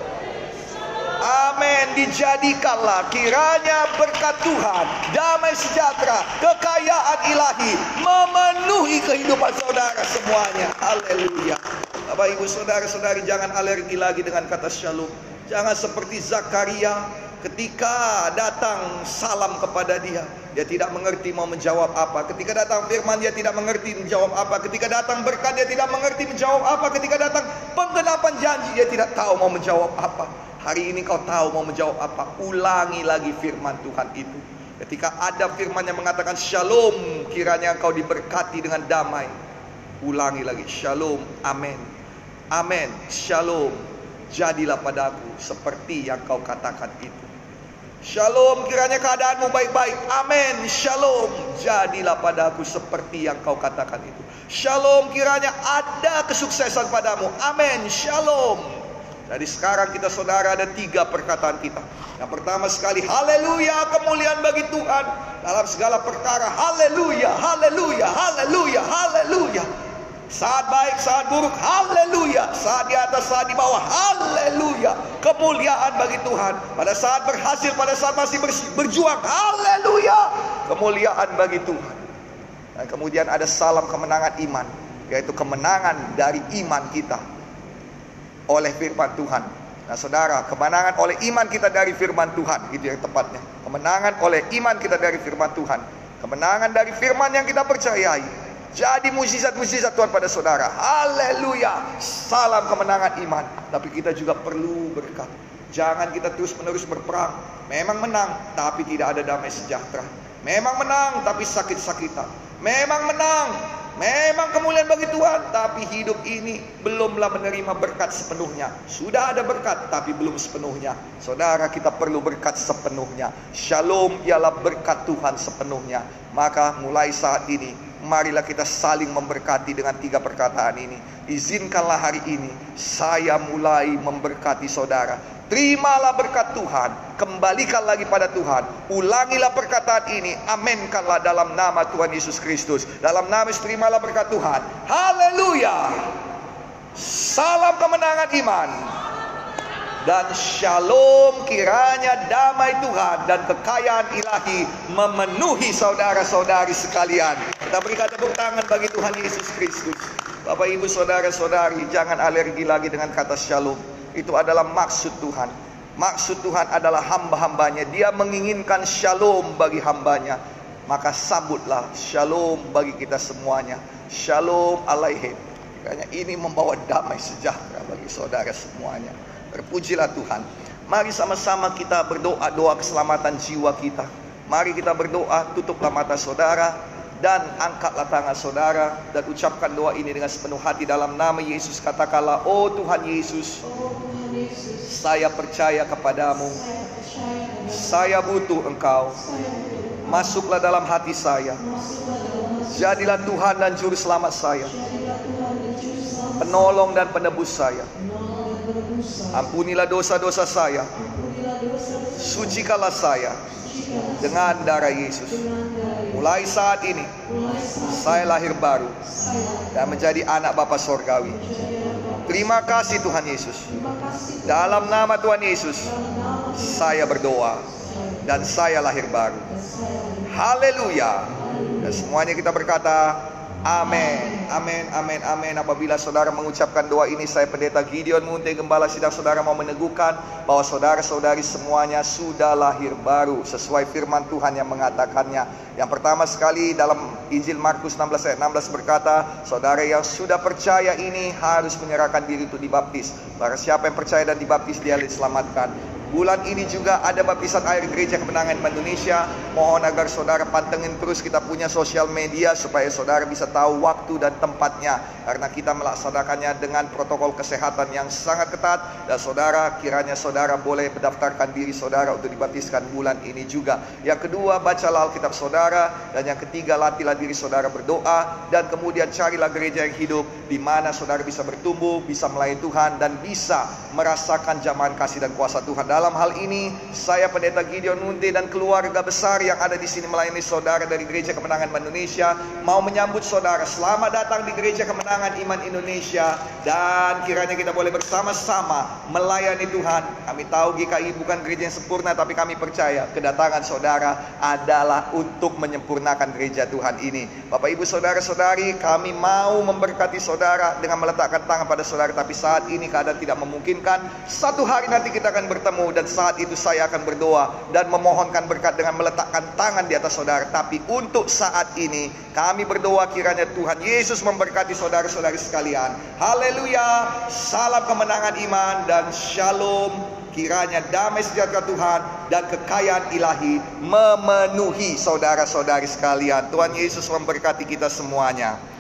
Amin. Dijadikanlah kiranya berkat Tuhan, damai sejahtera, kekayaan ilahi memenuhi kehidupan saudara semuanya. Haleluya. Bapak ibu saudara-saudari, jangan alergi lagi dengan kata shalom. Jangan seperti Zakaria ketika datang salam kepada dia, dia tidak mengerti mau menjawab apa. Ketika datang firman, dia tidak mengerti menjawab apa. Ketika datang berkat, dia tidak mengerti menjawab apa. Ketika datang penggenapan janji, dia tidak tahu mau menjawab apa. Hari ini kau tahu mau menjawab apa. Ulangi lagi firman Tuhan itu. Ketika ada firman yang mengatakan shalom, kiranya engkau diberkati dengan damai. Ulangi lagi, shalom, amin, amin, shalom, jadilah padaku seperti yang kau katakan itu. Shalom, kiranya keadaanmu baik-baik. Amin, shalom, jadilah padaku seperti yang kau katakan itu. Shalom, kiranya ada kesuksesan padamu. Amin, shalom. Jadi sekarang kita saudara ada tiga perkataan kita. Yang pertama sekali, haleluya, kemuliaan bagi Tuhan dalam segala perkara. Haleluya, haleluya, haleluya, haleluya. Saat baik, saat buruk, haleluya. Saat di atas, saat di bawah, haleluya. Kemuliaan bagi Tuhan. Pada saat berhasil, pada saat masih berjuang, haleluya. Kemuliaan bagi Tuhan. Dan kemudian ada salam kemenangan iman, yaitu kemenangan dari iman kita oleh firman Tuhan. Nah saudara, kemenangan oleh iman kita dari firman Tuhan, itu yang tepatnya. Kemenangan oleh iman kita dari firman Tuhan. Kemenangan dari firman yang kita percayai. Jadi mukjizat-mukjizat Tuhan pada saudara. Haleluya. Salam kemenangan iman. Tapi kita juga perlu berkat. Jangan kita terus menerus berperang. Memang menang, tapi tidak ada damai sejahtera. Memang menang, tapi sakit-sakitan. Memang menang, memang kemuliaan bagi Tuhan, tapi hidup ini belumlah menerima berkat sepenuhnya. Sudah ada berkat, tapi belum sepenuhnya. Saudara, kita perlu berkat sepenuhnya. Shalom ialah berkat Tuhan sepenuhnya. Maka mulai saat ini, marilah kita saling memberkati dengan tiga perkataan ini. Izinkanlah hari ini saya mulai memberkati saudara. Terimalah berkat Tuhan, kembalikan lagi pada Tuhan. Ulangilah perkataan ini, aminkanlah dalam nama Tuhan Yesus Kristus. Dalam nama Yesus, terimalah berkat Tuhan. Haleluya. Salam kemenangan iman. Dan shalom, kiranya damai Tuhan dan kekayaan ilahi memenuhi saudara-saudari sekalian. Kita berikan tepuk tangan bagi Tuhan Yesus Kristus. Bapak ibu saudara-saudari, jangan alergi lagi dengan kata shalom. Itu adalah maksud Tuhan. Maksud Tuhan adalah hamba-hambanya. Dia menginginkan shalom bagi hambanya. Maka sambutlah shalom bagi kita semuanya. Shalom alaihim. Kiranya ini membawa damai sejahtera bagi saudara semuanya. Terpujilah Tuhan. Mari sama-sama kita berdoa, doa keselamatan jiwa kita. Mari kita berdoa, tutuplah mata saudara dan angkatlah tangan saudara dan ucapkan doa ini dengan sepenuh hati dalam nama Yesus. Katakanlah, oh Tuhan Yesus, saya percaya kepadamu, saya butuh Engkau. Masuklah dalam hati saya, jadilah Tuhan dan Juru Selamat saya, penolong dan penebus saya. Ampunilah dosa-dosa saya, sucikanlah saya dengan darah Yesus. Mulai saat ini saya lahir baru dan menjadi anak Bapa Sorgawi. Terima kasih Tuhan Yesus. Dalam nama Tuhan Yesus saya berdoa dan saya lahir baru. Haleluya. Dan semuanya kita berkata Amin, amin, amin, amin. Apabila saudara mengucapkan doa ini, saya Pendeta Gideon Munte Gembala Sidang, saudara mau meneguhkan bahwa saudara-saudari semuanya sudah lahir baru sesuai firman Tuhan yang mengatakannya. Yang pertama sekali dalam Injil Markus enam belas ayat enam belas berkata, saudara yang sudah percaya ini harus menyerahkan diri untuk dibaptis. Barang siapa yang percaya dan dibaptis, dia diselamatkan. Bulan ini juga ada baptisan air Gereja Kemenangan Indonesia. Mohon agar saudara pantengin terus kita punya sosial media supaya saudara bisa tahu waktu dan tempatnya, karena kita melaksanakannya dengan protokol kesehatan yang sangat ketat. Dan saudara, kiranya saudara boleh mendaftarkan diri saudara untuk dibaptiskan bulan ini juga. Yang kedua, bacalah Alkitab saudara. Dan yang ketiga, latihlah diri saudara berdoa. Dan kemudian carilah gereja yang hidup, di mana saudara bisa bertumbuh, bisa melayani Tuhan, dan bisa merasakan jamahan kasih dan kuasa Tuhan. Dalam hal ini, saya Pendeta Gideon Munte dan keluarga besar yang ada di sini melayani saudara dari Gereja Kemenangan Indonesia mau menyambut saudara. Selamat datang di Gereja Kemenangan Iman Indonesia, dan kiranya kita boleh bersama-sama melayani Tuhan. Kami tahu G K I bukan gereja yang sempurna, tapi kami percaya kedatangan saudara adalah untuk menyempurnakan gereja Tuhan ini. Bapak Ibu saudara-saudari, kami mau memberkati saudara dengan meletakkan tangan pada saudara, tapi saat ini keadaan tidak memungkinkan. Satu hari nanti kita akan bertemu, dan saat itu saya akan berdoa dan memohonkan berkat dengan meletakkan tangan di atas saudara. Tapi untuk saat ini kami berdoa kiranya Tuhan Yesus memberkati saudara-saudari sekalian. Haleluya. Salam kemenangan iman dan shalom. Kiranya damai sejahtera Tuhan dan kekayaan ilahi memenuhi saudara-saudari sekalian. Tuhan Yesus memberkati kita semuanya.